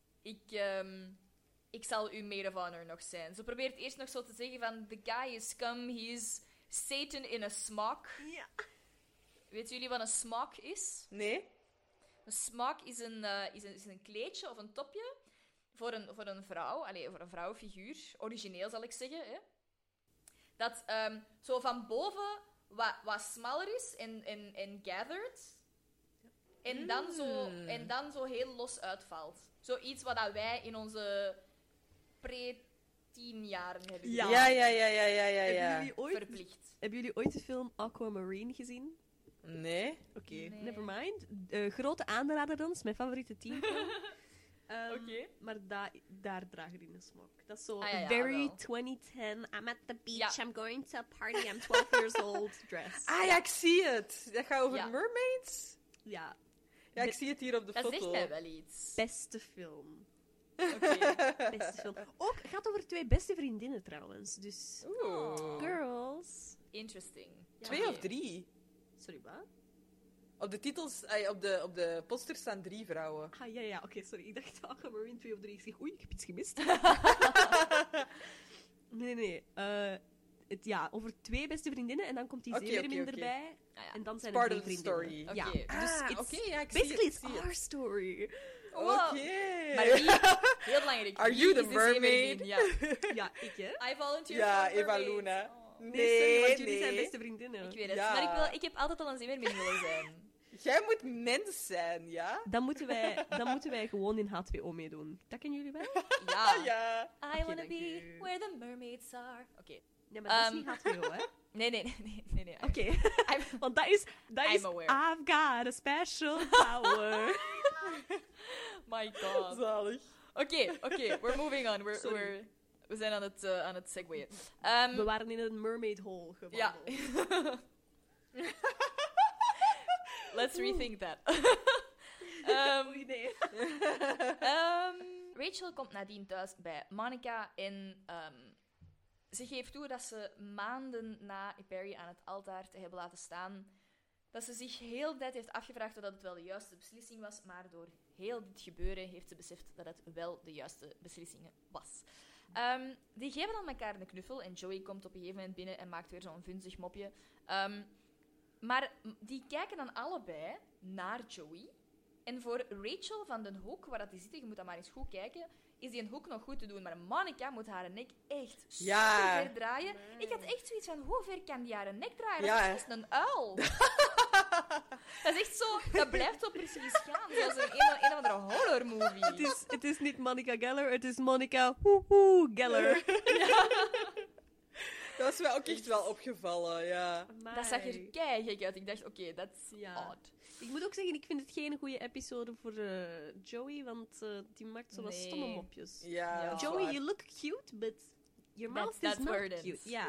ik zal uw maid of honor nog zijn. Ze probeert eerst nog zo te zeggen van, the guy is scum, he is Satan in a smock. Ja. Weten jullie wat een smock is? Nee. Een smock is een kleedje of een topje voor een vrouw, voor een vrouwenfiguur, origineel zal ik zeggen, hè? Dat zo van boven wat smaller is en gathered, en dan zo heel los uitvalt. Zoiets wat dat wij in onze pre-10-jaren hebben. Ja. Verplicht. Hebben jullie ooit de film Aquamarine gezien? Nee. Oké, never mind. Grote aanrader dan, is mijn favoriete teamfilm. Oké. Maar daar dragen die een smok. Dat is zo very 2010, I'm at the beach, I'm going to a party, I'm 12 years old dress. Ja, ik zie het. Dat gaat over mermaids? Ja. Ja, ik zie het hier op de foto. Dat zegt mij wel iets. Beste film. Oké. Beste film. Ook, het gaat over 2 beste vriendinnen trouwens. Dus, girls. Interesting. Ja. 2 of 3? Sorry, wat? Op de titels, op de posters staan 3 vrouwen. Ja, oké, sorry. Ik dacht Aquamarine 2 of 3. Ik zeg, oei, ik heb iets gemist. Nee. Over 2 beste vriendinnen en dan komt die zeemermin erbij. En dan zijn er 3 vriendinnen. Ja. Basically, it's our story. Oké. Maar wie? Heel belangrijk. Are you the mermaid? Ja, ik, hè? I volunteer ja, for Eva mermaids. Luna. Nee, want jullie zijn beste vriendinnen. Ik weet het. Ja. Maar ik heb altijd al een zeemermin willen zijn. Jij moet mens zijn, ja? Dan moeten wij gewoon in H2O meedoen. Dat kennen jullie wel? Ja. I wanna be where the mermaids are. Oké. Ja, maar dat is niet H2O, hè? Nee. Oké. Want dat is aware. I've got a special power. My god. Zalig. Oké, we're moving on. We zijn aan het segwayen. We waren in een mermaid hole gewandeld. Ja. Let's rethink that. Nee. Rachel komt nadien thuis bij Monica en ze geeft toe dat ze maanden na Barry aan het altaar te hebben laten staan, dat ze zich heel de tijd heeft afgevraagd of dat het wel de juiste beslissing was, maar door heel dit gebeuren heeft ze beseft dat het wel de juiste beslissing was. Die geven dan elkaar een knuffel en Joey komt op een gegeven moment binnen en maakt weer zo'n vunzig mopje. Maar die kijken dan allebei naar Joey. En voor Rachel van den hoek, waar dat die zitten, je moet dat maar eens goed kijken, is die een hoek nog goed te doen. Maar Monica moet haar nek echt super ver draaien. Ik had echt zoiets van, hoe ver kan die haar nek draaien? Ja, Dat is echt een uil. Dat is echt zo, dat blijft zo precies gaan. Zoals een of andere horrormovie. Het is niet Monica Geller, het is Monica Geller. Dat was mij ook echt wel opgevallen, ja. Amai. Dat zag er keigek uit. Ik dacht, oké, dat is odd. Ik moet ook zeggen, ik vind het geen goede episode voor Joey, want die maakt zo wat stomme mopjes. Ja, Joey, waar. you look cute, but your mouth is not cute. Ja.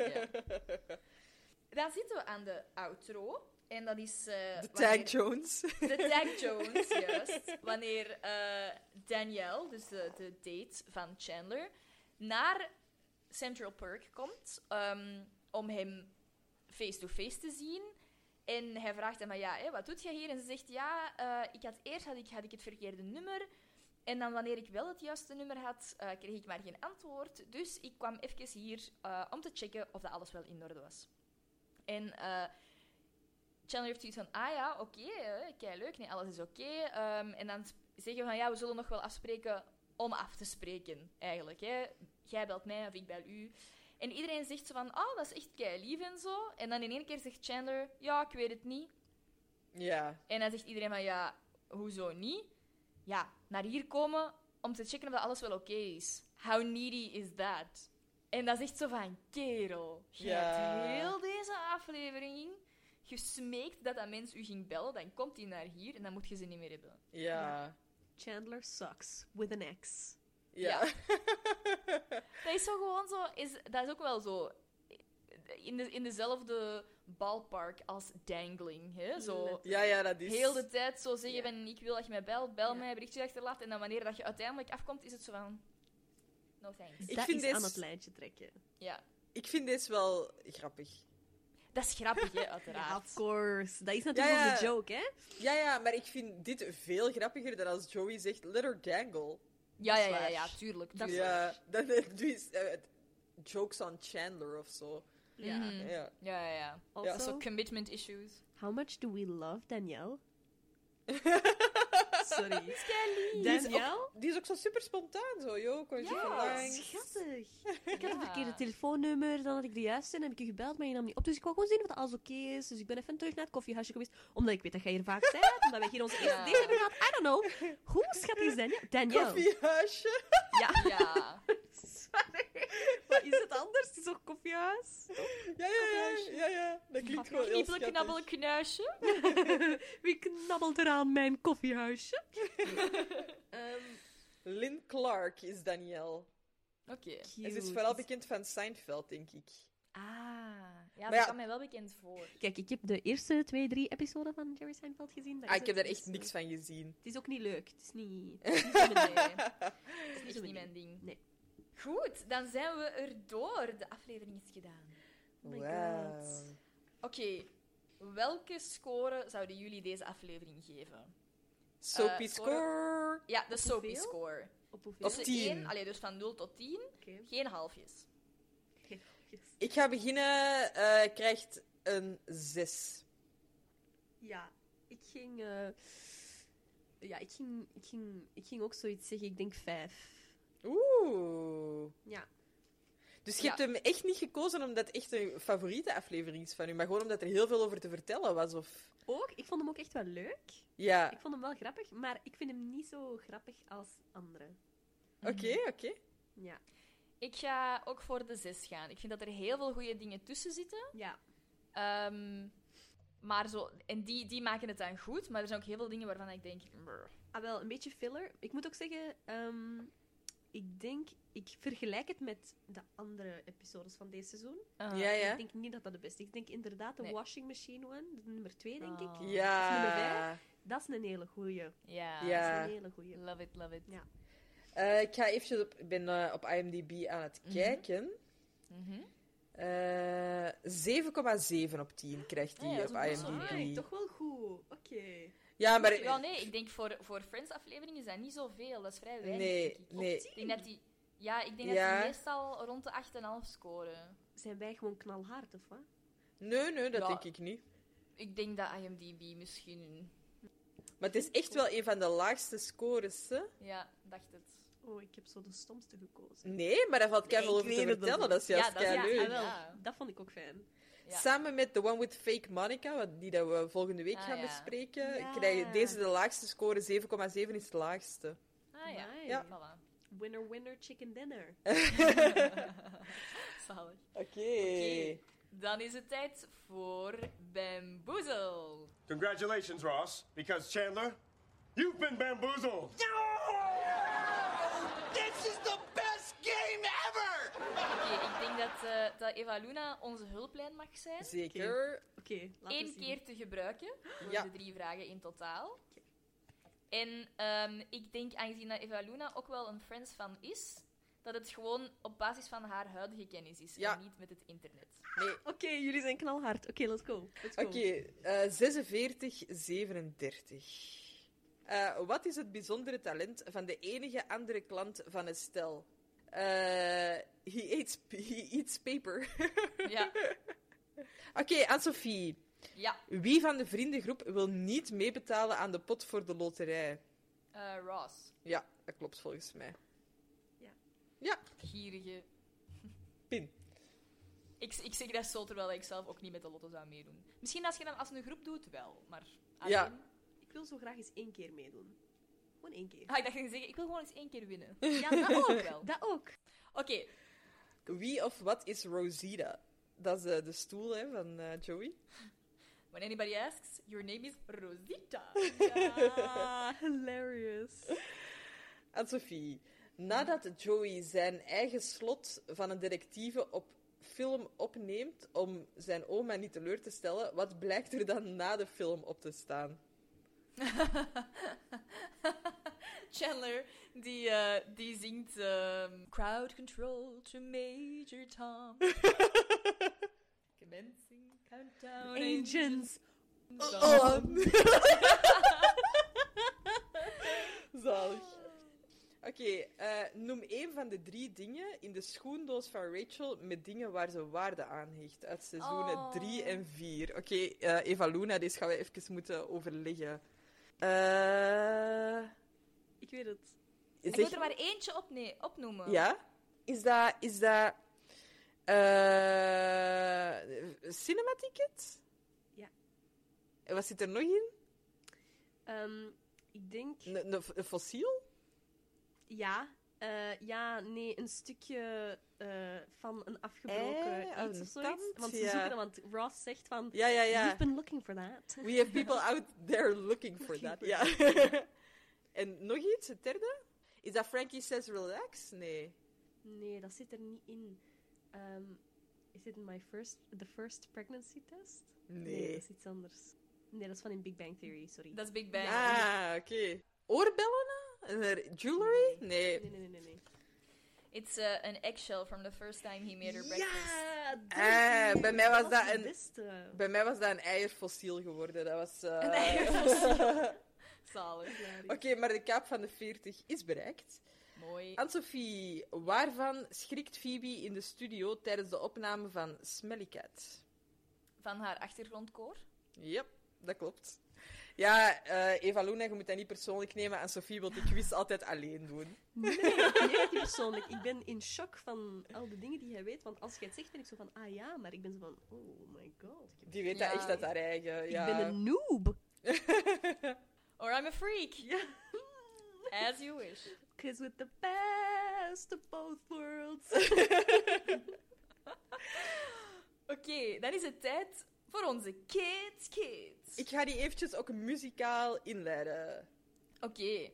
Dan zitten we aan de outro. En dat is... de Tag Jones. De Tag Jones, juist. Wanneer Danielle, dus de date van Chandler, naar Central Perk komt om hem face-to-face te zien. En hij vraagt hem, wat doet jij hier? En ze zegt, eerst had ik het verkeerde nummer. En dan wanneer ik wel het juiste nummer had, kreeg ik maar geen antwoord. Dus ik kwam even hier om te checken of dat alles wel in orde was. En Chandler heeft zoiets van, oké, kei leuk, nee, alles is oké. En dan zeggen we van, we zullen nog wel afspreken om af te spreken, eigenlijk. Hè. Jij belt mij of ik bel u. En iedereen zegt zo van, dat is echt kei lief en zo. En dan in één keer zegt Chandler, ik weet het niet. Ja. En dan zegt iedereen van, hoezo niet? Ja, naar hier komen om te checken of dat alles wel oké is. How needy is that? En dat is echt zo van, kerel, je hebt heel deze aflevering gesmeekt dat mens u ging bellen, dan komt hij naar hier en dan moet je ze niet meer hebben. Ja. Chandler sucks, with an X. Ja. Dat is zo gewoon zo... Dat is ook wel zo... In dezelfde ballpark als dangling. Hè? Zo Ja, dat is... heel de tijd zo zeggen van... Ik wil dat je mij belt, bel mij, berichtje achterlaat. En dan wanneer dat je uiteindelijk afkomt, is het zo van... No thanks. Ik vind deze aan het lijntje trekken. Ja. Ik vind deze wel grappig. Dat is grappig, hè, uiteraard. Ja, of course. Dat is natuurlijk ook de joke, hè? Ja, maar ik vind dit veel grappiger dan als Joey zegt, let her dangle. Ja, tuurlijk. Dat is dat is jokes on Chandler of zo. Ja. Also commitment issues. How much do we love Danielle? Sorry. Danielle? Die is ook zo super spontaan, zo. Kom je langs. Schattig. Ik had een verkeerde telefoonnummer, dan had ik de juiste en dan heb ik je gebeld, maar je nam niet op. Dus ik wou gewoon zien of alles oké is. Dus ik ben even terug naar het koffiehuisje geweest, omdat ik weet dat jij hier vaak bent, omdat wij hier onze eerste date hebben gehad. I don't know. Hoe schattig is Danielle? Koffiehuisje? Ja. Sorry. Wat is het anders? Het is toch koffiehuis? Ja. Dat klinkt gewoon heel schattig. Knabbelen, knuisje. Wie knabbelt er aan mijn koffiehuisje? Lynn Clark is Danielle. Oké. En ze is vooral bekend van Seinfeld, denk ik. Dat kwam mij wel bekend voor. Kijk, ik heb de eerste 2-3 episoden van Jerry Seinfeld gezien. Ik heb daar echt niks van gezien. Het is ook niet leuk. Het is niet... Het is niet mijn ding. Nee. Goed, dan zijn we erdoor. De aflevering is gedaan. Oh my god. Oké, welke score zouden jullie deze aflevering geven? Soapy score? Ja, de Soapy score. Op hoeveel? Op 10. Dus van 0 tot 10. Okay. Geen halfjes. Ik ga beginnen. Krijgt een 6. Ja, ik ging ook zoiets zeggen. Ik denk 5. Oeh. Ja. Dus je hebt hem echt niet gekozen omdat het echt een favoriete aflevering is van u, maar gewoon omdat er heel veel over te vertellen was? Of... Ook, ik vond hem ook echt wel leuk. Ja. Ik vond hem wel grappig, maar ik vind hem niet zo grappig als andere. Oké. Ja. Ik ga ook voor de 6 gaan. Ik vind dat er heel veel goede dingen tussen zitten. Ja. Maar zo... En die maken het dan goed, maar er zijn ook heel veel dingen waarvan ik denk... Wel, een beetje filler. Ik moet ook zeggen... Ik vergelijk het met de andere episodes van deze seizoen. Ik denk niet dat dat de beste is. Ik denk inderdaad de washing machine one, de nummer 2, denk ik. Ja. Of nummer 5. Dat is een hele goeie. Ja. Dat is een hele goeie. Love it. Ja. Ik ga eventjes ben op IMDb aan het kijken. 7,7 op 10 krijgt hij Ja, op dat is IMDb. best wel Hey, toch wel goed. Oké. Ja, maar... Ja, nee, ik denk voor Friends-afleveringen is dat niet zoveel. Dat is vrij weinig, Nee, denk ik. nee. Ik denk dat die... Ja, ik denk Ja. dat die meestal rond de 8,5 scoren. Zijn wij gewoon knalhard, of wat? Nee, dat Ja. denk ik niet. Ik denk dat IMDb misschien... Maar het is echt wel een van de laagste scores, hè? Ja, dacht het. Oh, ik heb zo de stomste gekozen. Nee, maar daar valt keiveel ik over te weet het vertellen. wel. Dat is juist Ja, dat is- keileuk. ja, Wel, Ja. dat vond ik ook fijn. Ja. Samen met The One with Fake Monica, die dat we volgende week Ah, gaan ja. bespreken, Ja. krijgen deze de laagste score. 7,7 is de laagste. Ah ja, Amai. Ja. voilà. Winner, winner, chicken dinner. Zalig. Oké. Dan is het tijd voor Bamboozle. Congratulations, Ross, because Chandler, you've been bamboozled. This is the best game ever! Oké, ik denk dat Eva Luna onze hulplijn mag zijn. Zeker. Oké, laten we Eén zien. keer te gebruiken voor Ja. de 3 vragen in totaal. En ik denk, aangezien dat Eva Luna ook wel een Friends-fan is, dat het gewoon op basis van haar huidige kennis is Ja. en niet met het internet. Nee. Oké, jullie zijn knalhard. Oké, let's go. Let's go. Oké, 46, 37. Wat is het bijzondere talent van de enige andere klant van Estelle? He eats paper. Ja. Oké, Anne-Sophie. Ja, Wie van de vriendengroep wil niet meebetalen aan de pot voor de loterij? Ross. Ja, dat klopt volgens mij. Ja. Ja, Gierige. Pin. Ik zeg dat zo, terwijl ik zelf ook niet met de lotto zou meedoen. Misschien als je dan als een groep doet, wel. Maar Ja. alleen... Ik wil zo graag eens 1 keer meedoen. Gewoon 1 keer. Ah, ik dacht dat je zeggen, ik wil gewoon eens 1 keer winnen. Ja, dat ook. wel. Dat ook. Oké, Wie of wat is Rosita? Dat is de stoel hè, van Joey. when anybody asks, your name is Rosita. Ja, hilarious. Anne-Sophie. Nadat Joey zijn eigen slot van een detectieve op film opneemt om zijn oma niet teleur te stellen, wat blijkt er dan na de film op te staan? Chandler, die zingt Crowd Control to Major Tom. Commencing countdown. Agents. Zalig. Oké, noem één van de 3 dingen in de schoendoos van Rachel met dingen waar ze waarde aan hecht uit seizoenen 3 en 4. Oké, Eva Luna, deze gaan we even moeten overleggen. Ik weet het. Ik moet er maar eentje opnoemen. Ja? Is dat Cinematicket? Ja. En wat zit er nog in? Ik denk... Een fossiel? Ja. Ja, nee, een stukje van een afgebroken iets een of zoiets. tand, Want ze ja. zoeken dat, want Ross zegt van... Ja. We've been looking for that. We have people out there looking for that. Ja. En nog iets, het derde? Is dat Frankie Says Relax? Nee. Nee, dat zit er niet in. Is it the first pregnancy test? Nee. dat is iets anders. Nee, dat is van in Big Bang Theory, sorry. Dat is Big Bang. Ah, oké. Oorbellen? Jewelry? Nee. Nee. It's an eggshell from the first time he made her breakfast. Ja, Bij mij was dat de een... beste. Bij mij was dat een eierfossiel geworden. Dat was... Een eierfossiel. Zalig. Oké, maar de kaap van de 40 is bereikt. Mooi. Anne-Sophie, waarvan schrikt Phoebe in de studio tijdens de opname van Smelly Cat? Van haar achtergrondkoor. Yep, dat klopt. Ja, Eva Luna, je moet dat niet persoonlijk nemen. En Sophie wil die quiz altijd alleen doen. Nee, niet persoonlijk. Ik ben in shock van al de dingen die hij weet. Want als jij het zegt, ben ik zo van, ah ja, maar ik ben zo van, oh my god. Die weet dat echt uit haar eigen. Ja. Ik ben een noob. Or I'm a freak. Ja. As you wish. Because with the best of both worlds. Oké, dan is het tijd voor onze kids. Ik ga die eventjes ook muzikaal inleiden. Oké.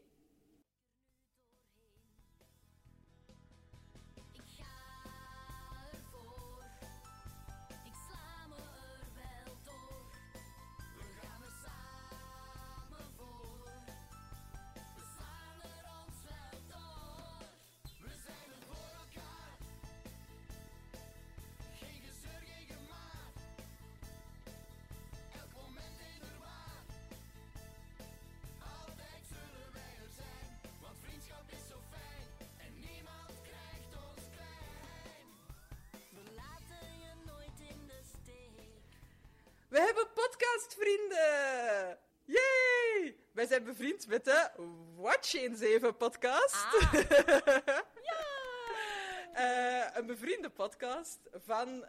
podcastvrienden! Yay! Wij zijn bevriend met de Watch Eens Even podcast. Een bevriende podcast van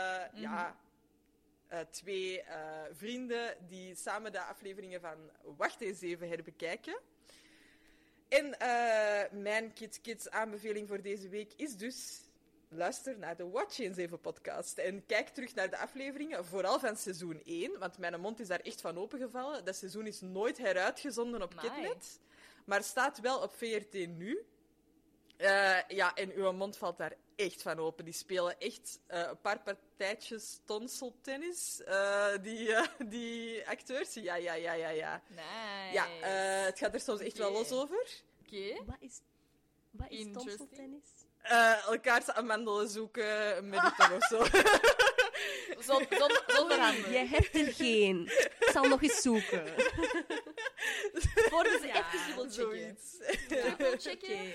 twee vrienden die samen de afleveringen van Wacht Eens Even herbekijken. En mijn kids aanbeveling voor deze week is dus... Luister naar de Watch Eens Even podcast. En kijk terug naar de afleveringen, vooral van seizoen 1. Want mijn mond is daar echt van opengevallen. Dat seizoen is nooit heruitgezonden op Kidnet. Maar staat wel op VRT Nu. En uw mond valt daar echt van open. Die spelen echt een paar partijtjes tonseltennis. Die acteurs. Ja. Nice. Ja, het gaat er soms echt wel los over. Oké. Wat is tonseltennis? Elkaars amandelen zoeken met die tong of zo. Zonder handen. Je hebt er geen. Ik zal nog eens zoeken. Voordat ze even zoiets. Checken.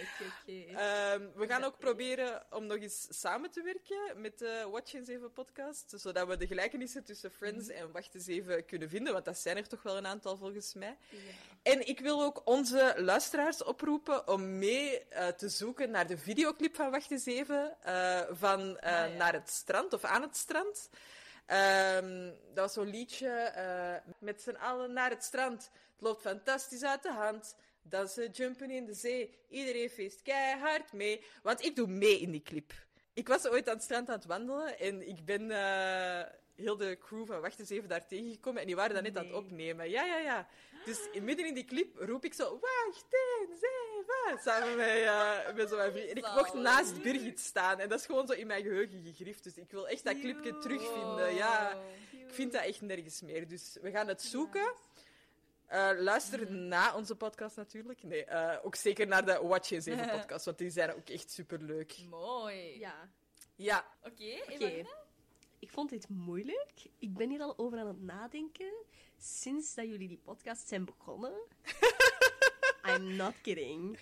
We gaan ook proberen om nog eens samen te werken met de Watch Eens Even podcast, zodat we de gelijkenissen tussen Friends en Wacht Eens Even kunnen vinden, want dat zijn er toch wel een aantal volgens mij. Ja. En ik wil ook onze luisteraars oproepen om mee te zoeken naar de videoclip van Wacht Eens Even, van Naar het strand of Aan het strand. Dat was zo'n liedje met z'n allen naar het strand. Het loopt fantastisch uit de hand. Dansen, jumpen in de zee. Iedereen feest keihard mee. Want ik doe mee in die clip. Ik was ooit aan het strand aan het wandelen en ik ben heel de crew van Wacht Eens Even daar tegengekomen en die waren dat net aan het opnemen. Ja. Dus midden in die clip roep ik zo, Wacht Eens Even, samen met zo mijn vriend. En ik mocht naast Birgit staan en dat is gewoon zo in mijn geheugen gegrift. Dus ik wil echt dat clipje terugvinden. Ja, ik vind dat echt nergens meer. Dus we gaan het zoeken. Luister na onze podcast natuurlijk. Nee, ook zeker naar de Watch Eens Even podcast, want die zijn ook echt superleuk. Mooi. Ja. Oké. Ik vond dit moeilijk. Ik ben hier al over aan het nadenken sinds dat jullie die podcast zijn begonnen. I'm not kidding.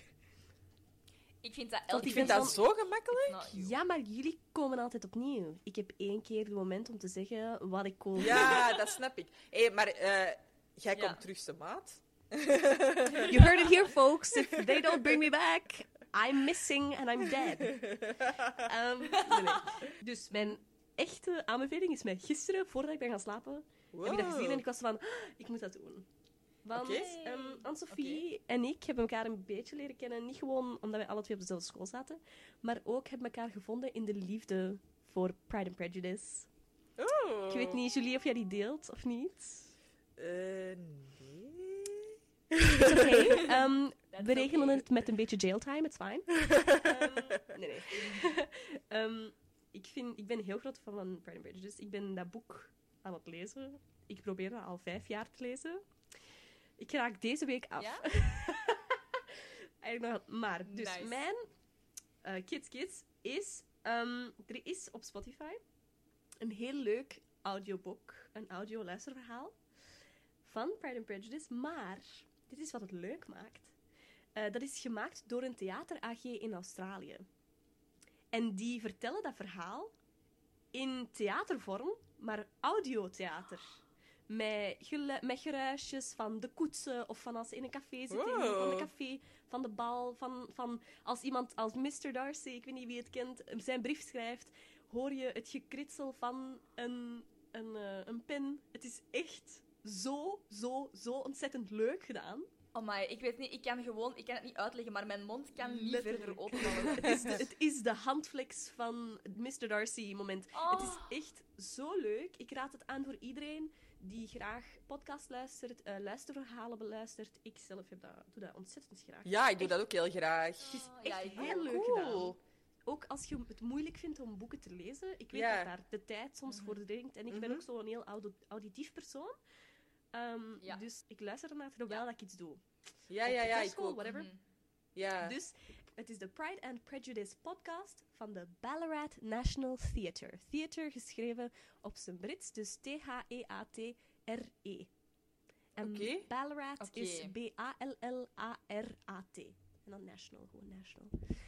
Ik vind dat zo gemakkelijk. Ja, maar jullie komen altijd opnieuw. Ik heb 1 keer het moment om te zeggen wat ik kon. Ja, dat snap ik. Hey, maar jij komt terug, ze maat. You heard it here, folks. If they don't bring me back, I'm missing and I'm dead. Nee. Dus mijn echte aanbeveling is mij gisteren, voordat ik ben gaan slapen, heb ik dat gezien en ik was van, ik moet dat doen. Want Anne-Sophie en ik hebben elkaar een beetje leren kennen, niet gewoon omdat wij alle twee op dezelfde school zaten, maar ook hebben elkaar gevonden in de liefde voor Pride and Prejudice. Oh. Ik weet niet, Julie, of jij die deelt of niet? Nee. Oké. We regelen het met een beetje jailtime, it's fine. Nee. Ik ben heel groot fan van Pride and Prejudice. Ik ben dat boek aan het lezen. Ik probeer dat al 5 jaar te lezen. Ik raak deze week af. Ja? Eigenlijk nog, maar, dus nice. Mijn Kids is... er is op Spotify een heel leuk audioboek, een audio-luisterverhaal van Pride and Prejudice, maar dit is wat het leuk maakt. Dat is gemaakt door een theater AG in Australië. En die vertellen dat verhaal in theatervorm, maar audiotheater. Met geruisjes van de koetsen, of van als ze in een café zitten, van de café, van de bal, van als iemand als Mr. Darcy, ik weet niet wie het kent, zijn brief schrijft, hoor je het gekritsel van een pen. Het is echt zo ontzettend leuk gedaan. Amai, ik weet niet, ik kan het niet uitleggen, maar mijn mond kan niet verder openvallen. Het is de handflex van het Mr. Darcy moment. Het is echt zo leuk. Ik raad het aan voor iedereen die graag podcast luistert, luisterverhalen beluistert. Ik zelf doe dat ontzettend graag. Ja, ik doe dat ook heel graag. Het is echt heel leuk gedaan. Ook als je het moeilijk vindt om boeken te lezen. Ik weet dat daar de tijd soms voor dringt. En ik ben ook zo'n heel auditief persoon. Dus ik luister ernaar terwijl ik iets doe. Ja, ik ook. Whatever. Ja. Dus het is de Pride and Prejudice podcast van de Ballarat National Theatre. Theatre geschreven op zijn Brits, dus T-H-E-A-T-R-E. En Ballarat is B-A-L-L-A-R-A-T. En dan national, gewoon national.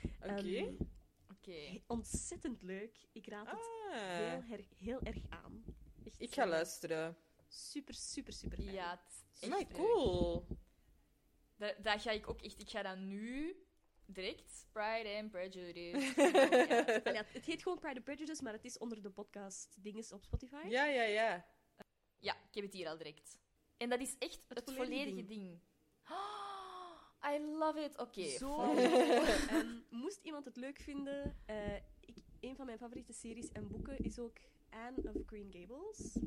Oké. Ontzettend leuk. Ik raad het heel erg aan. Echt ik ga luisteren. Super, super, super fijn. Ja, het is echt Maar leuk. cool. Dat ga ik ook echt... Ik ga dat nu direct... Pride and Prejudice. Ja, het heet gewoon Pride and Prejudice, maar het is onder de podcast dinges op Spotify. Ja. Ja, ik heb het hier al direct. En dat is echt het volledige ding. Oh, I love it. Oké. Zo. Moest iemand het leuk vinden, een van mijn favoriete series en boeken is ook Anne of Green Gables.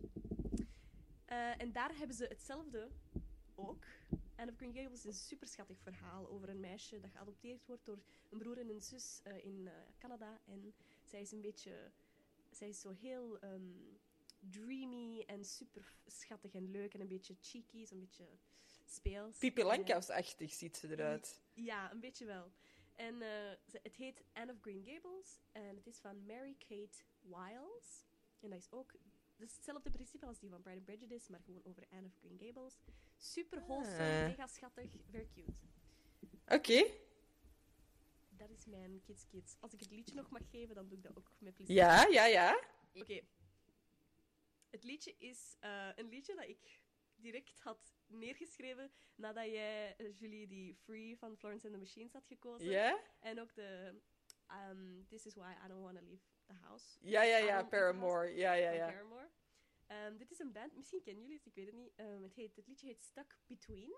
En daar hebben ze hetzelfde ook. Anne of Green Gables is een super schattig verhaal over een meisje dat geadopteerd wordt door een broer en een zus in Canada. En zij is zo heel dreamy en super schattig en leuk en een beetje cheeky, zo'n beetje speels. Pippi Langkous-achtig ziet ze eruit. Ja, een beetje wel. En het heet Anne of Green Gables en het is van Mary Kate Wiles. En dat is ook hetzelfde principe als die van Pride and Prejudice, maar gewoon over Anne of Green Gables. Super wholesome, mega schattig, very cute. Oké. Dat is mijn Kids. Als ik het liedje nog mag geven, dan doe ik dat ook met plezier. Ja. Oké. Het liedje is een liedje dat ik direct had neergeschreven nadat jij, Julie, die Free van Florence and the Machines had gekozen. Ja? En ook de This is Why I Don't Want to Leave the House. Ja, Paramore. Ja. Paramore. Dit is een band, misschien kennen jullie het, ik weet het niet. Het liedje heet Stuck Between.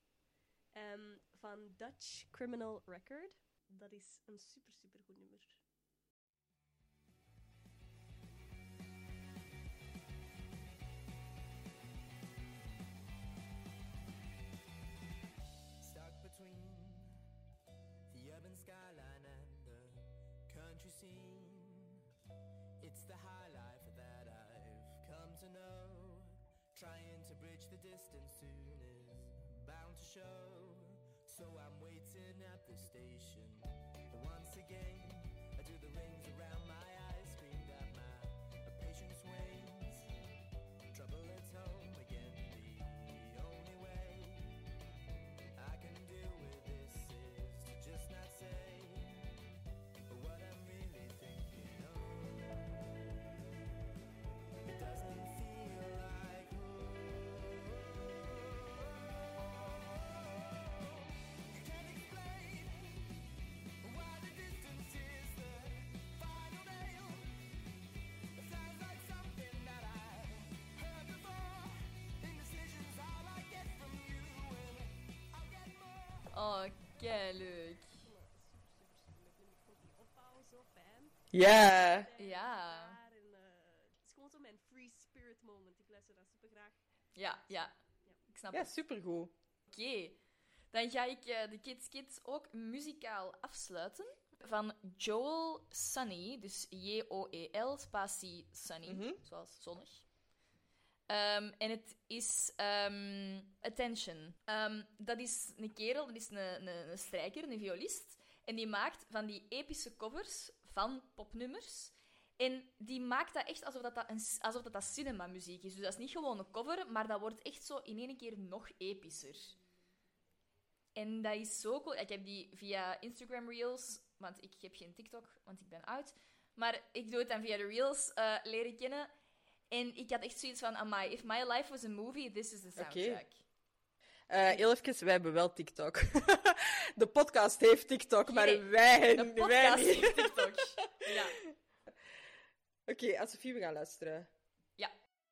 Van Dutch Criminal Record. Dat is een super, super goed nummer. Stuck between the urban skyline and the country scene. It's the high life that I've come to know. Trying to bridge the distance soon is bound to show. So I'm waiting at the station. Once again, I do the rings around my eyes, screamed at my patience wanes. Trouble at home again, the only way I can deal with this is to just not say what I'm really thinking of. It doesn't feel like home. You can't explain why the distance is the final nail. It sounds like something that I've heard before. Indecision's all I get from you, and I'll get more. Oh, kei leuk. Opbouw, zo fijn. Ja. Ja. Het is gewoon zo mijn free spirit moment. Ik luister dat super graag. Ja. Ik snap Ja, het. supergoed. Oké. Dan ga ik de Kids ook muzikaal afsluiten. Van Joel Sunny, dus Joel, spatie Sunny, zoals zonnig. En het is Attention. Dat is een kerel, dat is een strijker, een violist. En die maakt van die epische covers van popnummers. En die maakt dat echt alsof dat cinemamuziek is. Dus dat is niet gewoon een cover, maar dat wordt echt zo in één keer nog epischer. En dat is zo cool. Ik heb die via Instagram Reels, want ik heb geen TikTok, want ik ben oud. Maar ik doe het dan via de Reels leren kennen. En ik had echt zoiets van, amai, if my life was a movie, this is the soundtrack. Heel even, wij hebben wel TikTok. De podcast heeft TikTok, maar wij De niet. podcast heeft TikTok. Ja. Oké, Anne-Sophie, we gaan luisteren. Ja.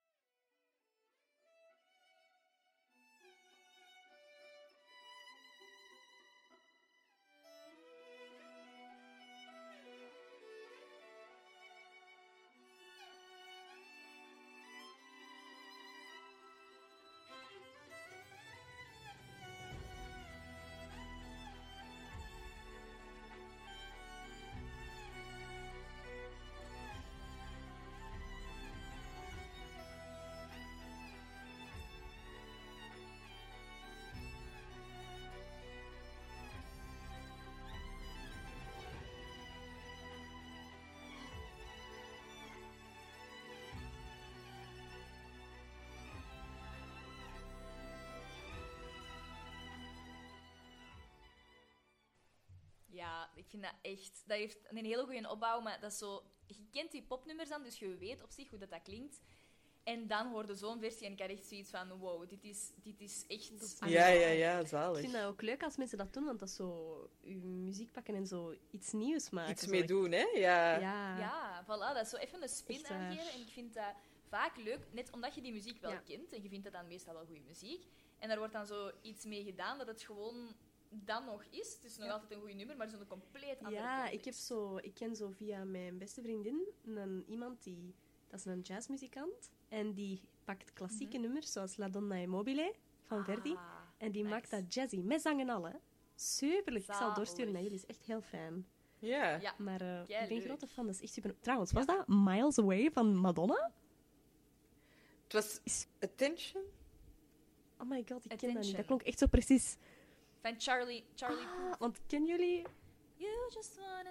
Ja, ik vind dat echt... Dat heeft een hele goede opbouw, maar dat is zo... Je kent die popnummers dan, dus je weet op zich hoe dat klinkt. En dan hoorde zo'n versie en ik had echt zoiets van, wow, dit is echt... Ja, zalig. Ik vind dat ook leuk als mensen dat doen, want dat is zo je muziek pakken en zo iets nieuws maken. Iets mee doen, hè? Ja. Ja, voilà, dat is zo even een spin Echt waar. aangeven. En ik vind dat vaak leuk, net omdat je die muziek wel kent. En je vindt dat dan meestal wel goede muziek. En daar wordt dan zo iets mee gedaan dat het gewoon dan nog is. Het is nog altijd een goed nummer, maar zo'n compleet andere context. Ik ken zo via mijn beste vriendin iemand dat is een jazzmuzikant. En die pakt klassieke nummers, zoals La Donna e Mobile van Verdi. En die maakt dat jazzy, met zang en al, hè. Superleuk. Ik zal het doorsturen naar jullie. Dat is echt heel fijn. Ja. Maar ik ben leuk. een grote fan. Dat is echt super... Trouwens, was dat Miles Away van Madonna? Het was Attention? Oh my god, ik ken dat Attention. niet. Dat klonk echt zo precies. Van Charlie Puth. Want kennen jullie... You just wanna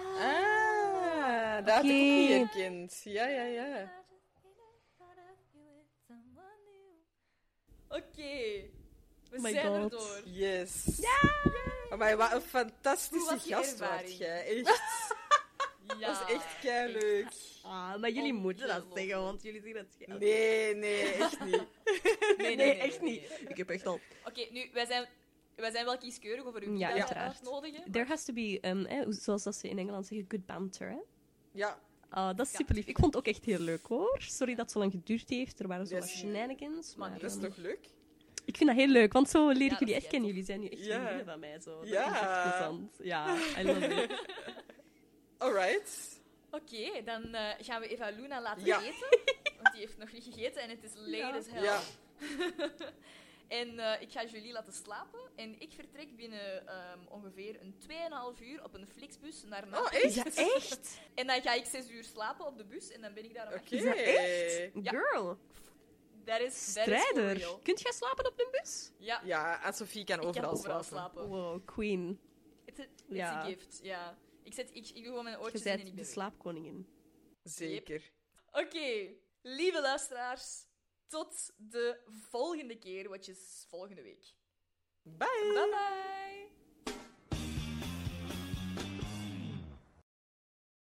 Dat had ik ook niet herkend. Ja. Oké. We my zijn er god. door. Yes. Ja! Maar wat een Hoe fantastische was je gast ervaring? waart jij. Echt. Dat is echt keileuk. Maar jullie moeten dat zeggen, want jullie zien het schijnen. Nee, echt niet. Nee, echt niet. Ik heb echt al... Oké, nu, wij zijn wel kieskeurig over uw Ja, vida uiteraard. uitnodigen. There has to be, zoals dat ze in Engeland zeggen, good banter, hè? Ja. Dat is super lief. Ik vond het ook echt heel leuk, hoor. Sorry dat het zo lang geduurd heeft. Er waren zo wat Yes. shenanigans. Maar, Dat is toch leuk? Ik vind dat heel leuk, want zo leer ik dat jullie is echt kennen. Jullie zijn nu echt Ja. vriendinnen van mij. Zo. Dat Ja. is echt plezant. Ja, I love it. Alright. Oké, dan gaan we Eva Luna laten Ja. eten. Want die heeft nog niet gegeten en het is late as hell. Ja. En ik ga Julie laten slapen. En ik vertrek binnen ongeveer een 2,5 uur op een Flixbus naar Nantes. echt? Is dat echt? En dan ga ik 6 uur slapen op de bus en dan ben ik daar om 8 Oké. uur. Is dat echt? Ja. Girl. Dat is for Strijder. real. Kunt jij slapen op een bus? Ja, Ja, Anne-Sophie kan ik kan overal overal slapen. slapen. Wow, queen. It's a Ja. gift, ja. Ik doe gewoon mijn Je oortjes in en ik bent ben de weg. slaapkoningin. Zeker. Oké, lieve luisteraars, tot de volgende keer, wat is volgende week. Bye. Bye bye!